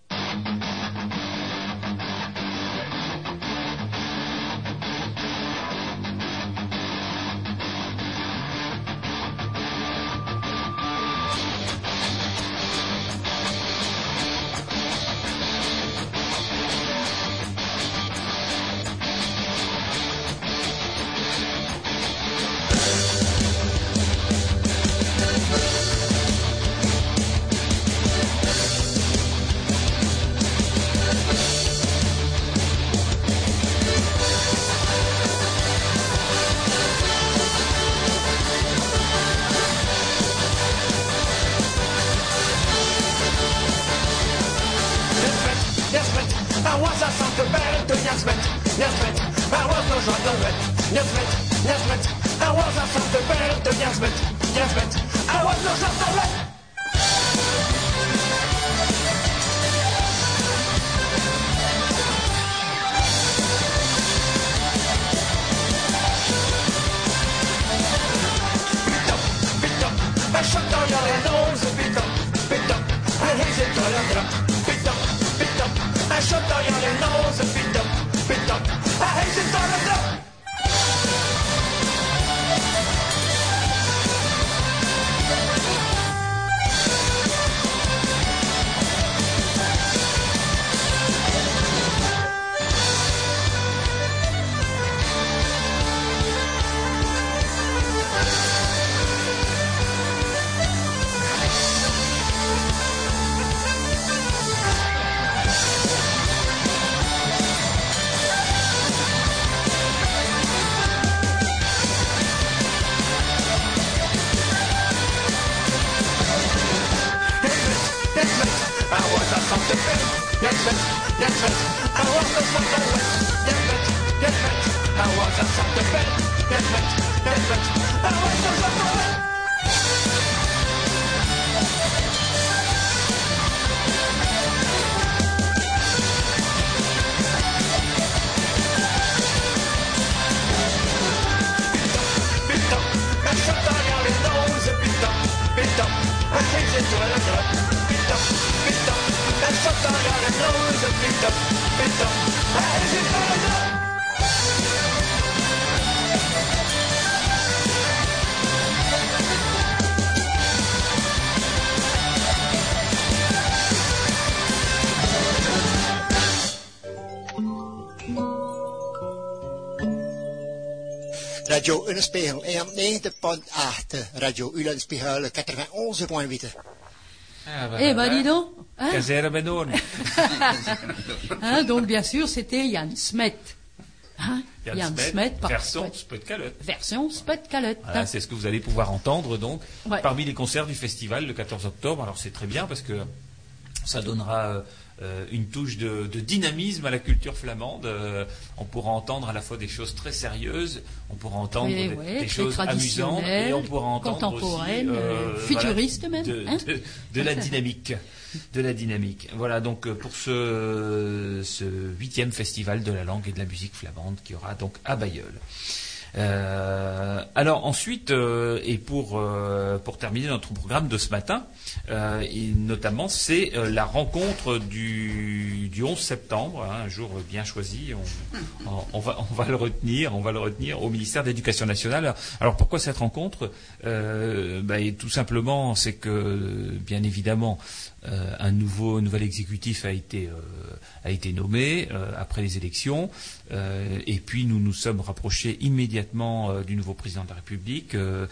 Speaker 11: I was a son to bed to Yasmet, Yasmet. I was no shot of it, Yasmet, Yasmet. I was a son to bed to Yasmet, Yasmet. I was no shot of it. I shut down your nose, beat up, beat up, and he's a toilet, beat up, beat up. I shut down your nose, beat up, beat up, and he's a toilet.
Speaker 12: Radio Ulenspiegel E M negentig komma acht, Radio Ulenspiegel quatre-vingt-onze point huit.
Speaker 2: Ah, bah, eh ben, dis donc. Hein? Hein, donc, bien sûr, c'était Jan Smet. Hein?
Speaker 1: Jan,
Speaker 2: Jan
Speaker 1: Smet,
Speaker 2: Smet par
Speaker 1: version Spot-Calotte.
Speaker 2: Version Spot-Calotte.
Speaker 1: Voilà, c'est ce que vous allez pouvoir entendre, donc,
Speaker 2: ouais.
Speaker 1: parmi les concerts du festival le quatorze octobre. Alors, c'est très bien parce que ça donnera euh, une touche de, de dynamisme à la culture flamande. Euh, on pourra entendre à la fois des choses très sérieuses, on pourra entendre
Speaker 2: oui,
Speaker 1: des,
Speaker 2: oui,
Speaker 1: des choses amusantes et on pourra entendre
Speaker 2: contemporaines,
Speaker 1: aussi euh,
Speaker 2: futuristes
Speaker 1: voilà,
Speaker 2: même,
Speaker 1: de,
Speaker 2: hein
Speaker 1: de, de la dynamique. De la dynamique. Voilà donc pour ce, ce huitième festival de la langue et de la musique flamande qui aura donc à Bailleul. Euh, alors ensuite, euh, et pour, euh, pour terminer notre programme de ce matin, euh, et notamment c'est euh, la rencontre du, du onze septembre, hein, un jour bien choisi, on, on, on, va, on va le retenir, on va le retenir au ministère de l'Éducation nationale. Alors pourquoi cette rencontre euh, bah, et tout simplement, c'est que bien évidemment, Euh, un nouveau un nouvel exécutif a été euh, a été nommé euh, après les élections euh, et puis nous nous sommes rapprochés immédiatement euh, du nouveau président de la République, euh,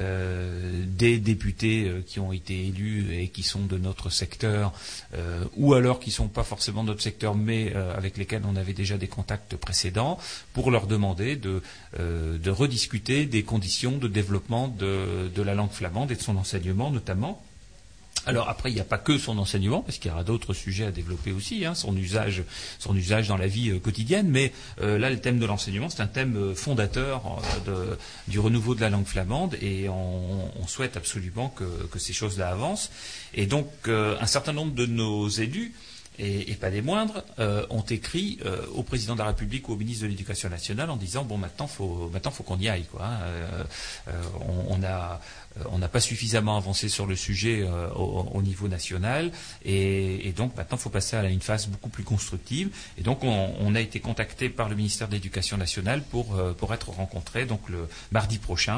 Speaker 1: euh, des députés euh, qui ont été élus et qui sont de notre secteur euh, ou alors qui sont pas forcément de notre secteur mais euh, avec lesquels on avait déjà des contacts précédents pour leur demander de euh, de rediscuter des conditions de développement de de la langue flamande et de son enseignement notamment. Alors après, il n'y a pas que son enseignement, parce qu'il y aura d'autres sujets à développer aussi, hein, son usage, son usage dans la vie euh, quotidienne. Mais euh, là, le thème de l'enseignement, c'est un thème euh, fondateur euh, de, du renouveau de la langue flamande, et on, on souhaite absolument que, que ces choses-là avancent. Et donc, euh, un certain nombre de nos élus, et, et pas des moindres, euh, ont écrit euh, au président de la République ou au ministre de l'Éducation nationale en disant bon, maintenant, faut, maintenant, faut qu'on y aille, quoi. Hein. Euh, euh, on, on a On n'a pas suffisamment avancé sur le sujet euh, au, au niveau national et, et donc maintenant il faut passer à une phase beaucoup plus constructive. Et donc on, on a été contacté par le ministère de l'Éducation nationale pour, euh, pour être rencontré donc le mardi prochain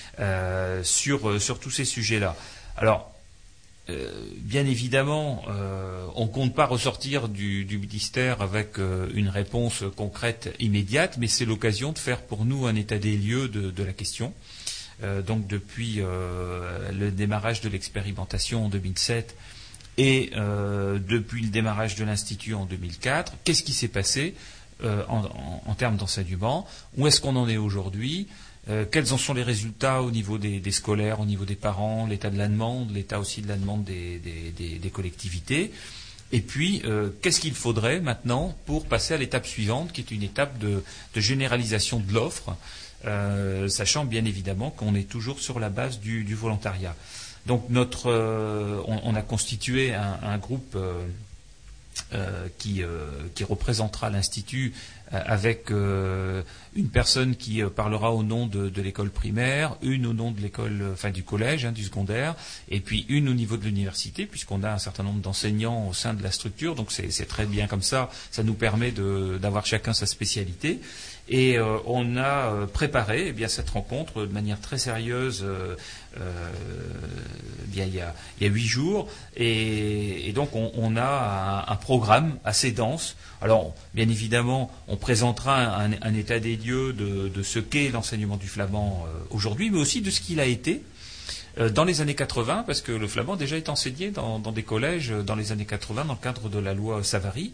Speaker 1: euh, sur, euh, sur tous ces sujets-là. Alors euh, bien évidemment, euh, on ne compte pas ressortir du, du ministère avec euh, une réponse concrète immédiate, mais c'est l'occasion de faire pour nous un état des lieux de, de la question. Euh, donc depuis euh, le démarrage de l'expérimentation en deux mille sept et euh, depuis le démarrage de l'Institut en deux mille quatre, qu'est-ce qui s'est passé euh, en, en, en termes d'enseignement? Où est-ce qu'on en est aujourd'hui? euh, Quels en sont les résultats au niveau des, des scolaires, au niveau des parents, l'état de la demande, l'état aussi de la demande des, des, des, des collectivités? Et puis, euh, qu'est-ce qu'il faudrait maintenant pour passer à l'étape suivante, qui est une étape de, de généralisation de l'offre, euh, sachant bien évidemment qu'on est toujours sur la base du, du volontariat. Donc, notre, euh, on, on a constitué un, un groupe euh, euh, qui, euh, qui représentera l'Institut euh, avec euh, une personne qui euh, parlera au nom de, de l'école primaire, une au nom de l'école, euh, enfin du collège, hein, du secondaire, et puis une au niveau de l'université, puisqu'on a un certain nombre d'enseignants au sein de la structure, donc c'est, c'est très bien comme ça, ça nous permet de, d'avoir chacun sa spécialité. Et euh, on a euh, préparé eh bien, cette rencontre de manière très sérieuse euh, euh, bien, il y a il y a huit jours. Et, et donc on, on a un, un programme assez dense. Alors, bien évidemment, on présentera un, un état des lieux de, de ce qu'est l'enseignement du flamand euh, aujourd'hui, mais aussi de ce qu'il a été euh, dans les années quatre-vingts, parce que le flamand déjà est enseigné dans, dans des collèges dans les années quatre-vingts, dans le cadre de la loi Savary.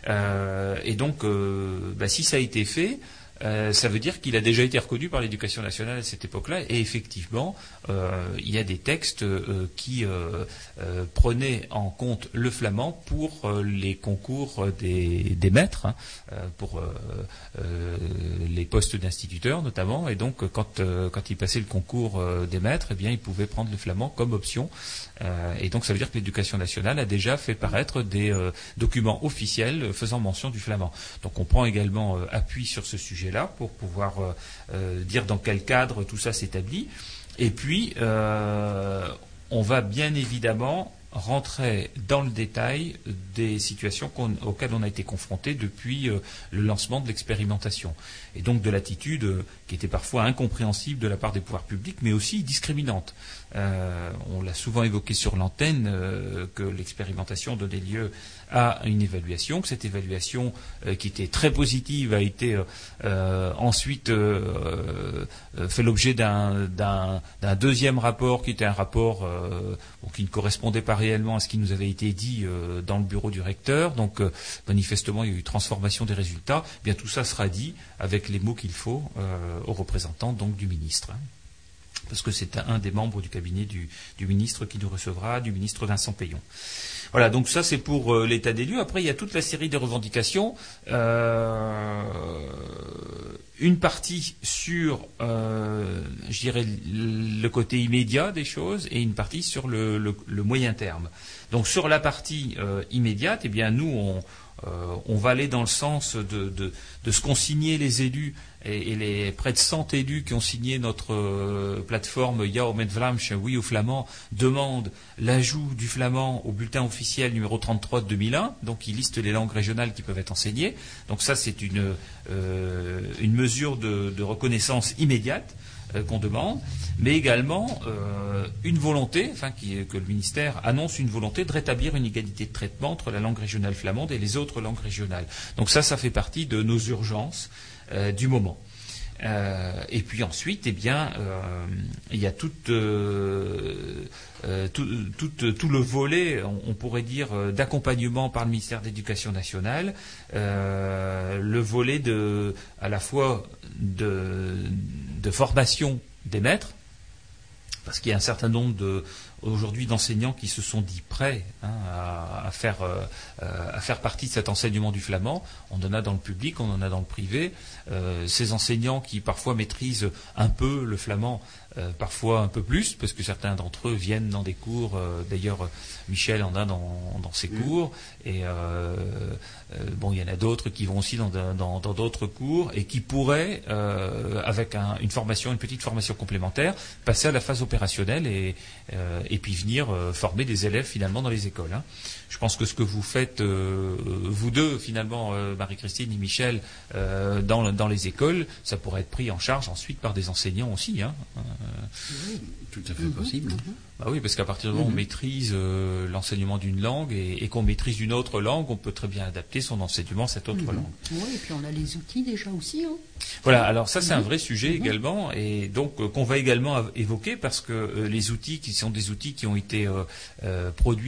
Speaker 1: Euh, et donc, euh, bah, si ça a été fait, Euh, ça veut dire qu'il a déjà été reconnu par l'éducation nationale à cette époque-là, et effectivement, euh, il y a des textes euh, qui euh, euh, prenaient en compte le flamand pour euh, les concours des, des maîtres, hein, euh, pour euh, euh, les postes d'instituteurs notamment, et donc quand, euh, quand ils passaient le concours euh, des maîtres, eh bien, ils pouvaient prendre le flamand comme option, euh, et donc ça veut dire que l'éducation nationale a déjà fait paraître des euh, documents officiels faisant mention du flamand. Donc on prend également euh, appui sur ce sujet là pour pouvoir euh, euh, dire dans quel cadre tout ça s'établit. Et puis, euh, on va bien évidemment rentrer dans le détail des situations qu'on, auxquelles on a été confronté depuis euh, le lancement de l'expérimentation. Et donc de l'attitude euh, qui était parfois incompréhensible de la part des pouvoirs publics, mais aussi discriminante. Euh, on l'a souvent évoqué sur l'antenne, euh, que l'expérimentation donnait lieu à une évaluation, que cette évaluation euh, qui était très positive a été euh, euh, ensuite euh, euh, fait l'objet d'un, d'un, d'un deuxième rapport qui était un rapport euh, qui ne correspondait pas réellement à ce qui nous avait été dit euh, dans le bureau du recteur. Donc euh, manifestement il y a eu transformation des résultats. Eh bien tout ça sera dit avec les mots qu'il faut euh, aux représentants donc du ministre. Hein. Parce que c'est un des membres du cabinet du, du ministre qui nous recevra, du ministre Vincent Payon. Voilà, donc ça c'est pour euh, l'état des lieux. Après, il y a toute la série de revendications. Euh, une partie sur, euh, je dirais, le côté immédiat des choses, et une partie sur le, le, le moyen terme. Donc sur la partie euh, immédiate, eh bien nous, on, euh, on va aller dans le sens de, de, de ce qu'ont signé les élus, et, et les près de cent élus qui ont signé notre euh, plateforme Ja om het Vlaams, oui au flamand, demandent l'ajout du flamand au bulletin officiel numéro trente-trois de deux mille un, donc il liste les langues régionales qui peuvent être enseignées. Donc ça c'est une, euh, une mesure de, de reconnaissance immédiate euh, qu'on demande, mais également euh, une volonté, enfin qui, que le ministère annonce une volonté de rétablir une égalité de traitement entre la langue régionale flamande et les autres langues régionales. Donc ça, ça fait partie de nos urgences euh, du moment. Euh, et puis ensuite, eh bien, euh, il y a tout, euh, euh, tout, tout, tout le volet, on, on pourrait dire, euh, d'accompagnement par le ministère de l'Éducation nationale, euh, le volet de, à la fois de, de formation des maîtres, parce qu'il y a un certain nombre de, aujourd'hui d'enseignants qui se sont dit prêts hein, à, à, faire, euh, à faire partie de cet enseignement du flamand. On en a dans le public, on en a dans le privé. Euh, ces enseignants qui parfois maîtrisent un peu le flamand, euh, parfois un peu plus, parce que certains d'entre eux viennent dans des cours. Euh, d'ailleurs, Michel en a dans, dans ses cours. Et euh, euh, bon, il y en a d'autres qui vont aussi dans, dans, dans d'autres cours et qui pourraient, euh, avec un, une formation, une petite formation complémentaire, passer à la phase opérationnelle et, euh, et puis venir euh, former des élèves finalement dans les écoles. Hein. Je pense que ce que vous faites, euh, vous deux finalement, euh, Marie-Christine et Michel, euh, dans, dans les écoles, ça pourrait être pris en charge ensuite par des enseignants aussi. Hein. Euh,
Speaker 3: oui, tout à fait mmh, possible. Mmh.
Speaker 1: Bah oui, parce qu'à partir du moment où on maîtrise euh, l'enseignement d'une langue et, et qu'on maîtrise une autre langue, on peut très bien adapter son enseignement à cette autre mmh. langue.
Speaker 2: Oui, et puis on a les outils déjà aussi. Hein.
Speaker 1: Voilà, alors ça c'est
Speaker 2: mmh.
Speaker 1: un vrai sujet mmh. également, et donc euh, qu'on va également évoquer, parce que euh, les outils qui sont des outils qui ont été euh, euh, produits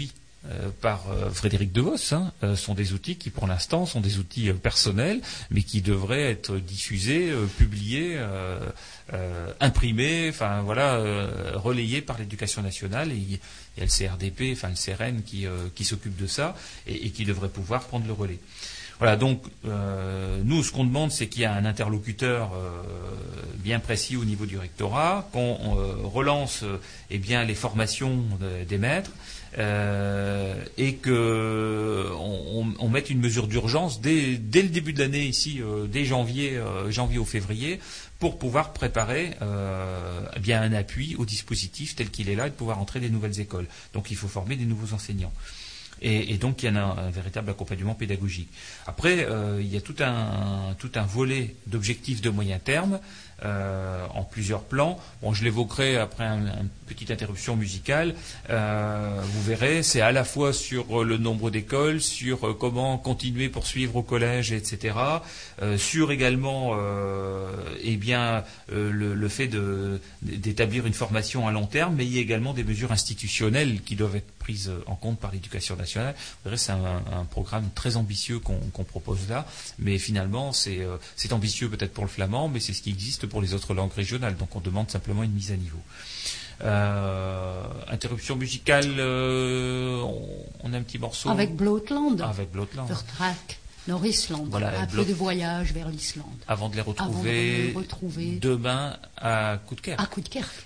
Speaker 1: euh, par euh, Frédéric DeVos, hein, euh, sont des outils qui, pour l'instant, sont des outils euh, personnels, mais qui devraient être diffusés, euh, publiés, euh, euh, imprimés, enfin voilà, euh, relayés par l'Éducation nationale. Et il y a le C R D P, enfin le C R N, qui, euh, qui s'occupe de ça et, et qui devrait pouvoir prendre le relais. Voilà, donc euh, nous, ce qu'on demande, c'est qu'il y a un interlocuteur euh, bien précis au niveau du rectorat, qu'on euh, relance euh, eh bien les formations de, des maîtres euh, et que on, on mette une mesure d'urgence dès, dès le début de l'année ici, euh, dès janvier, euh, janvier au février, pour pouvoir préparer euh, eh bien un appui au dispositif tel qu'il est là et de pouvoir entrer des nouvelles écoles. Donc il faut former des nouveaux enseignants. Et, et donc il y en a un, un véritable accompagnement pédagogique. Après, euh, il y a tout un, tout un volet d'objectifs de moyen terme euh, en plusieurs plans. Bon, je l'évoquerai après un, une petite interruption musicale. Euh, vous verrez, c'est à la fois sur le nombre d'écoles, sur euh, comment continuer, poursuivre au collège, et cetera. Euh, sur également, euh, eh bien, euh, le, le fait de, d'établir une formation à long terme, mais il y a également des mesures institutionnelles qui doivent être prises en compte par l'éducation nationale. Vous verrez, c'est un, un programme très ambitieux qu'on, qu'on propose là, mais finalement, c'est, euh, c'est ambitieux peut-être pour le flamand, mais c'est ce qui existe pour les autres langues régionales. Donc on demande simplement une mise à niveau. Euh, interruption musicale, euh, on, on a un petit morceau.
Speaker 2: Avec Blotland.
Speaker 1: Avec Blotland.
Speaker 2: Vertrack, Nord-Island. Voilà, un
Speaker 1: Blot...
Speaker 2: peu de voyage vers l'Islande.
Speaker 1: Avant de les retrouver,
Speaker 2: Avant de les retrouver
Speaker 1: demain à Coudekerque.
Speaker 2: À Coudekerque.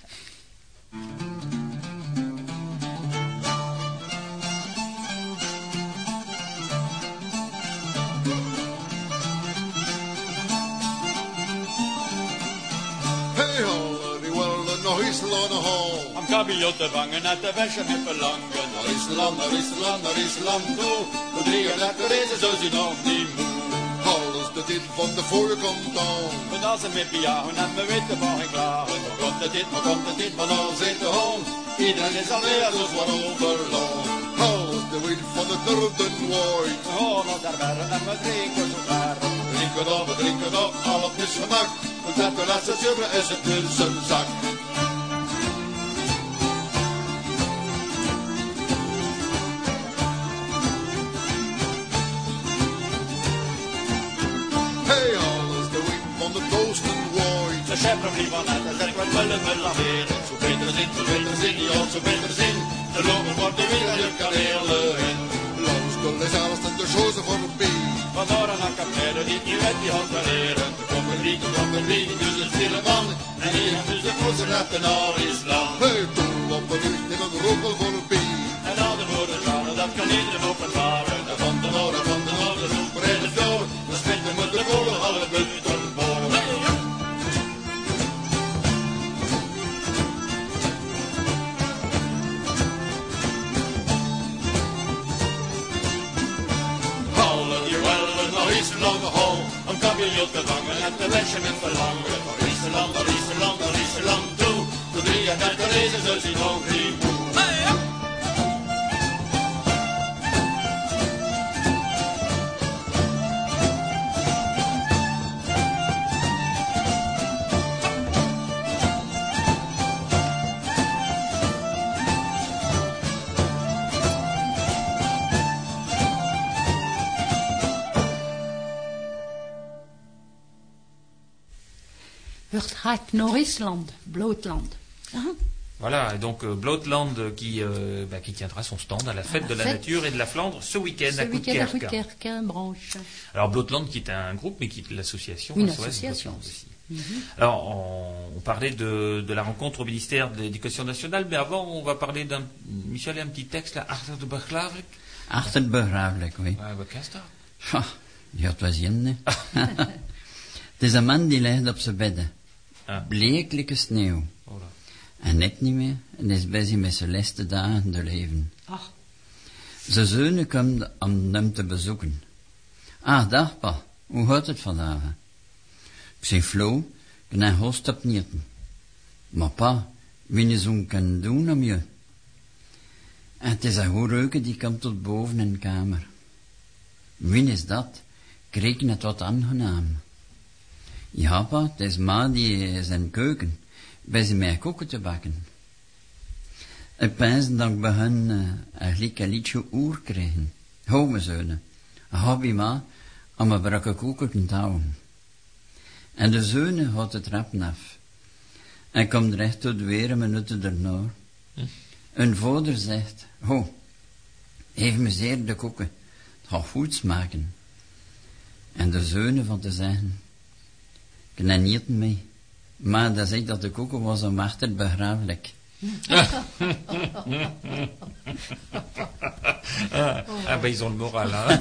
Speaker 13: I'm coming out the vangen at the wäsche met verlangen. Naar Island, naar Island, naar Island toe. De drie en lekker is het zo zien nog niet moe. Alles de dit van de voor komt aan. Maar als ze met bejagen en we weten van geen klagen. Maar komt het dit, maar komt het dit, maar nou zit de hond. Iedereen is alweer dus wat overloon. Alles de wind van de durfden waait. We gaan naar daar verre en we drinken zo ver. We drinken op, we drinken op, alles is gemak. Want met de laatste sugar is het in zijn zak. De schepper vliegt vanuit, daar zeg ik wat mullen, mullen weer. Zo beter zin, zo beter zin, ja, zo beter zin. De lopen wordt de weer, je kan heel in. Langs kunnen is alles en de chozen voor een bie. Van Noorden naar Capelle, die niet met die hand leren. De kommer liek, de kommer liek, dus een stille man. En hier hebben ze voor rechten naar Island. Hey, toen op de lucht in een roepel voor een bie. En al de woorden gaan, dat kan iedereen openbaren. En van de Noorden, van de Noorden, super in de door. De spinten moet de kolen, alle buiten boren. Om kabinet te vangen en te wäsche met verlangen. Naar Island, naar Island, naar Island toe. De drie en uit de lezen zullen zien nog niet moe.
Speaker 2: Vertrack, Nord-Island, Blotland. Hein?
Speaker 1: Voilà, et donc euh, Blotland qui, euh, bah, qui tiendra son stand à la fête à la de la fête. Nature et de la Flandre ce week-end
Speaker 2: ce
Speaker 1: à
Speaker 2: Coudekerque.
Speaker 1: Coudekerque.
Speaker 2: Hein, branche.
Speaker 1: Alors Blotland qui est un groupe, mais qui est l'association.
Speaker 2: Une
Speaker 1: S O S
Speaker 2: association
Speaker 1: aussi.
Speaker 2: Mm-hmm.
Speaker 1: Alors on, on parlait de, de la rencontre au ministère de l'Éducation nationale, mais avant on va parler d'un... Michel, un petit texte là, Achter de Begravelijk.
Speaker 3: Achter de Begravelijk, oui.
Speaker 1: Ouais, wat is dat?
Speaker 3: Ja, je hoort wel zien, hè. Het is een man die ligt op zijn bedden. Ah. Bleeklijke sneeuw. Hola. En net niet meer. En is bezig met zijn laatste dagen te leven.
Speaker 2: Ach.
Speaker 3: Zijn zoon komt om hem te bezoeken. Ah, dag pa. Hoe gaat het vandaag? Ik zeg Flo, ik ben host op nieten. Maar pa, wie je zo'n kan doen om je? En het is een goede reuken die komt tot boven in de kamer. Wie is dat? Ik reken het wat aangenaam. Ja, pa, het is ma die is in de keuken, bij ze mij koeken te bakken. Ik pijs dat ik begin uh, eigenlijk een liedje oer krijgen. Ho, mijn zonen, hobby maar om een brakke koeken te houden. En de zonen gaat de trappen af. En komt recht tot weer een minuut erna. Hm. Een vader zegt, ho, geef me zeer de koeken. Het gaat goed smaken. En de zonen van te zeggen, ik neem niet mee. Maar dat zegt dat de koeken was om achter begraaflijk.
Speaker 1: Ah ben ils ont le moral, hein.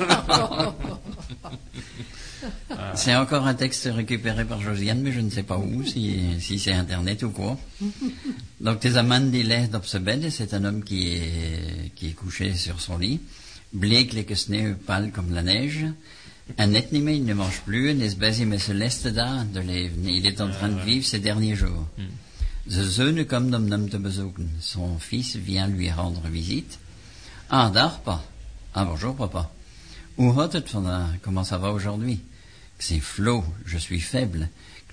Speaker 3: C'est encore un texte récupéré par Josiane, mais je ne sais pas où, si, si c'est internet ou quoi. Donc tes amants die ligt op zijn bed, c'est un homme qui est, qui est couché sur son lit, bleek like sneeuw, pâle comme la neige, en net niet meer, il ne mange plus, en is bezig met zijn laatste dagen te leven. Il est en train de vivre ses derniers jours. Zijn zonen komen om hem te bezoeken. Son fils vient lui rendre visite. Ah, dag, pa. Ah, bonjour, papa. Hoe gaat het vandaag? Comment ça va aujourd'hui? C'est flot, je suis faible.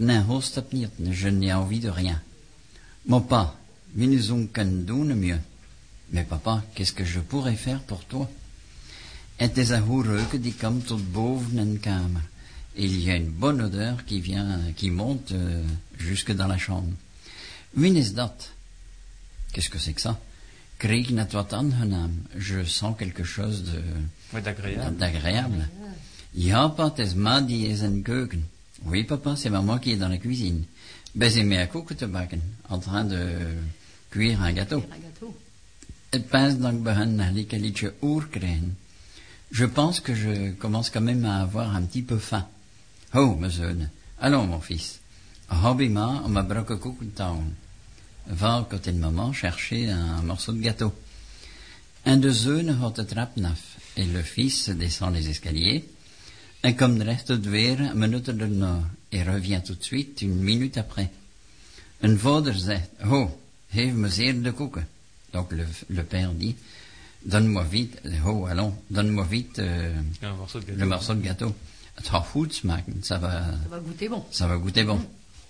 Speaker 3: Je n'ai envie de rien. Mon pa, we nous ont kunnen doen mieux. Mais papa, qu'est-ce que je pourrais faire pour toi? Het is een goede reuk die komt tot boven in de kamer. Il y a une bonne odeur qui vient, qui monte euh, jusque dans la chambre. Wie is dat? Qu'est-ce que c'est que ça? Kreeg net wat aangenaam. Je sens quelque chose de,
Speaker 1: oui, d'agréable.
Speaker 3: d'agréable. Ja, pa, het is ma die is in de keuken. Oui, papa, c'est maman qui est dans la cuisine. Bezig met een koeken te bakken. En train de cuire un gâteau. Het pijs dat ik begin eigenlijk een liedje oer krijgen. Je pense que je commence quand même à avoir un petit peu faim. Oh, mes zonen. Allons, mon fils. Hobby ma om een brokken koeken te houden. Va à côté de maman chercher un morceau de gâteau. Un de zonen gaat de trappen af. Et le fils descend les escaliers. En komt recht tot weer een minuut erna. Et revient tout de suite une minute après. Een vader zegt, oh, geef me zeer de koeken. Donc le, le père dit, donne-moi vite, oh, allons, donne-moi vite euh,
Speaker 1: morceau
Speaker 3: le morceau de gâteau. Het gaat goed smaken. Ça va,
Speaker 2: ça va goûter bon.
Speaker 3: Ça va goûter bon.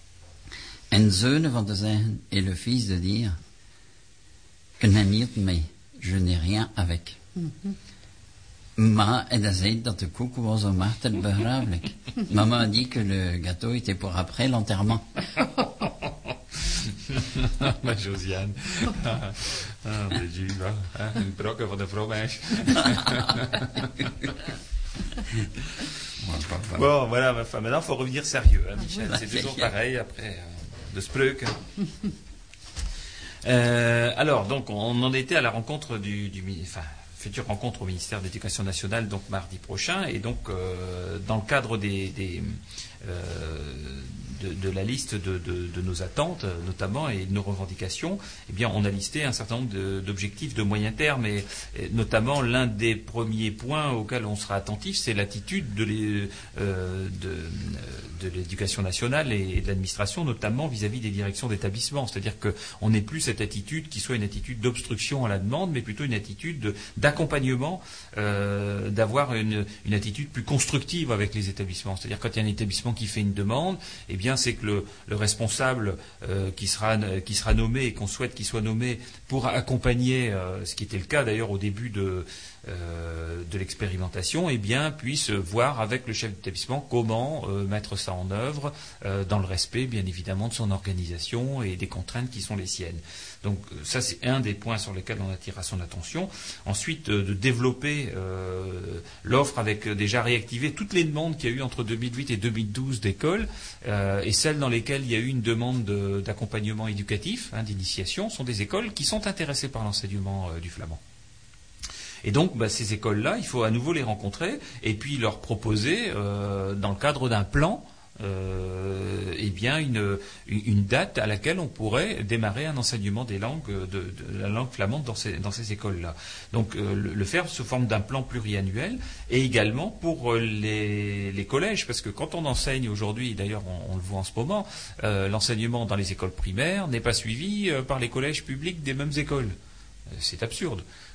Speaker 3: En zonen van te zeggen, et le fils de dire, ik neem niet mee, je n'ai rien avec. Mm-hmm. Ma, elle a dit dat de koek was om achter het begraaflijk. Maman a dit que le gâteau était pour après l'enterrement.
Speaker 1: Maar Josiane, ah, de Juva, een brokken van de fromage. Bon, voilà, enfin, maintenant il faut revenir sérieux, hein, Michel. C'est toujours pareil après euh, de Spreuk. Euh, alors, donc, on en était à la rencontre du, du enfin, future rencontre au ministère de l'Éducation nationale, donc mardi prochain, et donc euh, dans le cadre des, des euh, de, de la liste de, de, de nos attentes, notamment, et de nos revendications, eh bien, on a listé un certain nombre de, d'objectifs de moyen terme, et, et notamment l'un des premiers points auxquels on sera attentif, c'est l'attitude de, les, euh, de, de l'éducation nationale et, et de l'administration, notamment vis-à-vis des directions d'établissement. C'est-à-dire qu'on n'ait plus cette attitude qui soit une attitude d'obstruction à la demande, mais plutôt une attitude de, d'accompagnement, euh, d'avoir une, une attitude plus constructive avec les établissements. C'est-à-dire quand il y a un établissement qui fait une demande, eh bien c'est que le, le responsable euh, qui sera qui sera nommé et qu'on souhaite qu'il soit nommé pour accompagner, euh, ce qui était le cas d'ailleurs au début de euh, de l'expérimentation, eh bien puisse voir avec le chef d'établissement comment euh, mettre ça en œuvre euh, dans le respect bien évidemment de son organisation et des contraintes qui sont les siennes. Donc ça c'est un des points sur lesquels on attirera son attention. Ensuite euh, de développer euh, l'offre avec euh, déjà réactiver toutes les demandes qu'il y a eu entre deux mille huit et deux mille douze d'écoles euh, et celles dans lesquelles il y a eu une demande de, d'accompagnement éducatif, hein, d'initiation, sont des écoles qui sont intéressées par l'enseignement euh, du flamand. Et donc, bah, ces écoles-là, il faut à nouveau les rencontrer et puis leur proposer, euh, dans le cadre d'un plan, euh, eh bien une, une date à laquelle on pourrait démarrer un enseignement des langues, de, de la langue flamande dans ces, dans ces écoles-là. Donc, euh, le, le faire sous forme d'un plan pluriannuel et également pour les, les collèges, parce que quand on enseigne aujourd'hui, d'ailleurs on, on le voit en ce moment, euh, l'enseignement dans les écoles primaires n'est pas suivi euh, par les collèges publics des mêmes écoles. Euh, c'est absurde.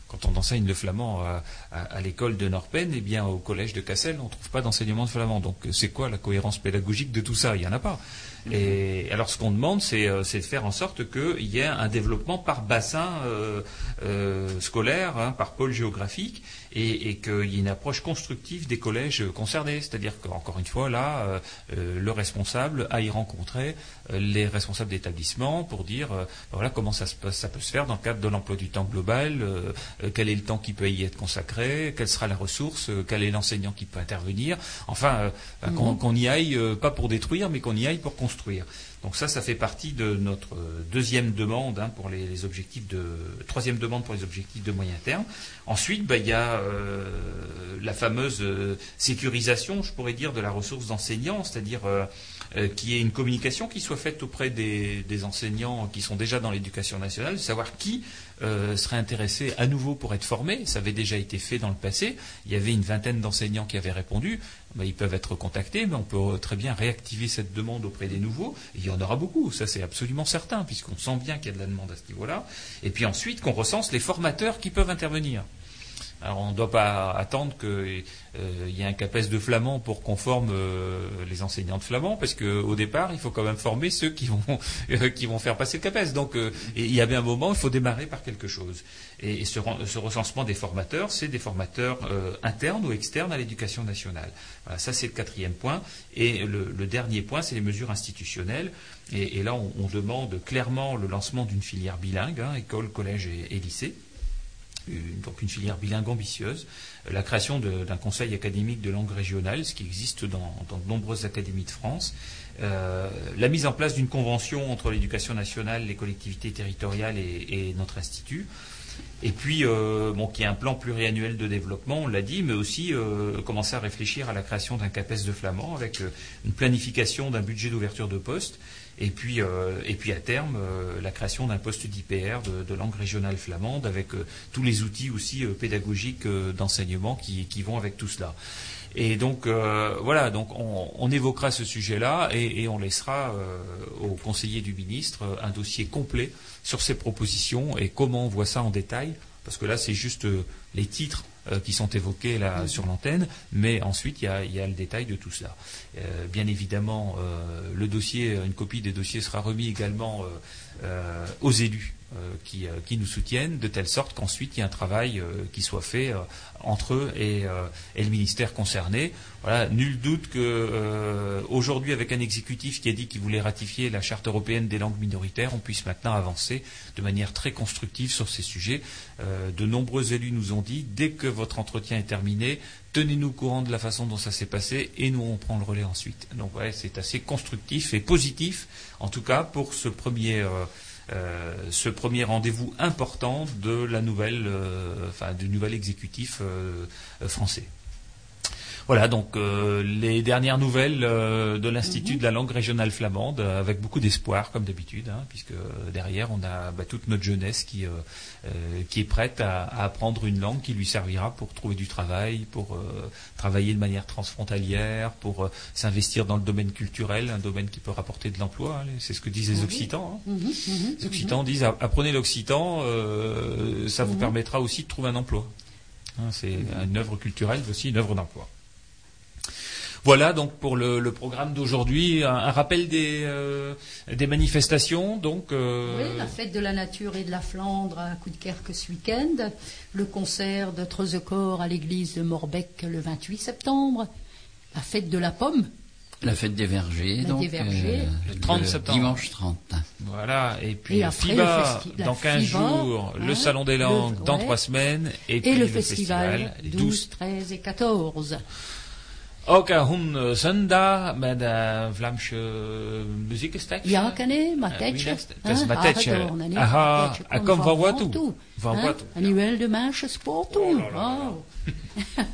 Speaker 1: quand on enseigne le flamand à, à, à l'école de Norpen, eh bien, au collège de Cassel, on ne trouve pas d'enseignement de flamand. Donc, c'est quoi la cohérence pédagogique de tout ça? Il n'y en a pas. Et alors, ce qu'on demande, c'est, euh, c'est de faire en sorte qu'il y ait un développement par bassin euh, euh, scolaire, hein, par pôle géographique, et, et qu'il y ait une approche constructive des collèges concernés. C'est-à-dire qu'encore une fois, là, euh, euh, le responsable aille rencontrer euh, les responsables d'établissement pour dire, euh, voilà, comment ça, se passe, ça peut se faire dans le cadre de l'emploi du temps global, euh, euh, quel est le temps qui peut y être consacré, quelle sera la ressource, euh, quel est l'enseignant qui peut intervenir. Enfin, euh, mm-hmm. qu'on, qu'on y aille, euh, pas pour détruire, mais qu'on y aille pour construire. Donc ça, ça fait partie de notre deuxième demande hein, pour les, les objectifs de troisième demande pour les objectifs de moyen terme. Ensuite, bah, il y a euh, la fameuse euh, sécurisation, je pourrais dire, de la ressource d'enseignants, c'est-à-dire euh, euh, qu'il y ait une communication qui soit faite auprès des, des enseignants qui sont déjà dans l'éducation nationale, de savoir qui euh, serait intéressé à nouveau pour être formé. Ça avait déjà été fait dans le passé. Il y avait une vingtaine d'enseignants qui avaient répondu. Ben, ils peuvent être contactés, mais on peut très bien réactiver cette demande auprès des nouveaux. Et il y en aura beaucoup, ça c'est absolument certain, puisqu'on sent bien qu'il y a de la demande à ce niveau-là. Et puis ensuite, qu'on recense les formateurs qui peuvent intervenir. Alors on ne doit pas attendre qu'il euh, y ait un CAPES de flamand pour qu'on forme euh, les enseignants de flamand, parce qu'au départ, il faut quand même former ceux qui vont, euh, qui vont faire passer le CAPES. Donc euh, et il y a bien un moment, il faut démarrer par quelque chose. Et, et ce, ce recensement des formateurs, c'est des formateurs euh, internes ou externes à l'éducation nationale. Voilà, ça c'est le quatrième point. Et le, le dernier point, c'est les mesures institutionnelles. Et, et là, on, on demande clairement le lancement d'une filière bilingue, hein, école, collège et, et lycée. Donc une filière bilingue ambitieuse, la création de, d'un conseil académique de langue régionale, ce qui existe dans, dans de nombreuses académies de France, euh, la mise en place d'une convention entre l'éducation nationale, les collectivités territoriales et, et notre institut, et puis euh, bon, qu'il y ait un plan pluriannuel de développement, on l'a dit, mais aussi euh, commencer à réfléchir à la création d'un CAPES de flamand avec euh, une planification d'un budget d'ouverture de poste. Et puis, euh, et puis à terme, euh, la création d'un poste d'I P R de, de langue régionale flamande avec euh, tous les outils aussi euh, pédagogiques euh, d'enseignement qui, qui vont avec tout cela. Et donc euh, voilà, donc on, on évoquera ce sujet-là et, et on laissera euh, aux conseillers du ministre euh, un dossier complet sur ces propositions et comment on voit ça en détail. Parce que là, c'est juste euh, les titres euh, qui sont évoqués là sur l'antenne, mais ensuite il y a, il y a le détail de tout cela. Euh, bien évidemment, euh, le dossier, une copie des dossiers sera remis également euh, euh, aux élus euh, qui, euh, qui nous soutiennent, de telle sorte qu'ensuite il y a un travail euh, qui soit fait euh, entre eux et, euh, et le ministère concerné. Voilà, nul doute que euh, aujourd'hui, avec un exécutif qui a dit qu'il voulait ratifier la Charte européenne des langues minoritaires, on puisse maintenant avancer de manière très constructive sur ces sujets. Euh, de nombreux élus nous ont dit, dès que votre entretien est terminé, tenez-nous au courant de la façon dont ça s'est passé et nous on prend le relais ensuite. Donc ouais, c'est assez constructif et positif, en tout cas pour ce premier, euh, euh, ce premier rendez-vous important de la nouvelle, euh, enfin du nouvel exécutif euh, français. Voilà, donc euh, les dernières nouvelles euh, de l'Institut de la langue régionale flamande, euh, avec beaucoup d'espoir, comme d'habitude, hein, puisque euh, derrière, on a bah, toute notre jeunesse qui, euh, euh, qui est prête à, à apprendre une langue qui lui servira pour trouver du travail, pour euh, travailler de manière transfrontalière, pour euh, s'investir dans le domaine culturel, un domaine qui peut rapporter de l'emploi. Hein, c'est ce que disent les Occitans. Hein. Mmh, mmh, les Occitans mmh. disent, apprenez l'Occitan, euh, ça mmh. vous permettra aussi de trouver un emploi. Hein, c'est mmh. une œuvre culturelle, mais aussi une œuvre d'emploi. Voilà donc pour le, le programme d'aujourd'hui, un, un rappel des, euh, des manifestations. Donc, euh...
Speaker 2: oui, la fête de la nature et de la Flandre à Coudekerque ce week-end, le concert de Trezecor à l'église de Morbec le vingt-huit septembre, la fête de la pomme.
Speaker 3: La fête des vergers, donc,
Speaker 2: des vergers.
Speaker 3: Euh, le trente septembre. Dimanche trente.
Speaker 1: Voilà, et puis
Speaker 2: et
Speaker 1: le FIBA
Speaker 2: le festi-
Speaker 1: dans quinze
Speaker 2: FIBA,
Speaker 1: jours,
Speaker 2: hein,
Speaker 1: le Salon des langues
Speaker 2: le,
Speaker 1: dans
Speaker 2: ouais.
Speaker 1: trois semaines, et,
Speaker 2: et
Speaker 1: puis
Speaker 2: le,
Speaker 1: le
Speaker 2: festival,
Speaker 1: festival
Speaker 2: douze, treize et quatorze.
Speaker 1: Ook hun zondag met de Vlaamse muziekenstek.
Speaker 2: Ja, ken Matetje.
Speaker 1: Dat is Matetje. Aha, hij komt van wat toe. Van wat toe.
Speaker 2: Annuel de Manche Sport toe. Oh.